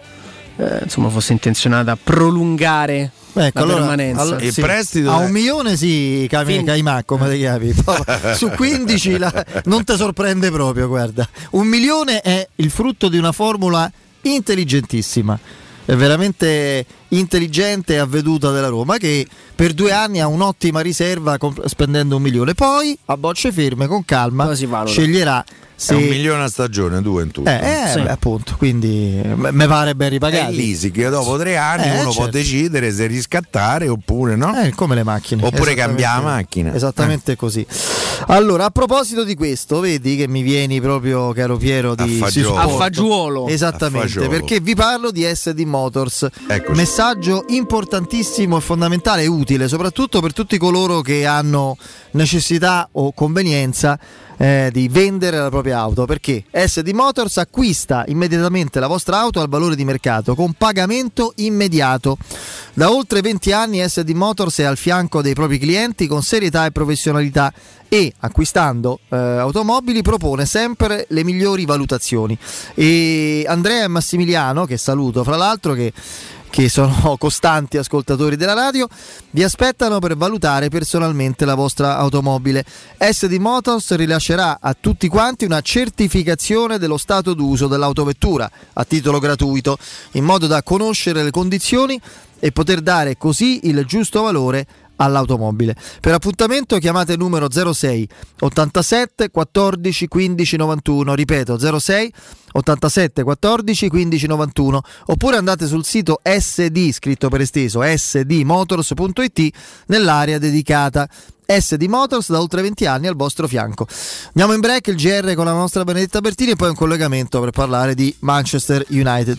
fosse intenzionata a prolungare la permanenza. Il prestito a 1 milione Caimà, come ti chiami? Su 15 non ti sorprende proprio, guarda. 1 milione è il frutto di una formula intelligentissima, è veramente intelligente e avveduta della Roma, che per 2 anni ha un'ottima riserva spendendo 1 milione, poi a bocce ferme con calma sceglierà se... È 1 milione a stagione, 2 in tutto. Appunto, quindi mi pare ben ripagato. È l'easy che dopo 3 anni uno può decidere se riscattare oppure no. Come le macchine. Oppure cambiare la macchina. Esattamente così. Allora, a proposito di questo, vedi che mi vieni proprio, caro Piero, di a fagiolo. Esattamente, perché vi parlo di SD Motors. Messaggio importantissimo e fondamentale e utile, soprattutto per tutti coloro che hanno necessità o convenienza di vendere la propria auto, perché SD Motors acquista immediatamente la vostra auto al valore di mercato con pagamento immediato. Da oltre 20 anni SD Motors è al fianco dei propri clienti con serietà e professionalità, e acquistando automobili propone sempre le migliori valutazioni. E Andrea e Massimiliano, che saluto fra l'altro, che sono costanti ascoltatori della radio, vi aspettano per valutare personalmente la vostra automobile. SD Motors rilascerà a tutti quanti una certificazione dello stato d'uso dell'autovettura a titolo gratuito, in modo da conoscere le condizioni e poter dare così il giusto valore all'automobile. Per appuntamento chiamate il numero 06 87 14 15 91, ripeto 06 87 14 15 91, oppure andate sul sito SD, scritto per esteso sdmotors.it, nell'area dedicata. SD Motors, da oltre 20 anni al vostro fianco. Andiamo in break, il GR con la nostra Benedetta Bertini, e poi un collegamento per parlare di Manchester United.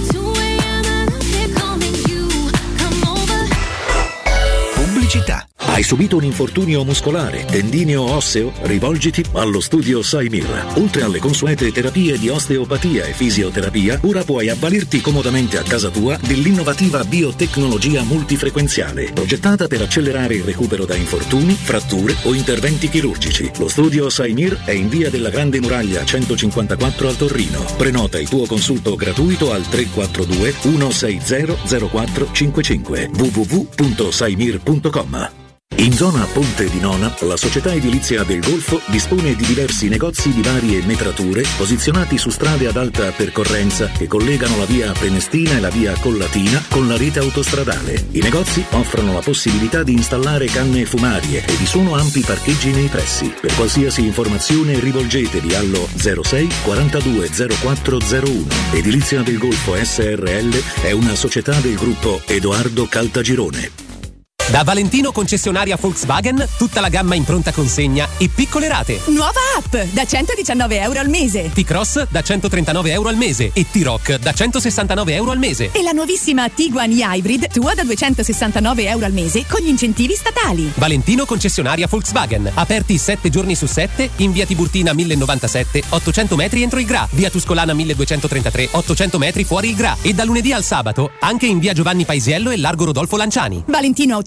Pubblicità. Hai subito un infortunio muscolare, tendineo o osseo? Rivolgiti allo studio Saimir. Oltre alle consuete terapie di osteopatia e fisioterapia, ora puoi avvalerti comodamente a casa tua dell'innovativa biotecnologia multifrequenziale, progettata per accelerare il recupero da infortuni, fratture o interventi chirurgici. Lo studio Saimir è in via della Grande Muraglia 154 al Torino. Prenota il tuo consulto gratuito al 342 160 0455 www.saimir.com. In zona Ponte di Nona, la società edilizia del Golfo dispone di diversi negozi di varie metrature posizionati su strade ad alta percorrenza che collegano la via Prenestina e la via Collatina con la rete autostradale. I negozi offrono la possibilità di installare canne fumarie e vi sono ampi parcheggi nei pressi. Per qualsiasi informazione rivolgetevi allo 06 42 0401. Edilizia del Golfo SRL è una società del gruppo Edoardo Caltagirone. Da Valentino concessionaria Volkswagen, tutta la gamma in pronta consegna e piccole rate. Nuova app da €119 al mese. T-Cross da €139 al mese e T-Rock da €169 al mese. E la nuovissima Tiguan e-Hybrid tua da €269 al mese con gli incentivi statali. Valentino concessionaria Volkswagen, aperti 7 giorni su 7 in via Tiburtina 1097, 800 metri entro il Gra, via Tuscolana 1233, 800 metri fuori il Gra e da lunedì al sabato anche in via Giovanni Paisiello e largo Rodolfo Lanciani. ValentinoAutomobili.it.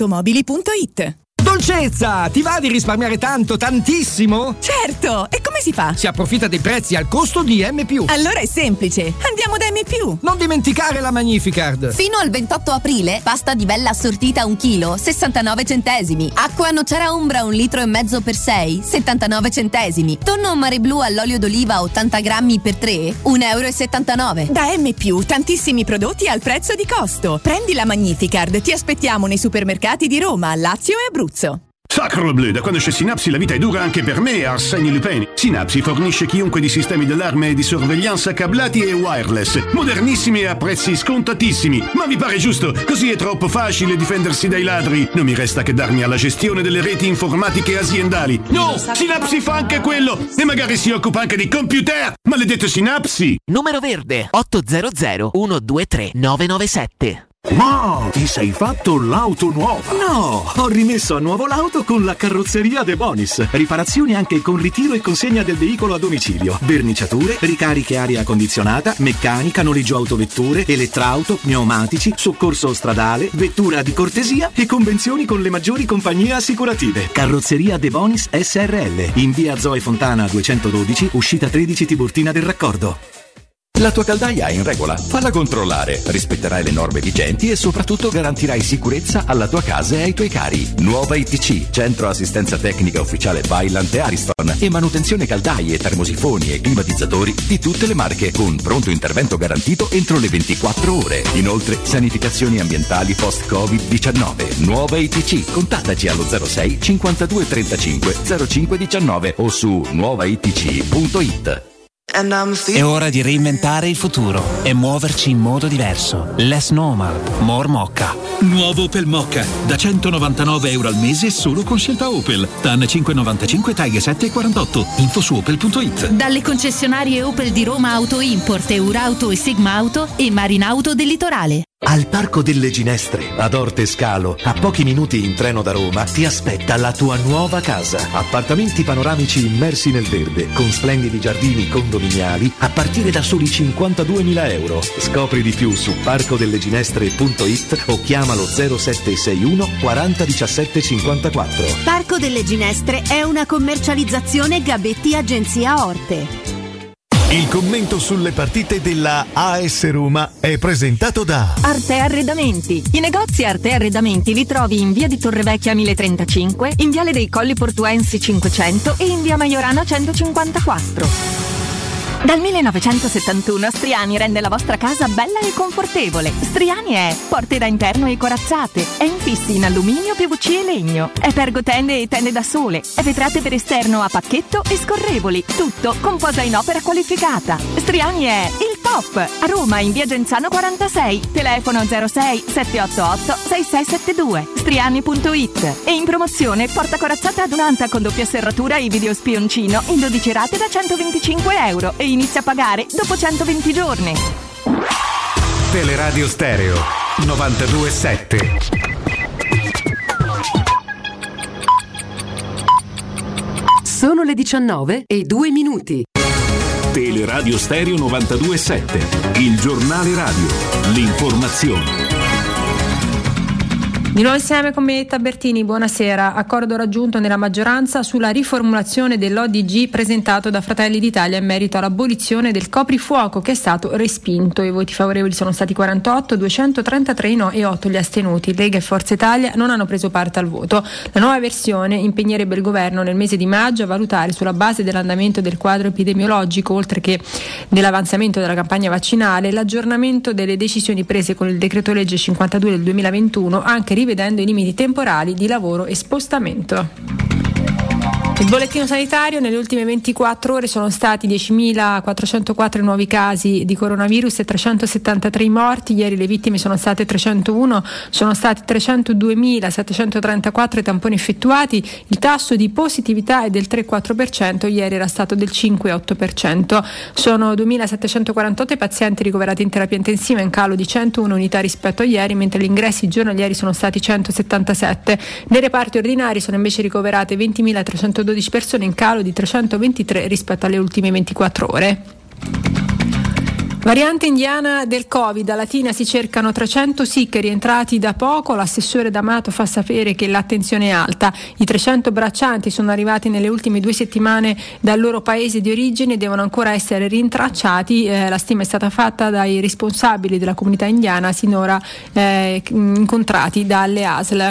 Dolcezza, ti va di risparmiare tanto, tantissimo? Certo, e come si fa? Si approfitta dei prezzi al costo di M+. Allora è semplice, andiamo da M+. Non dimenticare la Magnificard. Fino al 28 aprile, pasta di bella assortita 1 chilo, 69 centesimi. Acqua Nocera Umbra 1,5 litri per 6, 79 centesimi. Tonno Mare Blu all'olio d'oliva 80 grammi per 3, €1,79. Da M+, tantissimi prodotti al prezzo di costo. Prendi la Magnificard, ti aspettiamo nei supermercati di Roma, Lazio e Abruzzo. Sacre bleu, da quando c'è Synapsi la vita è dura anche per me, Arsène Lupin. Synapsi fornisce chiunque di sistemi d'allarme e di sorveglianza cablati e wireless, modernissimi e a prezzi scontatissimi. Ma vi pare giusto? Così è troppo facile difendersi dai ladri. Non mi resta che darmi alla gestione delle reti informatiche aziendali. No, Synapsi fa anche quello e magari si occupa anche di computer. Maledetto Synapsi! Numero verde 800 123 997. Ma ti sei fatto l'auto nuova? No, ho rimesso a nuovo l'auto con la carrozzeria De Bonis. Riparazioni anche con ritiro e consegna del veicolo a domicilio. Verniciature, ricariche aria condizionata, meccanica, noleggio autovetture, elettrauto, pneumatici, soccorso stradale, vettura di cortesia e convenzioni con le maggiori compagnie assicurative. Carrozzeria De Bonis SRL, in via Zoe Fontana 212, uscita 13 Tiburtina del Raccordo. La tua caldaia è in regola? Falla controllare, rispetterai le norme vigenti e soprattutto garantirai sicurezza alla tua casa e ai tuoi cari. Nuova ITC, centro assistenza tecnica ufficiale Vaillant e Ariston e manutenzione caldaie, termosifoni e climatizzatori di tutte le marche con pronto intervento garantito entro le 24 ore. Inoltre sanificazioni ambientali post-Covid-19. Nuova ITC, contattaci allo 06 52 35 05 19 o su nuovaitc.it. È ora di reinventare il futuro e muoverci in modo diverso. Less normal, more Mokka. Nuovo Opel Mokka, da €199 al mese solo con scelta Opel. TAN 595, Taglia 7,48. Info su opel.it. Dalle concessionarie Opel di Roma Auto Import, Eurauto e Sigma Auto e Marinauto del Litorale. Al Parco delle Ginestre, ad Orte Scalo, a pochi minuti in treno da Roma, ti aspetta la tua nuova casa. Appartamenti panoramici immersi nel verde, con splendidi giardini condominiali, a partire da soli €52.000. Scopri di più su parcodelleginestre.it o chiamalo 0761 40 17 54. Parco delle Ginestre è una commercializzazione Gabetti Agenzia Orte. Il commento sulle partite della AS Roma è presentato da Arte Arredamenti. I negozi Arte Arredamenti li trovi in via di Torrevecchia 1035, in viale dei Colli Portuensi 500 e in via Maiorana 154. Dal 1971 Striani rende la vostra casa bella e confortevole. Striani è porte da interno e corazzate, è infissi in alluminio, PVC e legno, è pergotende e tende da sole, è vetrate per esterno a pacchetto e scorrevoli, tutto con posa in opera qualificata. Striani è il top! A Roma in via Genzano 46, telefono 06 788 6672, striani.it. E in promozione porta corazzata adunata con doppia serratura e video spioncino in 12 rate da €125 e inizia a pagare dopo 120 giorni. Teleradio Stereo 92.7. Sono le 19:02. Teleradio Stereo 92.7, il giornale radio, l'informazione. Di nuovo insieme con me Tabertini, buonasera. Accordo raggiunto nella maggioranza sulla riformulazione dell'ODG presentato da Fratelli d'Italia in merito all'abolizione del coprifuoco, che è stato respinto. I voti favorevoli sono stati 48, 233 no e 8 gli astenuti. Lega e Forza Italia non hanno preso parte al voto. La nuova versione impegnerebbe il governo nel mese di maggio a valutare, sulla base dell'andamento del quadro epidemiologico, oltre che dell'avanzamento della campagna vaccinale, l'aggiornamento delle decisioni prese con il decreto legge 52 del 2021, anche rivedendo i limiti temporali di lavoro e spostamento. Il bollettino sanitario: nelle ultime 24 ore sono stati 10.404 nuovi casi di coronavirus e 373 i morti. Ieri le vittime sono state 301, sono stati 302.734 i tamponi effettuati. Il tasso di positività è del 3,4%, ieri era stato del 5,8%. Sono 2.748 i pazienti ricoverati in terapia intensiva, in calo di 101 unità rispetto a ieri, mentre gli ingressi giornalieri sono stati 177. Nei reparti ordinari sono invece ricoverate 20.312 persone, in calo di 323 rispetto alle ultime 24 ore. Variante indiana del Covid, a Latina si cercano 300 SIC rientrati da poco. L'assessore D'Amato fa sapere che l'attenzione è alta. I 300 braccianti sono arrivati nelle ultime 2 settimane dal loro paese di origine e devono ancora essere rintracciati. La stima è stata fatta dai responsabili della comunità indiana sinora incontrati dalle ASL.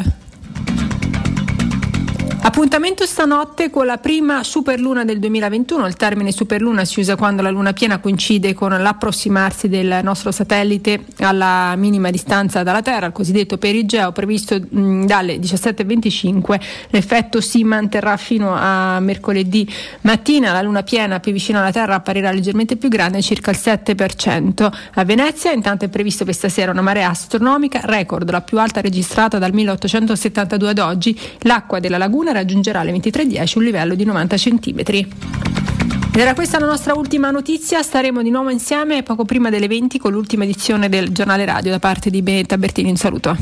Appuntamento stanotte con la prima superluna del 2021. Il termine superluna si usa quando la luna piena coincide con l'approssimarsi del nostro satellite alla minima distanza dalla Terra, il cosiddetto perigeo, previsto dalle 17:25. L'effetto si manterrà fino a mercoledì mattina. La luna piena più vicina alla Terra apparirà leggermente più grande, circa il 7%. A Venezia intanto è previsto per stasera una marea astronomica record, la più alta registrata dal 1872 ad oggi. L'acqua della laguna raggiungerà alle 23:10 un livello di 90 centimetri. Ed era questa la nostra ultima notizia. Staremo di nuovo insieme poco prima delle 20 con l'ultima edizione del giornale radio. Da parte di Benetta Bertini un saluto.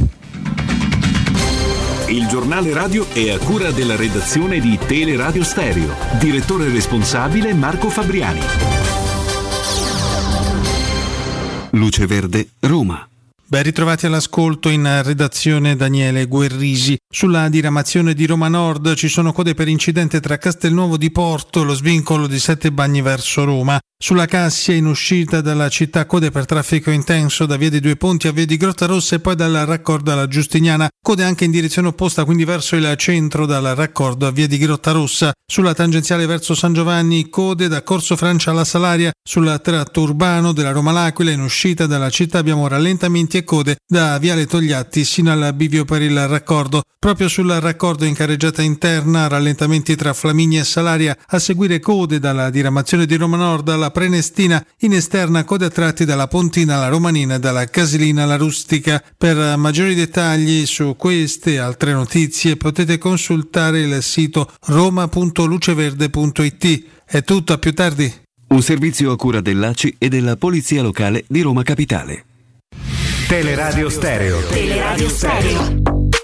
Il giornale radio è a cura della redazione di Teleradio Stereo. Direttore responsabile Marco Fabriani. Luce Verde, Roma. Ben ritrovati all'ascolto, in redazione Daniele Guerrisi. Sulla diramazione di Roma Nord ci sono code per incidente tra Castelnuovo di Porto e lo svincolo di Sette Bagni verso Roma. Sulla Cassia in uscita dalla città code per traffico intenso da via dei Due Ponti a via di Grottarossa e poi dal raccordo alla Giustiniana. Code anche in direzione opposta, quindi verso il centro, dal raccordo a via di Grottarossa. Sulla tangenziale verso San Giovanni code da Corso Francia alla Salaria. Sul tratto urbano della Roma L'Aquila in uscita dalla città abbiamo rallentamenti e code da viale Togliatti sino al bivio per il raccordo. Proprio sul raccordo in carreggiata interna rallentamenti tra Flaminia e Salaria, a seguire code dalla diramazione di Roma Nord alla Prenestina, in esterna code a tratti dalla Pontina alla Romanina e dalla Casilina alla Rustica. Per maggiori dettagli su queste e altre notizie potete consultare il sito roma.luceverde.it. È tutto, a più tardi. Un servizio a cura dell'ACI e della Polizia Locale di Roma Capitale. Teleradio Stereo. Teleradio Stereo.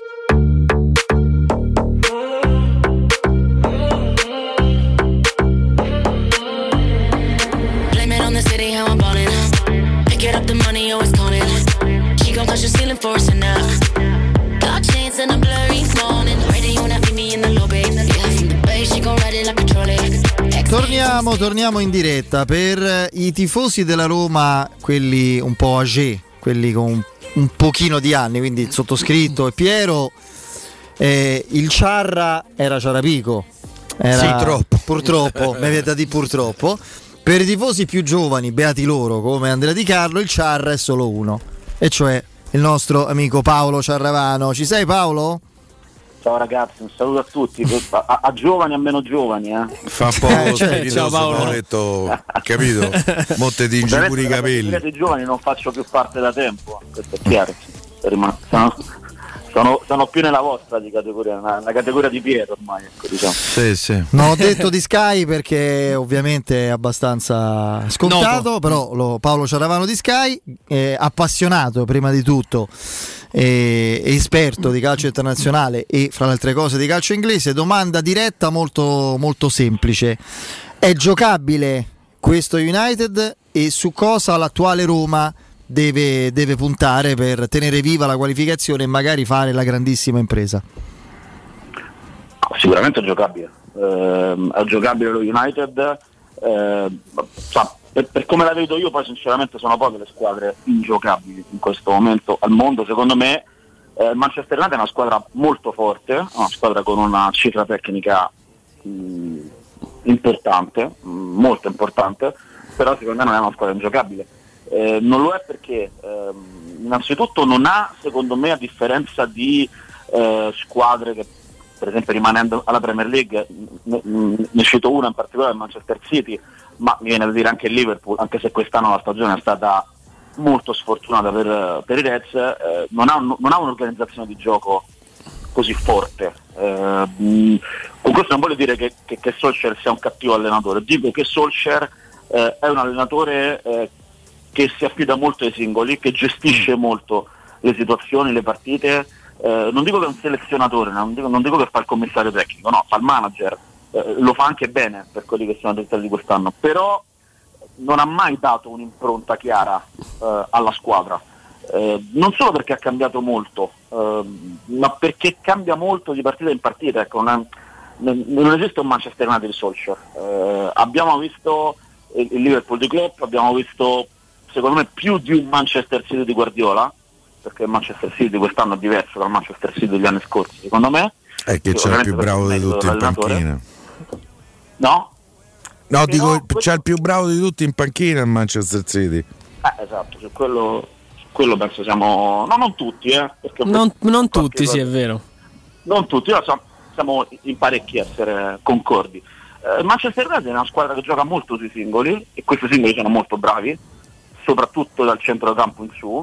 Torniamo in diretta per i tifosi della Roma, quelli un po' âgés, quelli con un pochino di anni, quindi il sottoscritto e Piero. Il Ciarra era Ciarapico, sì, troppo. Purtroppo, mi avete detto purtroppo. Per i tifosi più giovani, beati loro, come Andrea Di Carlo, il Ciarra è solo uno, e cioè il nostro amico Paolo Ciarravano. Ci sei, Paolo? Ciao ragazzi, un saluto a tutti, a giovani, a meno giovani. Fa poco spiritoso, Paolo. Detto, capito? Molte di ingiguri i capelli. Dei giovani non faccio più parte da tempo, questo è chiaro. Sono più nella vostra di categoria, una categoria di Pietro ormai, ecco, diciamo. Sì. No, ho detto di Sky perché ovviamente è abbastanza scontato, però Paolo Ciaravano di Sky, appassionato prima di tutto, esperto di calcio internazionale e fra le altre cose di calcio inglese. Domanda diretta molto, molto semplice: è giocabile questo United e su cosa l'attuale Roma deve puntare per tenere viva la qualificazione e magari fare la grandissima impresa? Sicuramente è giocabile. È giocabile lo United. Per come la vedo io, poi sinceramente sono poche le squadre ingiocabili in questo momento al mondo. Secondo me il Manchester United è una squadra molto forte, una squadra con una cifra tecnica importante, molto importante, però secondo me non è una squadra ingiocabile. Non lo è perché innanzitutto non ha, secondo me, a differenza di squadre che per esempio, rimanendo alla Premier League, ne cito una in particolare, il Manchester City, ma mi viene da dire anche il Liverpool, anche se quest'anno la stagione è stata molto sfortunata per i Reds, non ha un'organizzazione di gioco così forte. Con questo non voglio dire che Solskjaer sia un cattivo allenatore, dico che Solskjaer è un allenatore che si affida molto ai singoli, che gestisce molto le situazioni, le partite. Non dico che è un selezionatore, non dico che fa il commissario tecnico, no, fa il manager, lo fa anche bene per quelli che sono risultati di quest'anno, però non ha mai dato un'impronta chiara alla squadra, non solo perché ha cambiato molto, ma perché cambia molto di partita in partita. Ecco, non esiste un Manchester United di Solskjaer. Abbiamo visto il Liverpool di Klopp, abbiamo visto secondo me più di un Manchester City di Guardiola, perché il Manchester City di quest'anno è diverso dal Manchester City degli anni scorsi, secondo me. È che c'è il più bravo di tutti in panchina. No? No, dico, c'è il più bravo di tutti in panchina il Manchester City. Esatto, su quello penso siamo... No, non tutti, perché non tutti, sì, è vero. Non tutti, no, siamo in parecchi a essere concordi. Il Manchester United è una squadra che gioca molto sui singoli, e questi singoli sono molto bravi, soprattutto dal centrocampo in su.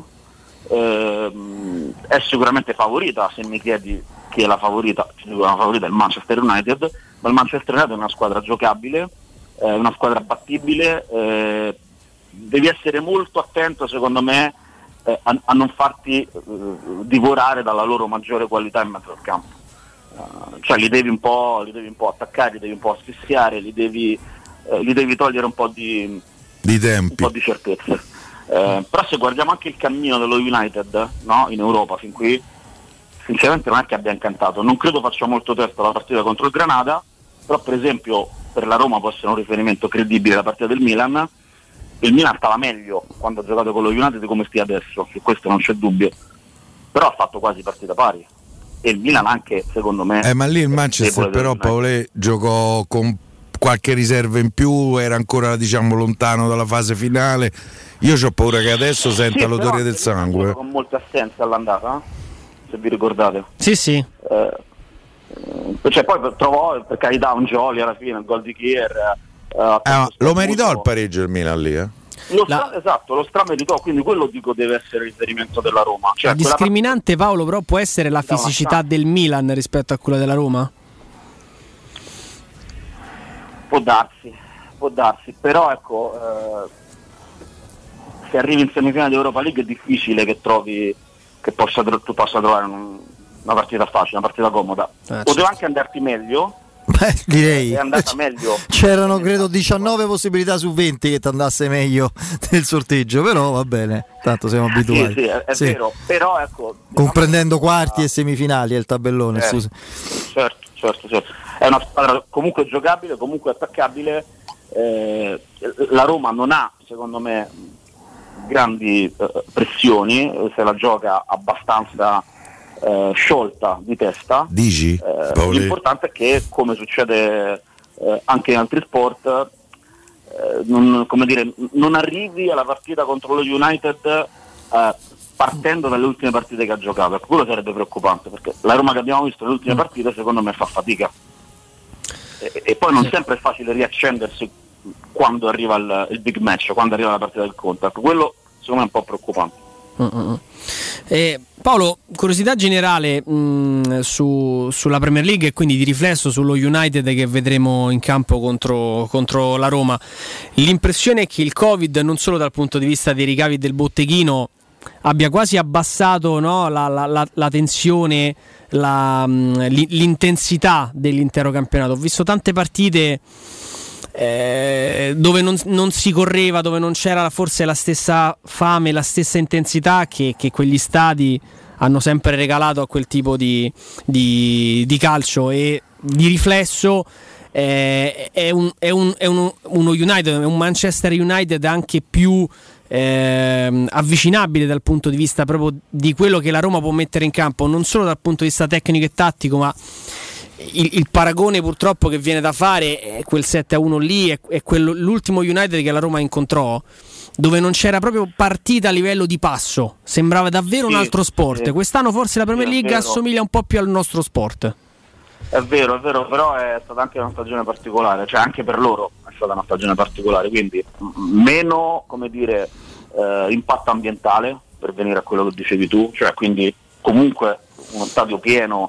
È sicuramente favorita, se mi chiedi chi è la favorita, è il Manchester United, ma il Manchester United è una squadra giocabile, una squadra battibile, devi essere molto attento secondo me a non farti divorare dalla loro maggiore qualità in mezzo al campo, cioè li devi un po' attaccare, li devi un po' asfissiare, li devi togliere un po' di tempi, un po' di certezze. Però se guardiamo anche il cammino dello United, no, in Europa fin qui, sinceramente non è che abbia incantato. Non credo faccia molto testo la partita contro il Granada, però per esempio per la Roma può essere un riferimento credibile la partita del Milan. Il Milan stava meglio quando ha giocato con lo United di come stia adesso, su questo non c'è dubbio, però ha fatto quasi partita pari, e il Milan anche secondo me ma lì il Manchester però Paolè giocò con qualche riserva in più, era ancora diciamo lontano dalla fase finale. Io ho paura che adesso senta l'odore del sangue. Con molte assenze all'andata, se vi ricordate. Sì. Cioè poi trovò, per carità, un Jolly alla fine, il gol di Kier. Lo meritò il pareggio il Milan lì, Esatto, lo strameritò, quindi quello dico deve essere il riferimento della Roma. Cioè, la discriminante, Paolo, però può essere la fisicità del Milan rispetto a quella della Roma? Può darsi, però ecco, se arrivi in semifinale di Europa League è difficile che tu possa trovare una partita facile, una partita comoda. Poteva anche andarti meglio. Direi è andata meglio. C'erano credo 19 possibilità su 20 che ti andasse meglio nel sorteggio, però va bene, tanto siamo abituati. Sì, è vero, però ecco, comprendendo quarti e semifinali è il tabellone. Certo. È una squadra comunque giocabile, comunque attaccabile. La Roma non ha, secondo me, grandi pressioni, se la gioca abbastanza sciolta di testa. Dici? L'importante è che, come succede anche in altri sport, non arrivi alla partita contro lo United partendo dalle ultime partite che ha giocato. Quello sarebbe preoccupante, perché la Roma che abbiamo visto nelle ultime partite secondo me fa fatica, e poi non sempre è facile riaccendersi quando arriva il big match, quando arriva la partita del contact. Quello secondo me è un po' preoccupante. Paolo, curiosità generale sulla Premier League e quindi di riflesso sullo United che vedremo in campo contro la Roma. L'impressione è che il Covid, non solo dal punto di vista dei ricavi del botteghino, abbia quasi abbassato, no, la tensione, l'intensità dell'intero campionato. Ho visto tante partite dove non si correva, dove non c'era forse la stessa fame, la stessa intensità che quegli stadi hanno sempre regalato a quel tipo di calcio, e di riflesso è uno United, è un Manchester United anche più avvicinabile dal punto di vista proprio di quello che la Roma può mettere in campo, non solo dal punto di vista tecnico e tattico, ma il paragone purtroppo che viene da fare è quel 7-1 lì, è l'ultimo United che la Roma incontrò, dove non c'era proprio partita a livello di passo, sembrava davvero un altro sport. Quest'anno forse la Premier League assomiglia un po' più al nostro sport. È vero, però è stata anche una stagione particolare, cioè anche per loro è stata una stagione particolare, quindi meno, come dire, impatto ambientale, per venire a quello che dicevi tu, cioè quindi comunque uno stadio pieno,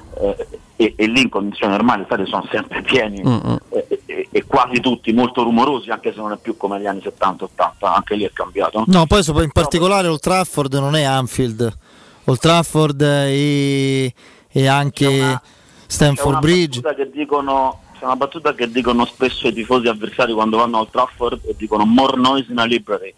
e lì in condizioni normali gli stadi sono sempre pieni, e quasi tutti molto rumorosi, anche se non è più come gli anni 70-80, anche lì è cambiato. No, poi in particolare Old Trafford non è Anfield, Old Trafford e anche Stamford Bridge. C'è una battuta che dicono spesso i tifosi avversari quando vanno a Old Trafford, e dicono more noise in a library,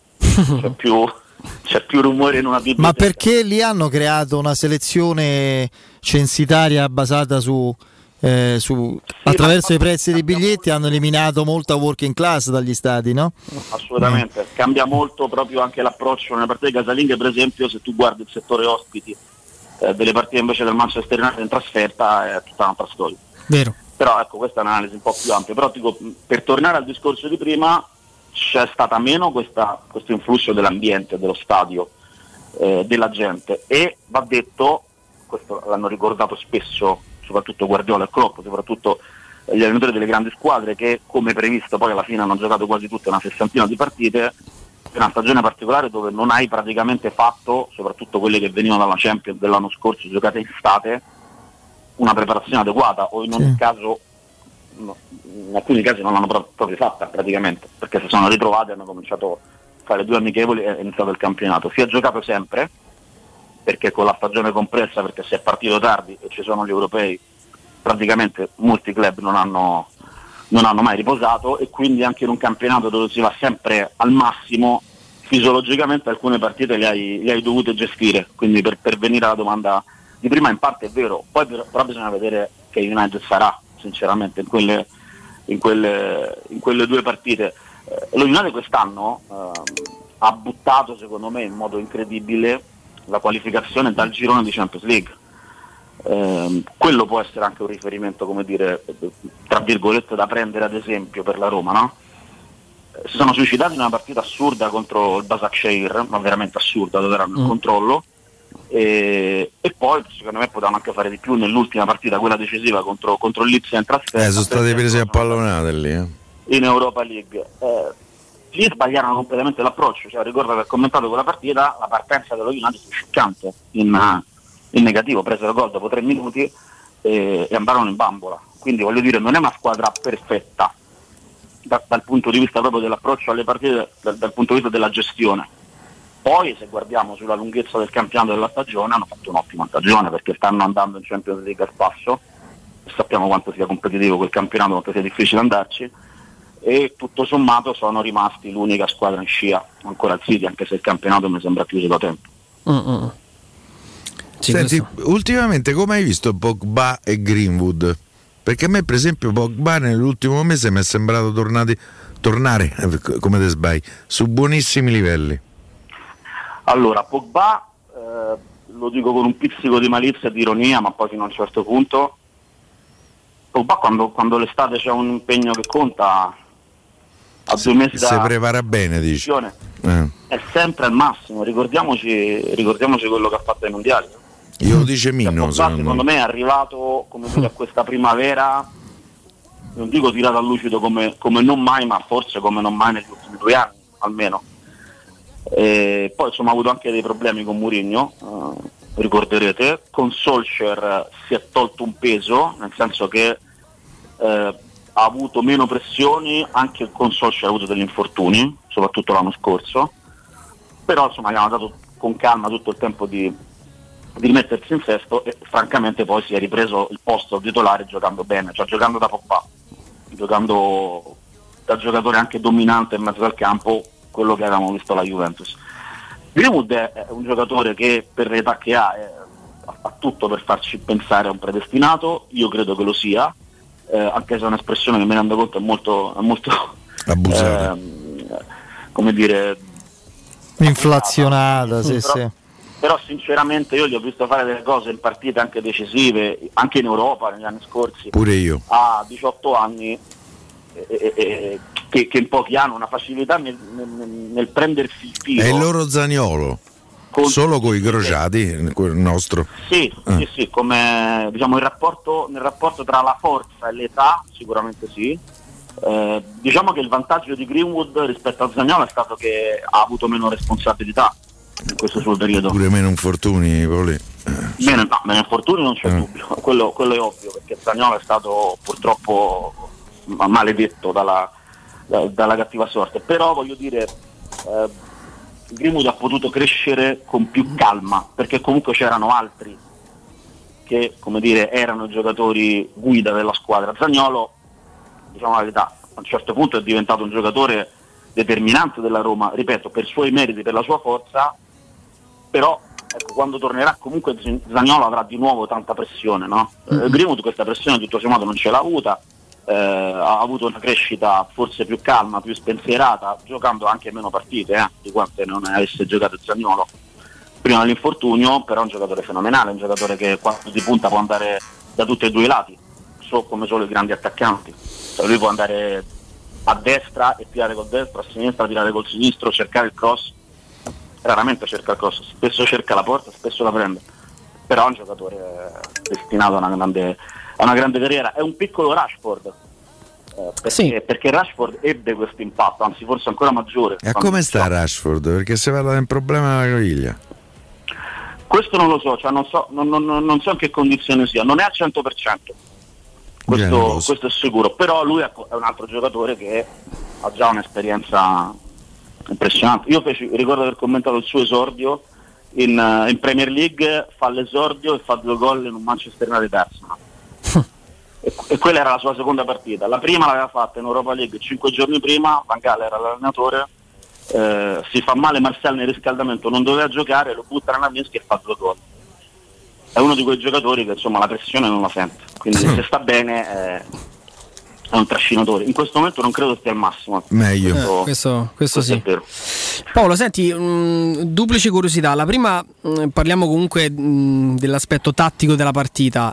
c'è più rumore in una biblioteca. Ma perché lì hanno creato una selezione censitaria basata attraverso i prezzi dei biglietti, hanno eliminato molta working class dagli stadi, no? Assolutamente, cambia molto proprio anche l'approccio nelle partite casalinghe. Per esempio, se tu guardi il settore ospiti delle partite invece del Manchester United in trasferta, è tutta un'altra storia. Vero. Però ecco, questa è un'analisi un po' più ampia, però dico, per tornare al discorso di prima, c'è stata meno questo influsso dell'ambiente, dello stadio, della gente, e va detto, questo l'hanno ricordato spesso soprattutto Guardiola e Klopp, soprattutto gli allenatori delle grandi squadre, che come previsto poi alla fine hanno giocato quasi tutte una sessantina di partite, è una stagione particolare dove non hai praticamente fatto, soprattutto quelle che venivano dalla Champions dell'anno scorso giocate in estate, una preparazione adeguata, o in ogni caso in alcuni casi non l'hanno proprio fatta praticamente, perché si sono ritrovati e hanno cominciato a fare 2 amichevoli e è iniziato il campionato. Si è giocato sempre, perché con la stagione compressa, perché si è partito tardi e ci sono gli europei, praticamente molti club non hanno mai riposato, e quindi anche in un campionato dove si va sempre al massimo, fisiologicamente alcune partite le hai dovute gestire. Quindi per venire alla domanda di prima, in parte è vero, poi però bisogna vedere che United farà sinceramente in quelle 2 partite. Lo United quest'anno ha buttato, secondo me, in modo incredibile la qualificazione dal girone di Champions League. Quello può essere anche un riferimento, come dire, tra virgolette, da prendere ad esempio per la Roma, no? Si sono suicidati in una partita assurda contro il Başakşehir, ma veramente assurda, dove erano in controllo, e poi secondo me potevano anche fare di più nell'ultima partita, quella decisiva contro il Lipsia in trasferta. Sono state prese a pallonate lì in Europa League. Lì sbagliarono completamente l'approccio, cioè ricordo aver commentato quella partita, la partenza dello United fu scioccante in negativo, presero il gol dopo 3 minuti e andarono in bambola. Quindi voglio dire, non è una squadra perfetta dal punto di vista proprio dell'approccio alle partite, dal punto di vista della gestione. Poi se guardiamo sulla lunghezza del campionato della stagione, hanno fatto un'ottima stagione, perché stanno andando in Champions League a spasso, sappiamo quanto sia competitivo quel campionato, quanto sia difficile andarci, e tutto sommato sono rimasti l'unica squadra in scia ancora al City, anche se il campionato mi sembra chiuso da tempo. Senti, ultimamente come hai visto Pogba e Greenwood? Perché a me per esempio Pogba nell'ultimo mese mi è sembrato tornare come te sbagli, su buonissimi livelli. Allora, Pogba, lo dico con un pizzico di malizia e di ironia, ma poi fino a un certo punto, Pogba quando l'estate c'è un impegno che conta, a 2 mesi si prepara bene, dici. È sempre al massimo. Ricordiamoci quello che ha fatto ai mondiali. Io lo dice Mino, secondo me è arrivato, come dire, a questa primavera, non dico tirato a lucido come non mai, ma forse come non mai negli ultimi 2 anni almeno. Poi insomma ha avuto anche dei problemi con Mourinho, ricorderete. Con Solskjaer si è tolto un peso, nel senso che ha avuto meno pressioni, anche con Solskjaer ha avuto degli infortuni, soprattutto l'anno scorso, però insomma gli hanno dato con calma tutto il tempo di rimettersi in sesto, e francamente poi si è ripreso il posto titolare giocando bene, cioè giocando da Pogba, giocando da giocatore anche dominante in mezzo al campo, quello che avevamo visto alla Juventus. Greenwood è un giocatore che per l'età che ha tutto per farci pensare a un predestinato, io credo che lo sia, anche se è un'espressione che mi rendo conto è molto abusata, come dire, inflazionata, sì, però, sì. Però sinceramente io gli ho visto fare delle cose in partite anche decisive, anche in Europa negli anni scorsi, pure io, a 18 anni, che in pochi hanno una facilità nel prendersi il filo. È il loro Zaniolo, solo con i crociati, quel nostro. Sì, sì, come diciamo nel rapporto tra la forza e l'età, sicuramente sì. Diciamo che il vantaggio di Greenwood rispetto a Zaniolo è stato che ha avuto meno responsabilità in questo suo periodo. Pure meno infortuni, meno infortuni non c'è dubbio, quello è ovvio, perché Zaniolo è stato purtroppo maledetto dalla cattiva sorte, però voglio dire, Greenwood ha potuto crescere con più calma, perché comunque c'erano altri che, come dire, erano giocatori guida della squadra. Zaniolo, diciamo la verità, a un certo punto è diventato un giocatore determinante della Roma, ripeto, per i suoi meriti, per la sua forza, però ecco, quando tornerà comunque Zaniolo avrà di nuovo tanta pressione, no? Greenwood questa pressione tutto sommato non ce l'ha avuta, ha avuto una crescita forse più calma, più spensierata, giocando anche meno partite di quante non avesse giocato Zaniolo prima dell'infortunio, però è un giocatore fenomenale, un giocatore che quando di punta può andare da tutti e due i lati, come solo i grandi attaccanti, cioè lui può andare a destra e tirare col destro, a sinistra tirare col sinistro, cercare il cross, raramente cerca il cross, spesso cerca la porta, spesso la prende, però è un giocatore destinato a una grande carriera. È un piccolo Rashford, perché Rashford ebbe questo impatto, anzi forse ancora maggiore. E come sta Rashford? Perché si parla di un problema della caviglia. Questo non lo so, cioè non so in che condizione sia, non è al 100%, questo è sicuro, però lui è un altro giocatore che ha già un'esperienza impressionante. Io ricordo aver commentato il suo esordio in Premier League, fa l'esordio e fa 2 gol in un Manchester United Arsenal. E quella era la sua seconda partita. La prima l'aveva fatta in Europa League 5 giorni prima, Van Gaal era l'allenatore, si fa male Martial nel riscaldamento, non doveva giocare, lo butta nella mischia e fa 2 gol. È uno di quei giocatori che insomma la pressione non la sente, quindi se sta bene è un trascinatore. In questo momento non credo stia al massimo. Meglio. Questo sì. È vero. Paolo, senti, duplice curiosità. La prima, parliamo comunque dell'aspetto tattico della partita.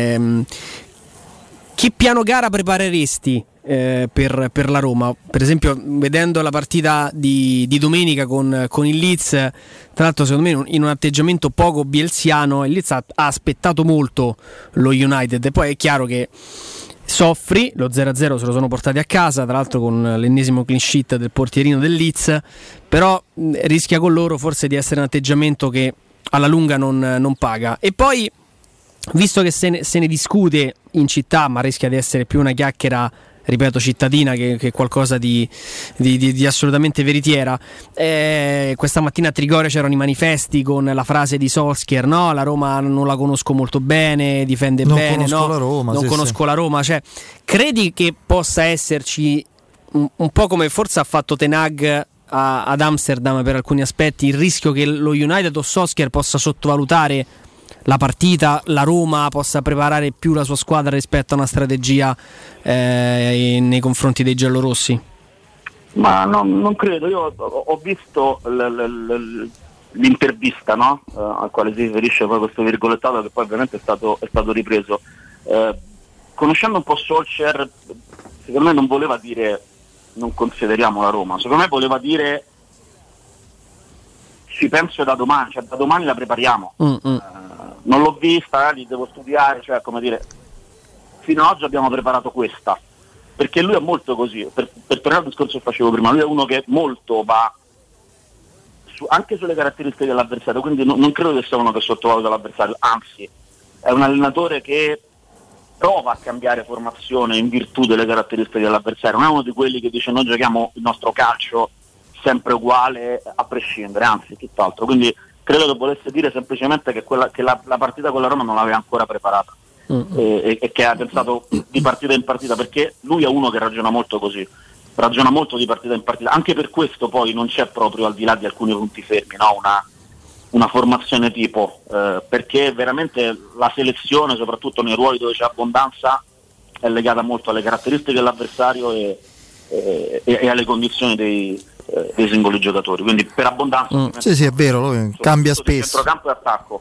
Che piano gara prepareresti per la Roma? Per esempio, vedendo la partita di domenica con il Leeds, tra l'altro secondo me in un atteggiamento poco bielsiano, il Leeds ha aspettato molto lo United, e poi è chiaro che soffri, lo 0-0 se lo sono portati a casa, tra l'altro con l'ennesimo clean sheet del portierino del Leeds, però rischia con loro forse di essere un atteggiamento che alla lunga non paga. E poi, visto che se ne discute in città, ma rischia di essere più una chiacchiera, ripeto, cittadina che qualcosa di assolutamente veritiera, questa mattina a Trigoria c'erano i manifesti con la frase di Solskjaer, no? La Roma non la conosco molto bene, difende non bene, conosco la Roma, non conosco la Roma, cioè, credi che possa esserci un po' come forse ha fatto Ten Hag ad Amsterdam per alcuni aspetti, il rischio che lo United o Solskjaer possa sottovalutare la partita, la Roma possa preparare più la sua squadra rispetto a una strategia nei confronti dei giallorossi? Ma non credo. Io ho visto l'intervista, no? Al quale si riferisce poi questo virgolettato, che poi ovviamente è stato ripreso. Conoscendo un po' Solskjaer, secondo me non voleva dire non consideriamo la Roma, secondo me voleva dire ci penso da domani, cioè da domani la prepariamo. Non l'ho vista, li devo studiare, cioè come dire, fino ad oggi abbiamo preparato questa, perché lui è molto così, per tornare al discorso che facevo prima, lui è uno che molto va anche sulle caratteristiche dell'avversario, quindi non credo che sia uno che sottovaluta l'avversario, anzi è un allenatore che prova a cambiare formazione in virtù delle caratteristiche dell'avversario, non è uno di quelli che dice noi giochiamo il nostro calcio sempre uguale a prescindere, anzi tutt'altro, quindi credo che volesse dire semplicemente che la partita con la Roma non l'aveva ancora preparata e che ha pensato di partita in partita, perché lui è uno che ragiona molto così, ragiona molto di partita in partita, anche per questo poi non c'è proprio, al di là di alcuni punti fermi, no? una formazione tipo, perché veramente la selezione, soprattutto nei ruoli dove c'è abbondanza, è legata molto alle caratteristiche dell'avversario e alle condizioni dei singoli giocatori, quindi per abbondanza sì è vero, lui cambia spesso centrocampo e attacco.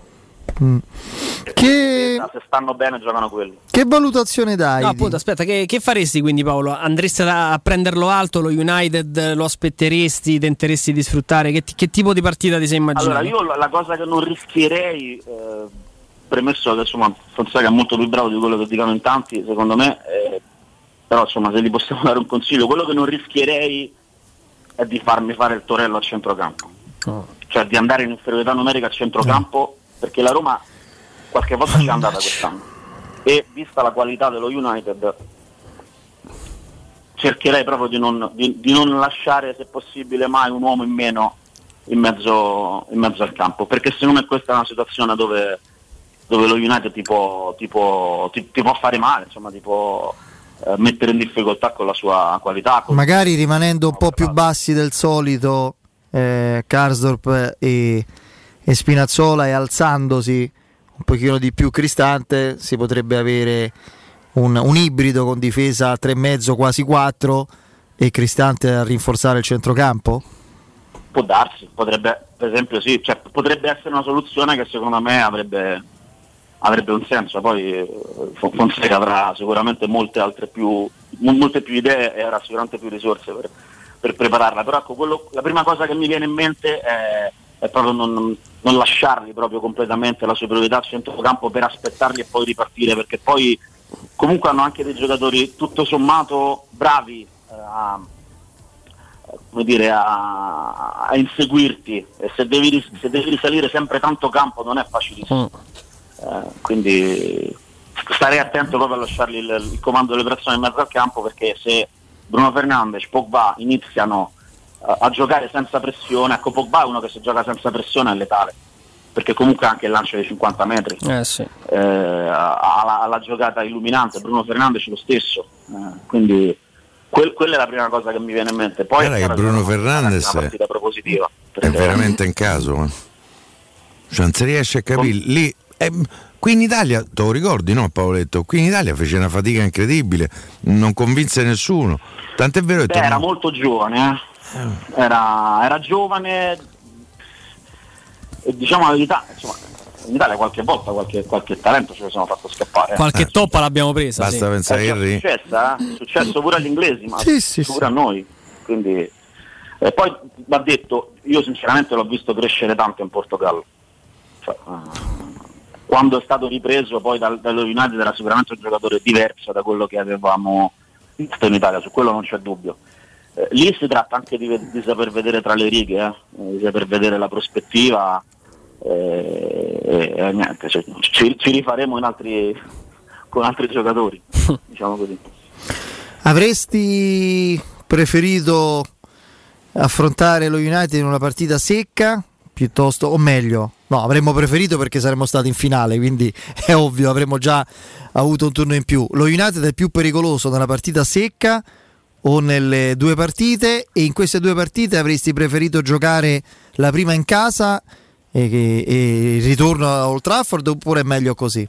Se stanno bene giocano quelli. Che valutazione dai? No, appunto, aspetta, che faresti quindi, Paolo? Andresti a prenderlo alto lo United? Lo aspetteresti? Tenteresti di sfruttare? Che tipo di partita ti sei immaginato? Allora, io la cosa che non rischierei, premesso che insomma Fonseca è molto più bravo di quello che dicono in tanti, secondo me, però insomma se gli possiamo dare un consiglio, quello che non rischierei è di farmi fare il Torello a centrocampo, cioè di andare in inferiorità numerica a centrocampo, perché la Roma qualche volta ci è andata quest'anno e vista la qualità dello United cercherei proprio di non lasciare, se possibile, mai un uomo in meno in mezzo al campo, perché secondo me questa è una situazione dove lo United ti può fare male, insomma ti può mettere in difficoltà con la sua qualità, magari rimanendo un po' più bassi del solito Karsdorp e Spinazzola, e alzandosi un pochino di più Cristante, si potrebbe avere un ibrido con difesa a 3,5 quasi 4 e Cristante a rinforzare il centrocampo? Può darsi, potrebbe, per esempio sì, cioè, potrebbe essere una soluzione che secondo me avrebbe un senso. Poi Fonseca avrà sicuramente molte più idee e avrà sicuramente più risorse per prepararla, però ecco, la prima cosa che mi viene in mente è proprio non lasciargli proprio completamente la superiorità al centrocampo per aspettarli e poi ripartire, perché poi comunque hanno anche dei giocatori tutto sommato bravi a inseguirti, e se devi risalire sempre tanto campo non è facilissimo, quindi starei attento proprio a lasciargli il comando delle operazioni in mezzo al campo, perché se Bruno Fernandes, Pogba iniziano a giocare senza pressione, ecco, Pogba è uno che se gioca senza pressione è letale, perché comunque anche il lancio dei 50 metri sì. ha la giocata illuminante, Bruno Fernandes lo stesso, quindi quella è la prima cosa che mi viene in mente. Poi che Bruno Fernandes è una partita propositiva, è veramente in caso, cioè non si riesce a capire lì. Qui in Italia, te lo ricordi, no Paoletto? Qui in Italia fece una fatica incredibile, non convinse nessuno, tant'è vero che era molto giovane, era giovane, e diciamo la verità, insomma, in Italia qualche volta qualche talento ce lo siamo fatto scappare. Qualche toppa l'abbiamo presa. Basta pensare è successo pure agli inglesi, ma pure a noi. Quindi poi va detto, io sinceramente l'ho visto crescere tanto in Portogallo. Cioè, quando è stato ripreso poi dallo United era sicuramente un giocatore diverso da quello che avevamo visto in Italia, su quello non c'è dubbio. Lì si tratta anche di saper vedere tra le righe, di saper vedere la prospettiva, niente, cioè, ci rifaremo con altri giocatori, diciamo così. Avresti preferito affrontare lo United in una partita secca piuttosto, o meglio, no, avremmo preferito perché saremmo stati in finale, quindi è ovvio, avremmo già avuto un turno in più. Lo United è più pericoloso nella partita secca o nelle due partite, e in queste due partite avresti preferito giocare la prima in casa e il ritorno a Old Trafford, oppure è meglio così?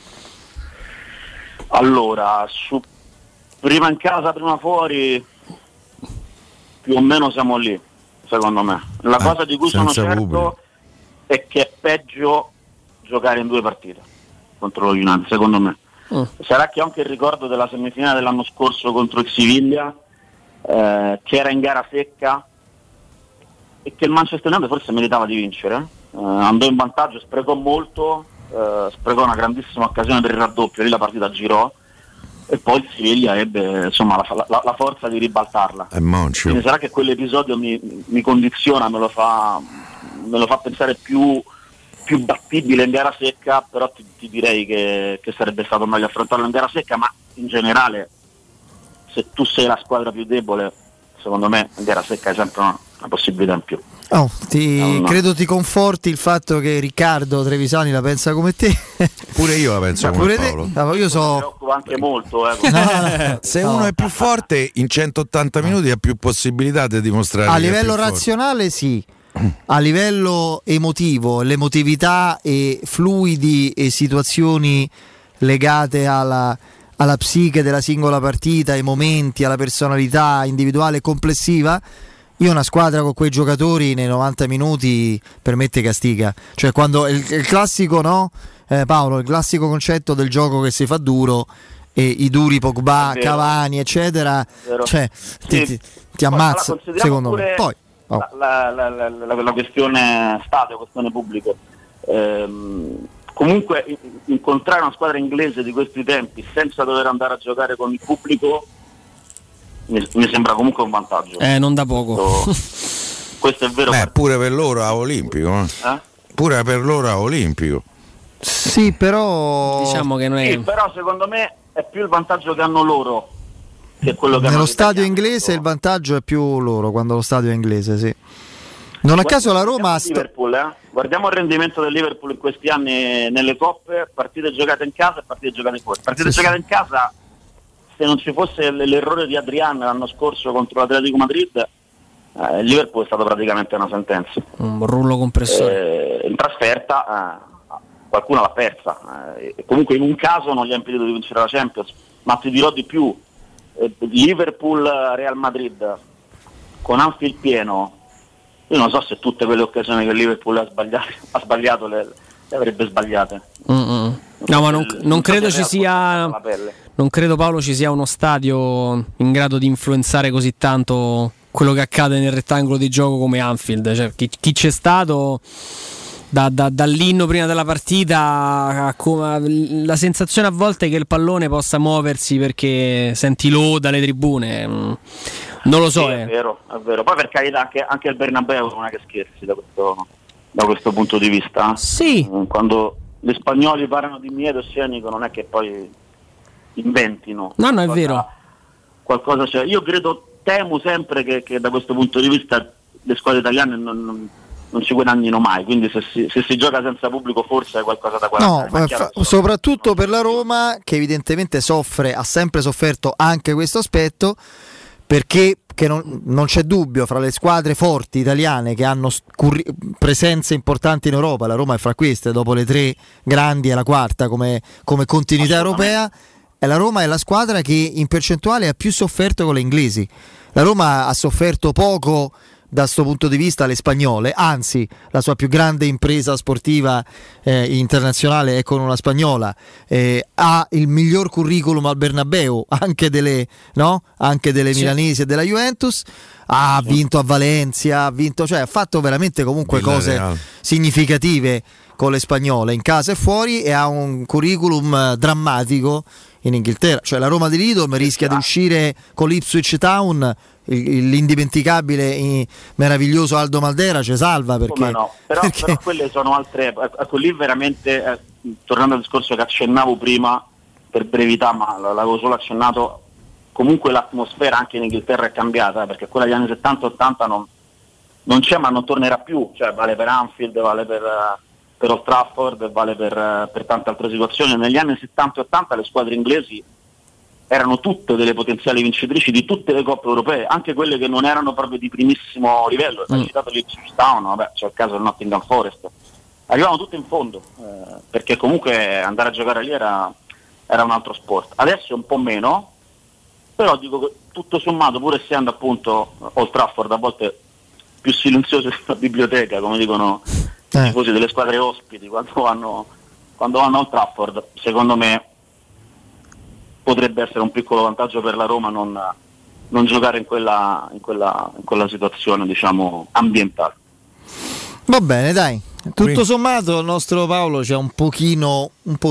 Allora, su prima in casa, prima fuori, più o meno siamo lì, secondo me. La cosa di cui sono certo è che è peggio giocare in due partite contro lo United, secondo me. Sarà che ho anche il ricordo della semifinale dell'anno scorso contro il Siviglia, che era in gara secca e che il Manchester United forse meritava di vincere, andò in vantaggio, sprecò molto, sprecò una grandissima occasione per il raddoppio, lì la partita girò e poi il Siviglia ebbe insomma la forza di ribaltarla. Quindi sarà che quell'episodio mi condiziona, me lo fa me lo fa pensare più battibile in gara secca, però ti direi che sarebbe stato meglio affrontarlo in gara secca, ma in generale se tu sei la squadra più debole, secondo me in gara secca è sempre una possibilità in più. Credo ti conforti il fatto che Riccardo Trevisani la pensa come te. Pure io la penso come Paolo. Io mi preoccupa anche molto. Se uno è più forte, in 180 minuti ha più possibilità di dimostrare. A livello razionale sì, a livello emotivo, l'emotività e fluidi e situazioni legate alla psiche della singola partita, ai momenti, alla personalità individuale complessiva. Io una squadra con quei giocatori nei 90 minuti per me te castiga. Cioè quando il classico, no? Paolo, il classico concetto del gioco che si fa duro e i duri Pogba, Cavani, eccetera, cioè ti ammazza, secondo me. Poi la questione stadio, questione pubblica. Comunque incontrare una squadra inglese di questi tempi senza dover andare a giocare con il pubblico mi sembra comunque un vantaggio. Non da poco. Questo è vero. Pure per loro a Olimpico. Pure per loro a Olimpico. Sì, però diciamo che noi... Sì, però secondo me è più il vantaggio che hanno loro che quello che nello stadio inglese. Il vantaggio è più loro quando lo stadio è inglese, sì. Non a caso la Roma guardiamo il rendimento del Liverpool in questi anni nelle coppe, partite giocate in casa e partite giocate fuori. Partite giocate in casa, se non ci fosse l'errore di Adrian l'anno scorso contro l'Atletico Madrid, il Liverpool è stato praticamente una sentenza. Un rullo compressore. In trasferta qualcuno l'ha persa. Comunque in un caso non gli ha impedito di vincere la Champions, ma ti dirò di più. Liverpool-Real Madrid con Anfield pieno, io non so se tutte quelle occasioni che il Liverpool ha sbagliato le avrebbe sbagliate. No, ma non credo ci sia. Non credo, Paolo, ci sia uno stadio in grado di influenzare così tanto quello che accade nel rettangolo di gioco come Anfield. Cioè, chi c'è stato dall'inno prima della partita, la sensazione a volte è che il pallone possa muoversi perché senti l'O dalle tribune. Non lo so. Sì, è vero. Poi per carità anche il Bernabeu non è che scherzi da questo punto di vista. Sì. Quando gli spagnoli parlano di miedo scenico non è che poi inventino. No, è vero. Qualcosa c'è. Io temo sempre che da questo punto di vista le squadre italiane non ci guadagnino mai, quindi se si gioca senza pubblico forse è qualcosa da guadagnare. No, soprattutto per la Roma, che evidentemente ha sempre sofferto anche questo aspetto, perché non c'è dubbio, fra le squadre forti italiane che hanno presenze importanti in Europa, la Roma è fra queste, dopo le tre grandi è la quarta come continuità europea, e la Roma è la squadra che in percentuale ha più sofferto con le inglesi. La Roma ha sofferto poco da questo punto di vista le spagnole, anzi la sua più grande impresa sportiva internazionale è con una spagnola, ha il miglior curriculum al Bernabeu anche delle milanesi e della Juventus, ha vinto a Valencia, ha fatto veramente comunque cose significative con le spagnole in casa e fuori, e ha un curriculum drammatico in Inghilterra. Cioè la Roma di Lidl rischia di uscire con l'Ipswich Town, l'indimenticabile meraviglioso Aldo Maldera ci salva perché, però quelle sono altre. Ecco, lì veramente tornando al discorso che accennavo prima per brevità, ma l'avevo solo accennato, comunque l'atmosfera anche in Inghilterra è cambiata, perché quella degli anni 70-80 non c'è, ma non tornerà più, cioè vale per Anfield, vale per Old Trafford, vale per tante altre situazioni. Negli anni 70 e 80 le squadre inglesi erano tutte delle potenziali vincitrici di tutte le coppe europee, anche quelle che non erano proprio di primissimo livello. Hai citato l'Ipswich Town, c'è il caso del Nottingham Forest, arrivavano tutte in fondo, perché comunque andare a giocare lì era un altro sport. Adesso è un po' meno, però dico che tutto sommato, pur essendo appunto Old Trafford a volte più silenzioso della biblioteca, come dicono i tifosi delle squadre ospiti quando vanno a Old Trafford, secondo me potrebbe essere un piccolo vantaggio per la Roma non giocare in quella situazione, diciamo, ambientale. Va bene, dai. Tutto sommato il nostro Paolo ci ha un pochino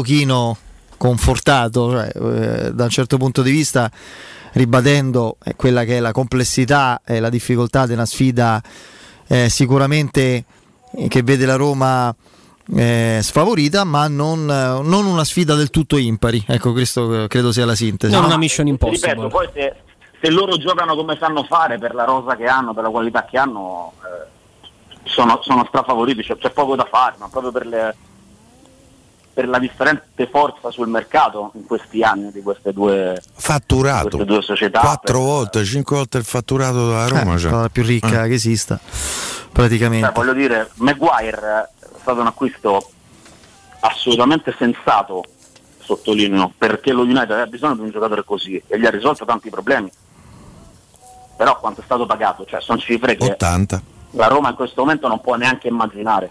confortato, cioè, da un certo punto di vista, ribadendo quella che è la complessità e la difficoltà di una sfida sicuramente che vede la Roma sfavorita, ma non una sfida del tutto impari. Ecco, questo credo sia la sintesi. Non una mission impossible. Ripeto, poi se loro giocano come sanno fare, per la rosa che hanno, per la qualità che hanno, sono strafavoriti, c'è poco da fare, ma proprio per la differente forza sul mercato in questi anni di queste due società. 4 volte, 5 volte il fatturato della Roma, cioè. La più ricca che esista praticamente. Voglio dire, Maguire è stato un acquisto assolutamente sensato, sottolineo, perché lo United aveva bisogno di un giocatore così e gli ha risolto tanti problemi. Però quanto è stato pagato? Cioè, sono cifre che 80. La Roma in questo momento non può neanche immaginare.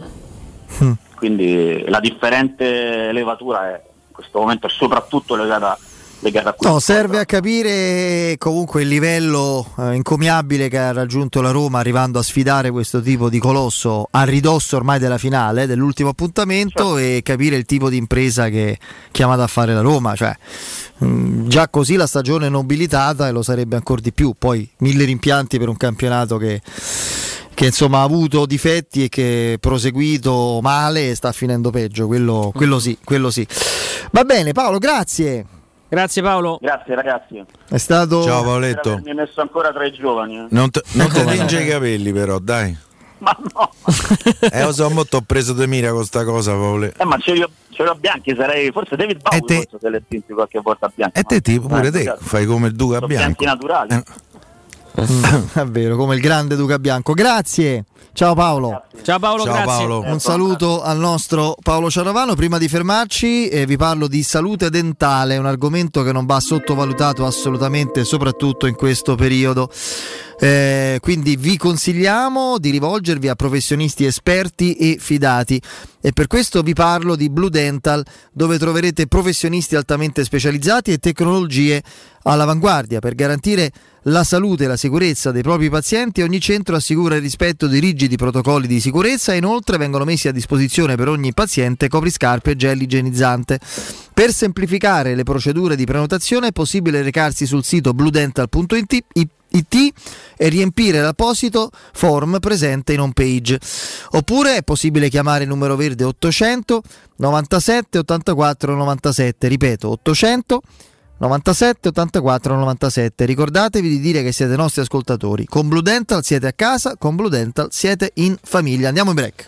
Quindi la differente levatura in questo momento è soprattutto legata a questo. No, serve a capire comunque il livello incommiabile che ha raggiunto la Roma, arrivando a sfidare questo tipo di colosso a ridosso ormai della finale, dell'ultimo appuntamento, e capire il tipo di impresa che è chiamata a fare la Roma. Cioè, già così la stagione è nobilitata e lo sarebbe ancora di più. Poi 1000 rimpianti per un campionato che insomma ha avuto difetti e che è proseguito male e sta finendo peggio, quello sì. Va bene, Paolo, grazie. Grazie Paolo. Grazie ragazzi. È stato... Ciao Paoletto. Mi hai messo ancora tra i giovani. Non ti tinge i capelli però, dai. Ma no. Lo so, molto ho preso de mira con sta cosa, Paolo. Ma ce li ho bianchi, sarei forse David Bowie, forse se le tinti qualche volta bianchi. E te pure te fai come il Duca Bianco. Bianchi naturali. È vero, come il grande Duca Bianco. Grazie. Ciao Paolo. Grazie. Ciao Paolo, Ciao, grazie. Paolo. Un saluto al nostro Paolo Ciaravano. Prima di fermarci vi parlo di salute dentale, un argomento che non va sottovalutato assolutamente, soprattutto in questo periodo. Quindi vi consigliamo di rivolgervi a professionisti esperti e fidati, e per questo vi parlo di Blue Dental, dove troverete professionisti altamente specializzati e tecnologie all'avanguardia. Per garantire la salute e la sicurezza dei propri pazienti, ogni centro assicura il rispetto di rigidi protocolli di sicurezza e inoltre vengono messi a disposizione per ogni paziente copriscarpe e gel igienizzante. Per semplificare le procedure di prenotazione è possibile recarsi sul sito bluedental.it e riempire l'apposito form presente in home page, oppure è possibile chiamare il numero verde 800 97 84 97, ripeto 800 97 84 97. Ricordatevi di dire che siete nostri ascoltatori. Con Blue Dental siete a casa, con Blue Dental siete in famiglia. Andiamo in break.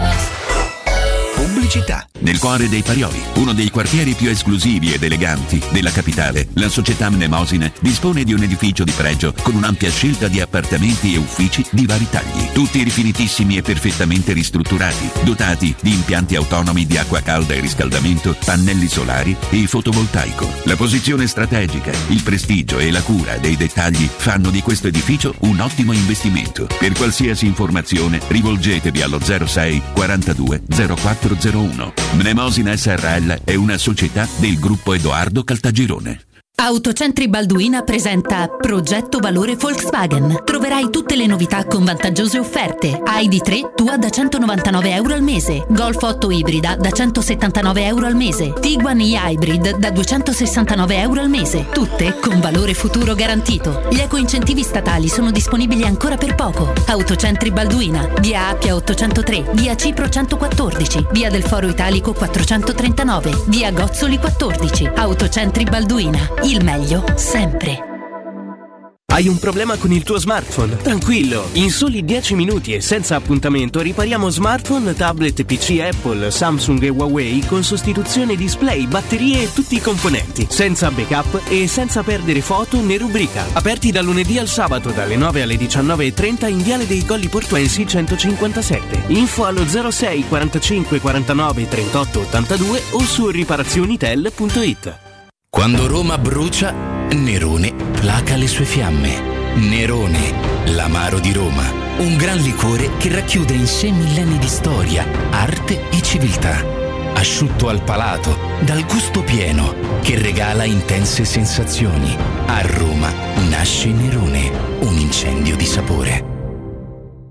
Pubblicità. Nel cuore dei Parioli, uno dei quartieri più esclusivi ed eleganti della capitale, la società Mnemosine dispone di un edificio di pregio con un'ampia scelta di appartamenti e uffici di vari tagli, tutti rifinitissimi e perfettamente ristrutturati, dotati di impianti autonomi di acqua calda e riscaldamento, pannelli solari e fotovoltaico. La posizione strategica, il prestigio e la cura dei dettagli fanno di questo edificio un ottimo investimento. Per qualsiasi informazione rivolgetevi allo 06 42 0401. Mnemosina SRL è una società del gruppo Edoardo Caltagirone. Autocentri Balduina presenta Progetto Valore Volkswagen. Troverai tutte le novità con vantaggiose offerte. ID3 Tua da €199 al mese, Golf 8 ibrida da €179 al mese, Tiguan e-Hybrid da €269 al mese, tutte con valore futuro garantito. Gli eco-incentivi statali sono disponibili ancora per poco. Autocentri Balduina, via Appia 803, via Cipro 114, via del Foro Italico 439, via Gozzoli 14. Autocentri Balduina. Il meglio sempre. Hai un problema con il tuo smartphone? Tranquillo, in soli 10 minuti e senza appuntamento ripariamo smartphone, tablet, PC Apple, Samsung e Huawei con sostituzione display, batterie e tutti i componenti, senza backup e senza perdere foto né rubrica. Aperti dal lunedì al sabato dalle 9 alle 19:30 in Viale dei Colli Portuensi 157. Info allo 06 45 49 38 82 o su riparazionitel.it. Quando Roma brucia, Nerone placa le sue fiamme. Nerone, l'amaro di Roma. Un gran liquore che racchiude in sé millenni di storia, arte e civiltà. Asciutto al palato, dal gusto pieno, che regala intense sensazioni. A Roma nasce Nerone, un incendio di sapore.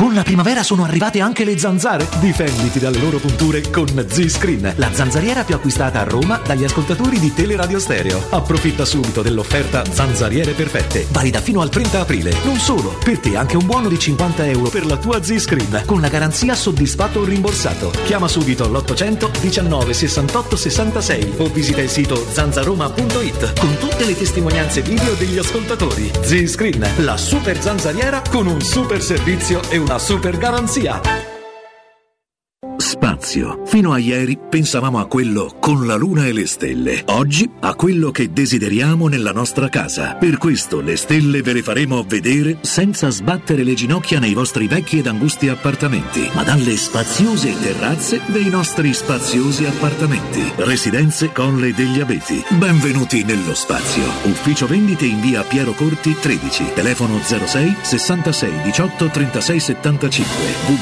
Con la primavera sono arrivate anche le zanzare. Difenditi dalle loro punture con Z-Screen, la zanzariera più acquistata a Roma dagli ascoltatori di Teleradio Stereo. Approfitta subito dell'offerta Zanzariere Perfette, valida fino al 30 aprile. Non solo, per te anche un buono di 50 euro per la tua Z-Screen, con la garanzia soddisfatto o rimborsato. Chiama subito l'800 19 68 66 o visita il sito zanzaroma.it con tutte le testimonianze video degli ascoltatori. Z-Screen, la super zanzariera con un super servizio e una super garanzia. Spazio. Fino a ieri pensavamo a quello con la luna e le stelle. Oggi a quello che desideriamo nella nostra casa. Per questo le stelle ve le faremo vedere senza sbattere le ginocchia nei vostri vecchi ed angusti appartamenti, ma dalle spaziose terrazze dei nostri spaziosi appartamenti. Residenze Colle degli Abeti. Benvenuti nello spazio. Ufficio vendite in via Piero Corti 13. Telefono 06 66 18 36 75.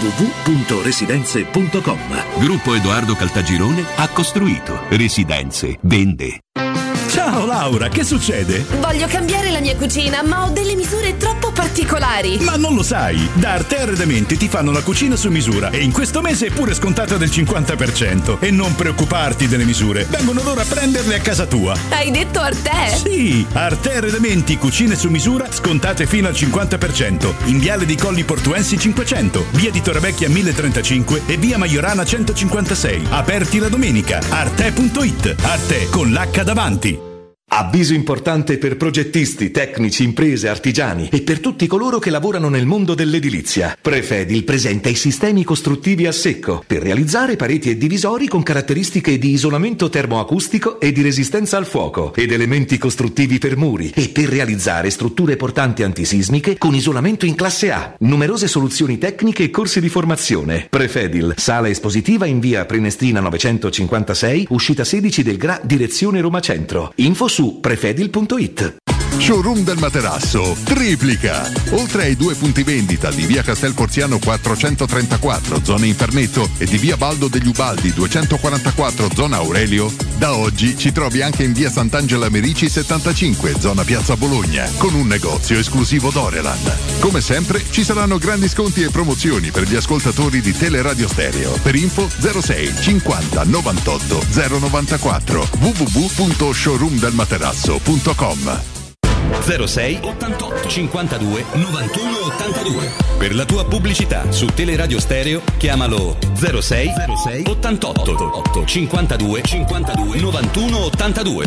www.residenze.com. Gruppo Edoardo Caltagirone ha costruito, residenze, vende. Ciao Laura, che succede? Voglio cambiare la mia cucina, ma ho delle misure troppo particolari. Ma non lo sai, da Arte Arredamenti ti fanno la cucina su misura e in questo mese è pure scontata del 50%. E non preoccuparti delle misure, vengono loro a prenderle a casa tua. Hai detto Arte? Sì, Arte Arredamenti, cucine su misura, scontate fino al 50%. In Viale dei Colli Portuensi 500, via di Torrevecchia 1035 e via Maiorana 156. Aperti la domenica. Arte.it, Arte con l'H davanti. Avviso importante per progettisti, tecnici, imprese, artigiani e per tutti coloro che lavorano nel mondo dell'edilizia. Prefedil presenta i sistemi costruttivi a secco per realizzare pareti e divisori con caratteristiche di isolamento termoacustico e di resistenza al fuoco ed elementi costruttivi per muri e per realizzare strutture portanti antisismiche con isolamento in classe A. Numerose soluzioni tecniche e corsi di formazione. Prefedil, sala espositiva in via Prenestina 956, uscita 16 del Gra, direzione Roma Centro. Info su prefedil.it. Showroom del Materasso triplica. Oltre ai 2 punti vendita di via Castel Porziano 434 zona Infernetto e di via Baldo degli Ubaldi 244 zona Aurelio, da oggi ci trovi anche in via Sant'Angela Merici 75 zona Piazza Bologna con un negozio esclusivo Doreland. Come sempre ci saranno grandi sconti e promozioni per gli ascoltatori di Teleradio Stereo. Per info 06 50 98 094 www.showroomdelmaterasso.com. 06 88 52 91 82. Per la tua pubblicità su Teleradio Stereo chiamalo 06 88 52 91 82.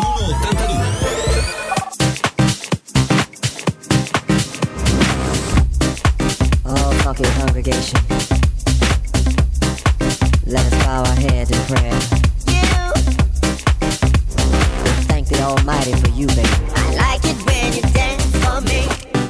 Oh, funky congregation, let us bow our heads in prayer. Thank the Almighty for you, baby. I like it when you dance for me.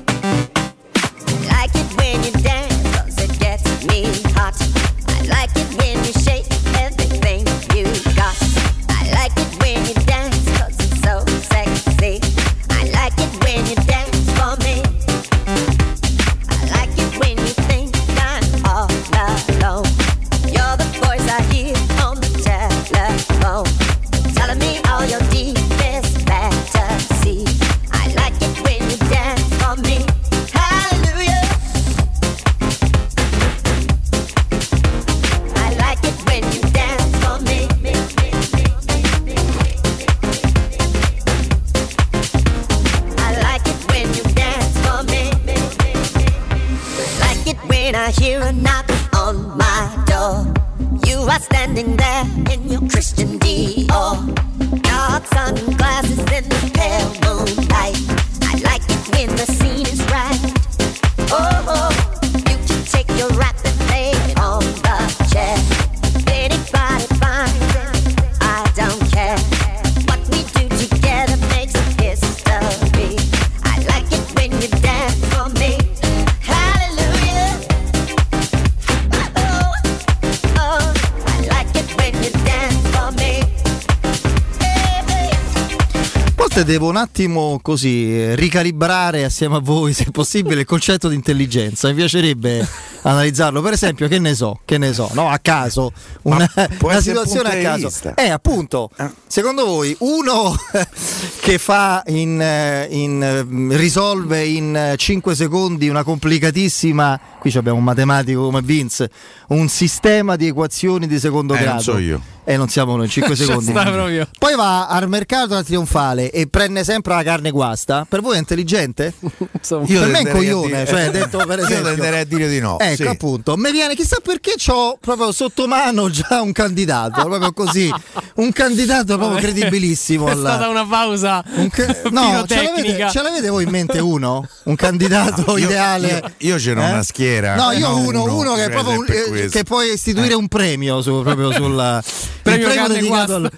I like it when you dance, 'cause it gets me hot. I like it when you shake everything you got. I like it when you dance, 'cause it's so sexy. I like it when you dance for me. I like it when you think I'm all alone. You're the voice I hear on the telephone, telling me all your deepest fantasy. I like it when you dance for me. Hallelujah. I like it when you dance for me. I like it when you dance for me. I like it when I hear a knock on my door. You are standing there in your Christian Dior, dark sunglasses in the pale moonlight. I like it when the scene is right. Oh, you can take your rap and lay it on the chair. Anybody fine, I don't care. What we do together makes history. I like it when you dance for me. Hallelujah. Oh, I like it when you dance for me. A volte devo un attimo così ricalibrare assieme a voi, se possibile, il concetto di intelligenza. Mi piacerebbe analizzarlo. Per esempio, che ne so, no, a caso, una situazione a caso. Appunto, secondo voi uno che fa risolve in 5 secondi una complicatissima, qui abbiamo un matematico come Vince, un sistema di equazioni di secondo grado. Non so io. Non siamo noi, 5 secondi. Poi va al mercato al trionfale e prende sempre la carne guasta. Per voi è intelligente? Per me è un coglione, detto per esempio. Io tenderei a dire di no. Ecco, appunto. Mi viene, chissà perché c'ho proprio sotto mano già un candidato, proprio così. Un candidato proprio credibilissimo. È stata una pausa. No, ce l'avete voi in mente uno? Un candidato ideale? Io ce n'ho una schiera. No, io uno che è proprio che puoi istituire un premio proprio sul premio dedicato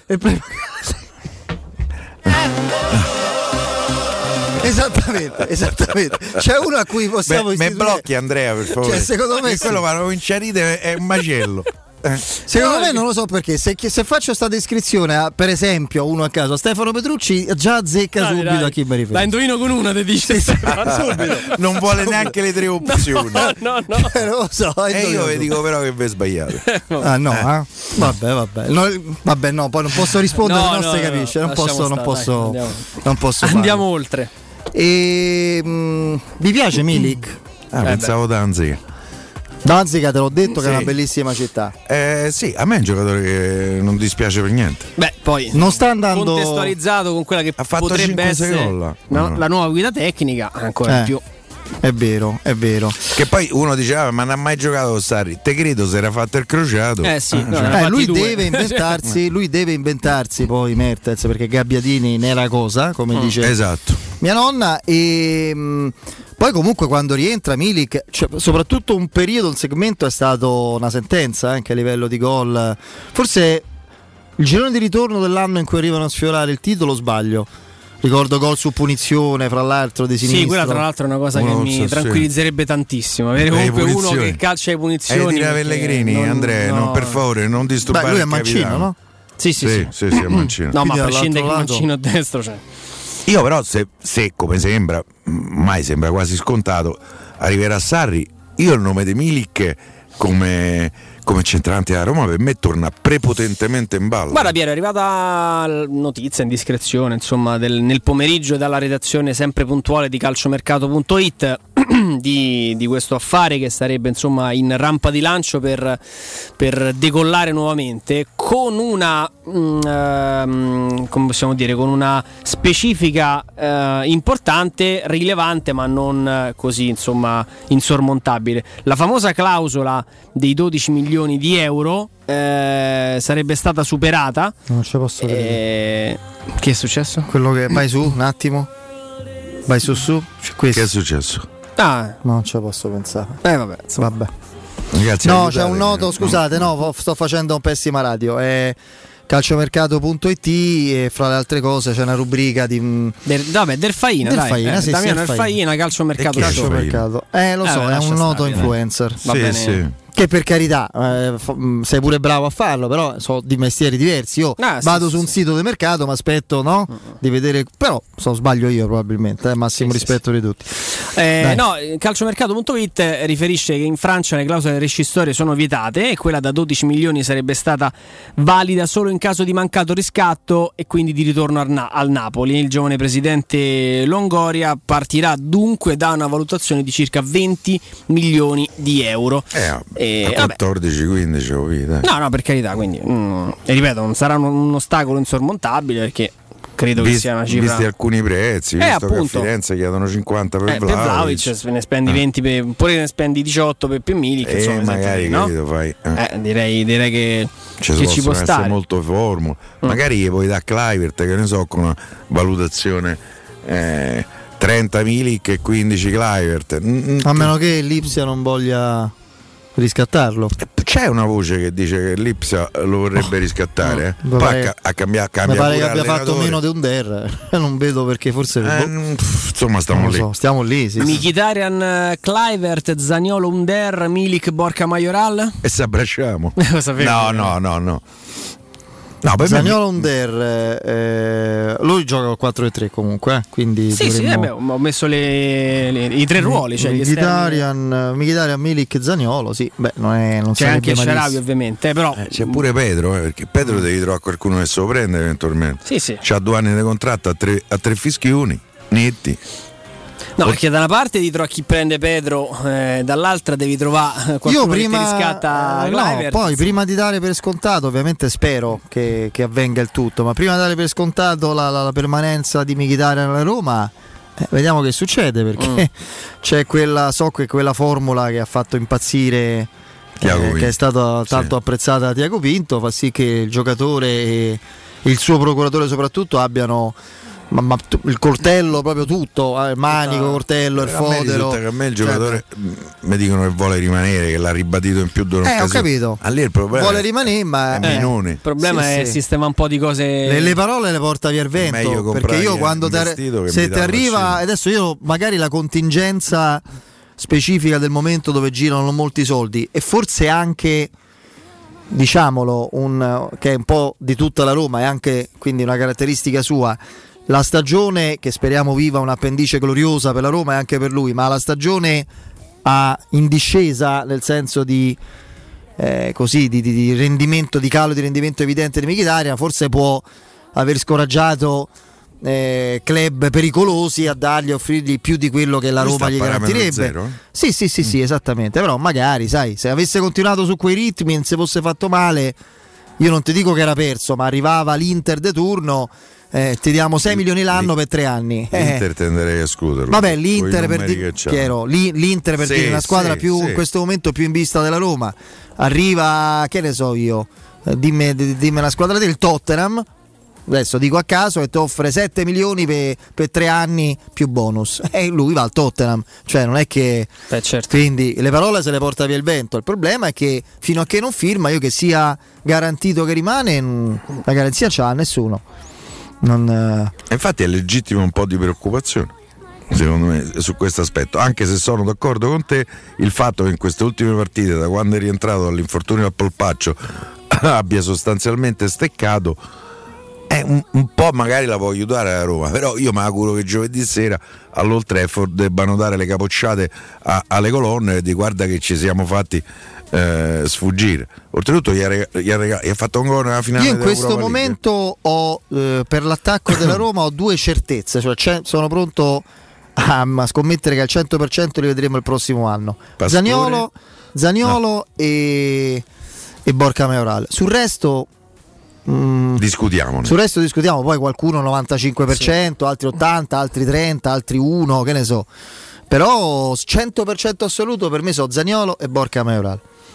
esattamente. C'è uno a cui possiamo istituire. Me blocchi Andrea, per favore. Secondo me quello quando comincia a ridere è un macello. Secondo me non lo so perché se faccio questa descrizione per esempio uno a caso a Stefano Petrucci già azzecca subito a chi mi riferisco. La indovino con una, ti dice subito. Non vuole neanche le 3 opzioni. No. Lo so. E io vi dico però che vi sbagliate. No. Vabbè, no, poi non posso rispondere, non si capisce. Non posso. Andiamo oltre. Vi piace Milik? Pensavo Danzica. Danzica, te l'ho detto, che è una bellissima città. Sì, a me è un giocatore che non dispiace per niente. Beh, poi non sta andando contestualizzato con quella che ha fatto potrebbe essere la nuova guida tecnica, ancora di più. È vero. Che poi uno diceva ma non ha mai giocato con Sarri. Te credo si era fatto il crociato. Lui deve inventarsi poi Mertens, perché Gabbiadini ne era cosa, come dice mia nonna. E poi comunque quando rientra Milik, soprattutto un segmento è stato una sentenza anche a livello di gol. Forse il girone di ritorno dell'anno in cui arrivano a sfiorare il titolo, sbaglio. Ricordo gol su punizione, fra l'altro di sinistra. Sì, quella tra l'altro è una cosa che mi tranquillizzerebbe tantissimo. Avere comunque uno che calcia le punizioni. Tira Pellegrini, Andrea, per favore, non disturbare. Lui è Mancino, no? Sì, è Mancino. No, ma a prescindere che Mancino a destro c'è. Io però se come sembra, mai sembra quasi scontato, arriverà Sarri, io il nome di Milik come centrante a Roma per me torna prepotentemente in ballo. Guarda Piero, è arrivata notizia, indiscrezione insomma nel pomeriggio dalla redazione sempre puntuale di calciomercato.it di questo affare che sarebbe insomma in rampa di lancio per decollare nuovamente con una come possiamo dire, con una specifica importante, rilevante ma non così insomma insormontabile. La famosa clausola dei 12 milioni di euro sarebbe stata superata. Non ce posso credere. Che è successo? Quello che vai su un attimo, vai su che è successo? Non ce la posso pensare. Vabbè. Ragazzi, no, c'è un noto, scusate, sto facendo un pessima radio. Calciomercato.it e fra le altre cose c'è una rubrica di del Faina, Damiano Faina, calciomercato. Lo so, è un noto influencer. Va bene. Che per carità sei pure bravo a farlo, però so di mestieri diversi. Io vado su un sito di mercato, mi aspetto di vedere, però sbaglio io probabilmente, massimo rispetto di tutti. No, calciomercato.it riferisce che in Francia le clausole rescissorie sono vietate e quella da 12 milioni sarebbe stata valida solo in caso di mancato riscatto e quindi di ritorno al Napoli. Il giovane presidente Longoria partirà dunque da una valutazione di circa 20 milioni di euro. A 14-15 no, per carità, quindi e ripeto, non sarà un ostacolo insormontabile, perché credo che sia una cifra. Visti alcuni prezzi, visto che a Firenze chiedono 50 per Vlahovic, ne spendi 20 oppure ne spendi 18 per Milik, insomma, magari fai. Direi che ci può stare molto formule. Magari gli puoi da Kluivert, che ne so, con una valutazione 30 Milik e 15 Kluivert, a meno che l'Ipsia non voglia riscattarlo. C'è una voce che dice che l'Ipsia lo vorrebbe riscattare. Poi cambia mi pare che abbia fatto meno di un der. Non vedo perché, forse insomma stiamo lì. Sì. Mkhitaryan, Kluivert, Zaniolo, Under, Milik, Borca Majoral. E si abbracciamo. Lo sapevo. No. No, per Zaniolo Under, lui gioca col 4-3 comunque, quindi sì, ho messo i tre ruoli, cioè Mkhitaryan, Milik e Zaniolo, sì, beh, non c'è anche Shaarawy ovviamente, però c'è pure Pedro, perché Pedro devi trovare qualcuno che se lo prende eventualmente. Sì. C'ha 2 anni di contratto a tre fischioni netti. No, perché da una parte devi trovare chi prende Pedro, dall'altra devi trovare qualcuno che ti riscatta Kluivert. Poi prima di dare per scontato, ovviamente spero che avvenga il tutto, ma prima di dare per scontato la permanenza di Mkhitaryan alla Roma, vediamo che succede, perché c'è quella formula che ha fatto impazzire, che è stata tanto apprezzata da Tiago Pinto, fa sì che il giocatore e il suo procuratore soprattutto abbiano ma il coltello, proprio tutto, il manico, coltello, il fodero. A me il giocatore mi dicono che vuole rimanere, che l'ha ribadito in più di un'occasione. Ho capito. A lì il problema vuole rimanere, ma il problema è sistema un po' di cose. Le parole le porta via il vento, perché io quando se ti arriva adesso, io magari la contingenza specifica del momento dove girano molti soldi, e forse anche, diciamolo, che è un po' di tutta la Roma e anche quindi una caratteristica sua, la stagione che speriamo viva un'appendice gloriosa per la Roma e anche per lui, ma la stagione in discesa, nel senso di rendimento, di calo di rendimento evidente di Mkhitaryan, forse può aver scoraggiato club pericolosi a offrirgli più di quello che la Roma gli garantirebbe. Sì, esattamente. Però magari, sai, se avesse continuato su quei ritmi, non si fosse fatto male, io non ti dico che era perso, ma arrivava l'Inter de turno. Ti diamo 6 milioni l'anno per 3 anni. L'Inter tenderei a escluderlo. Vabbè, l'Inter per dire una squadra in questo momento più in vista della Roma. Arriva, che ne so io, dimmi la squadra del Tottenham. Adesso dico a caso, e ti offre 7 milioni per 3 anni più bonus, e lui va al Tottenham, cioè non è che certo. Quindi le parole se le porta via il vento. Il problema è che fino a che non firma, io che sia garantito che rimane, la garanzia c'ha nessuno. Infatti è legittimo un po' di preoccupazione, secondo me, su questo aspetto, anche se sono d'accordo con te il fatto che in queste ultime partite, da quando è rientrato dall'infortunio al polpaccio, abbia sostanzialmente steccato. Un po' magari la può aiutare la Roma, però io mi auguro che giovedì sera all'Old Trafford debbano dare le capocciate alle colonne e di guarda che ci siamo fatti sfuggire. Oltretutto gli ha fatto ancora una finale. Io in questo momento ho per l'attacco della Roma ho 2 certezze, cioè sono pronto a scommettere che al 100% li vedremo il prossimo anno. Pastore. Zaniolo e Borca Majoral. Sul resto discutiamo, poi qualcuno 95%, altri 80%, altri 30%, altri 1%, che ne so. Però 100% assoluto per me sono Zaniolo e Borca Majoral.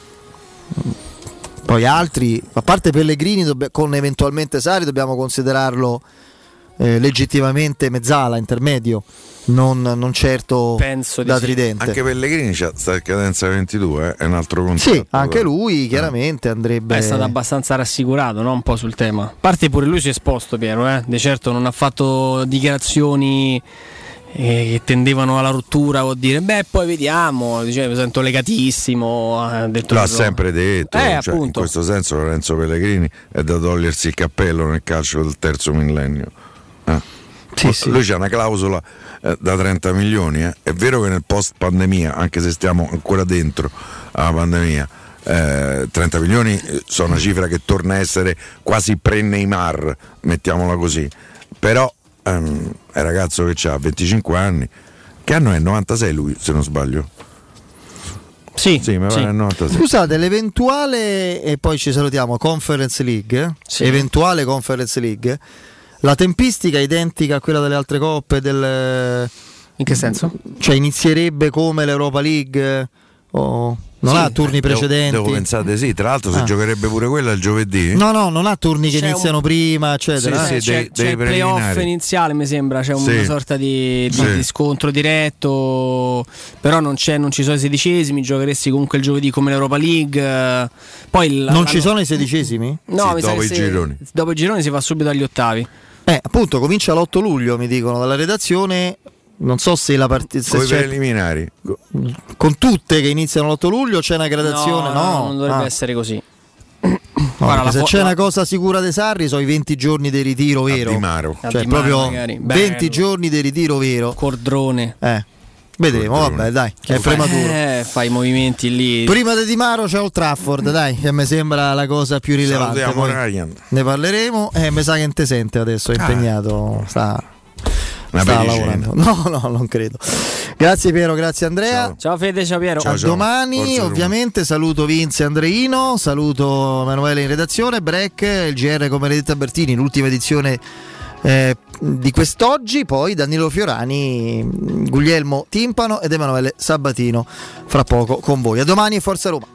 Poi altri, a parte Pellegrini con eventualmente Sarri, dobbiamo considerarlo legittimamente mezzala, intermedio, non certo da tridente. Anche Pellegrini sta a cadenza 22, è un altro contratto. Sì, anche lui chiaramente andrebbe. È stato abbastanza rassicurato, no? Un po' sul tema. A parte pure lui si è esposto, Piero, di certo non ha fatto dichiarazioni che tendevano alla rottura o dire poi vediamo, mi sento legatissimo, ha detto. L'ha sempre detto, appunto. In questo senso Lorenzo Pellegrini è da togliersi il cappello nel calcio del terzo millennio. Sì. Lui c'ha una clausola da 30 milioni, è vero che nel post pandemia, anche se stiamo ancora dentro alla pandemia, 30 milioni sono una cifra che torna a essere quasi pre-Neymar, mettiamola così, però è un ragazzo che ha 25 anni. Che anno è? 96 lui, se non sbaglio. Sì, ma sì. 96. Scusate, l'eventuale, e poi ci salutiamo, Conference League, eventuale Conference League, la tempistica è identica a quella delle altre coppe In che senso? Cioè inizierebbe come l'Europa League o non ha turni precedenti? Devo pensare sì, tra l'altro si giocherebbe pure quella il giovedì. No, non ha turni che iniziano prima, eccetera. C'è il playoff iniziale, mi sembra, c'è una sorta di scontro diretto, però non ci sono i sedicesimi, giocheresti comunque il giovedì come l'Europa League. Poi non ci sono i sedicesimi? No, dopo i gironi. Dopo i gironi si va subito agli ottavi. Appunto, comincia l'8 luglio, mi dicono dalla redazione. Non so se la partita con i preliminari, con tutte che iniziano l'8 luglio c'è una gradazione. No, non dovrebbe essere così. No, se c'è una cosa sicura dei Sarri sono i 20 giorni di ritiro vero. Di Maro. Cioè proprio 20 giorni di ritiro vero. Cordrone. Vedremo, vabbè, dai, è prematuro. Fai i movimenti lì. Prima di Di Maro c'è Old Trafford, dai, che mi sembra la cosa più rilevante. Ne parleremo. Mi sa che non te sente adesso, è impegnato. Sta lavorando. No, non credo. Grazie Piero, grazie Andrea. Ciao Fede, ciao Piero. A domani. Forza ovviamente Roma. Saluto Vince e Andreino, saluto Emanuele in redazione, break, il GR con Benedetta Bertini, l'ultima edizione di quest'oggi, poi Danilo Fiorani, Guglielmo Timpano ed Emanuele Sabatino fra poco con voi. A domani e Forza Roma.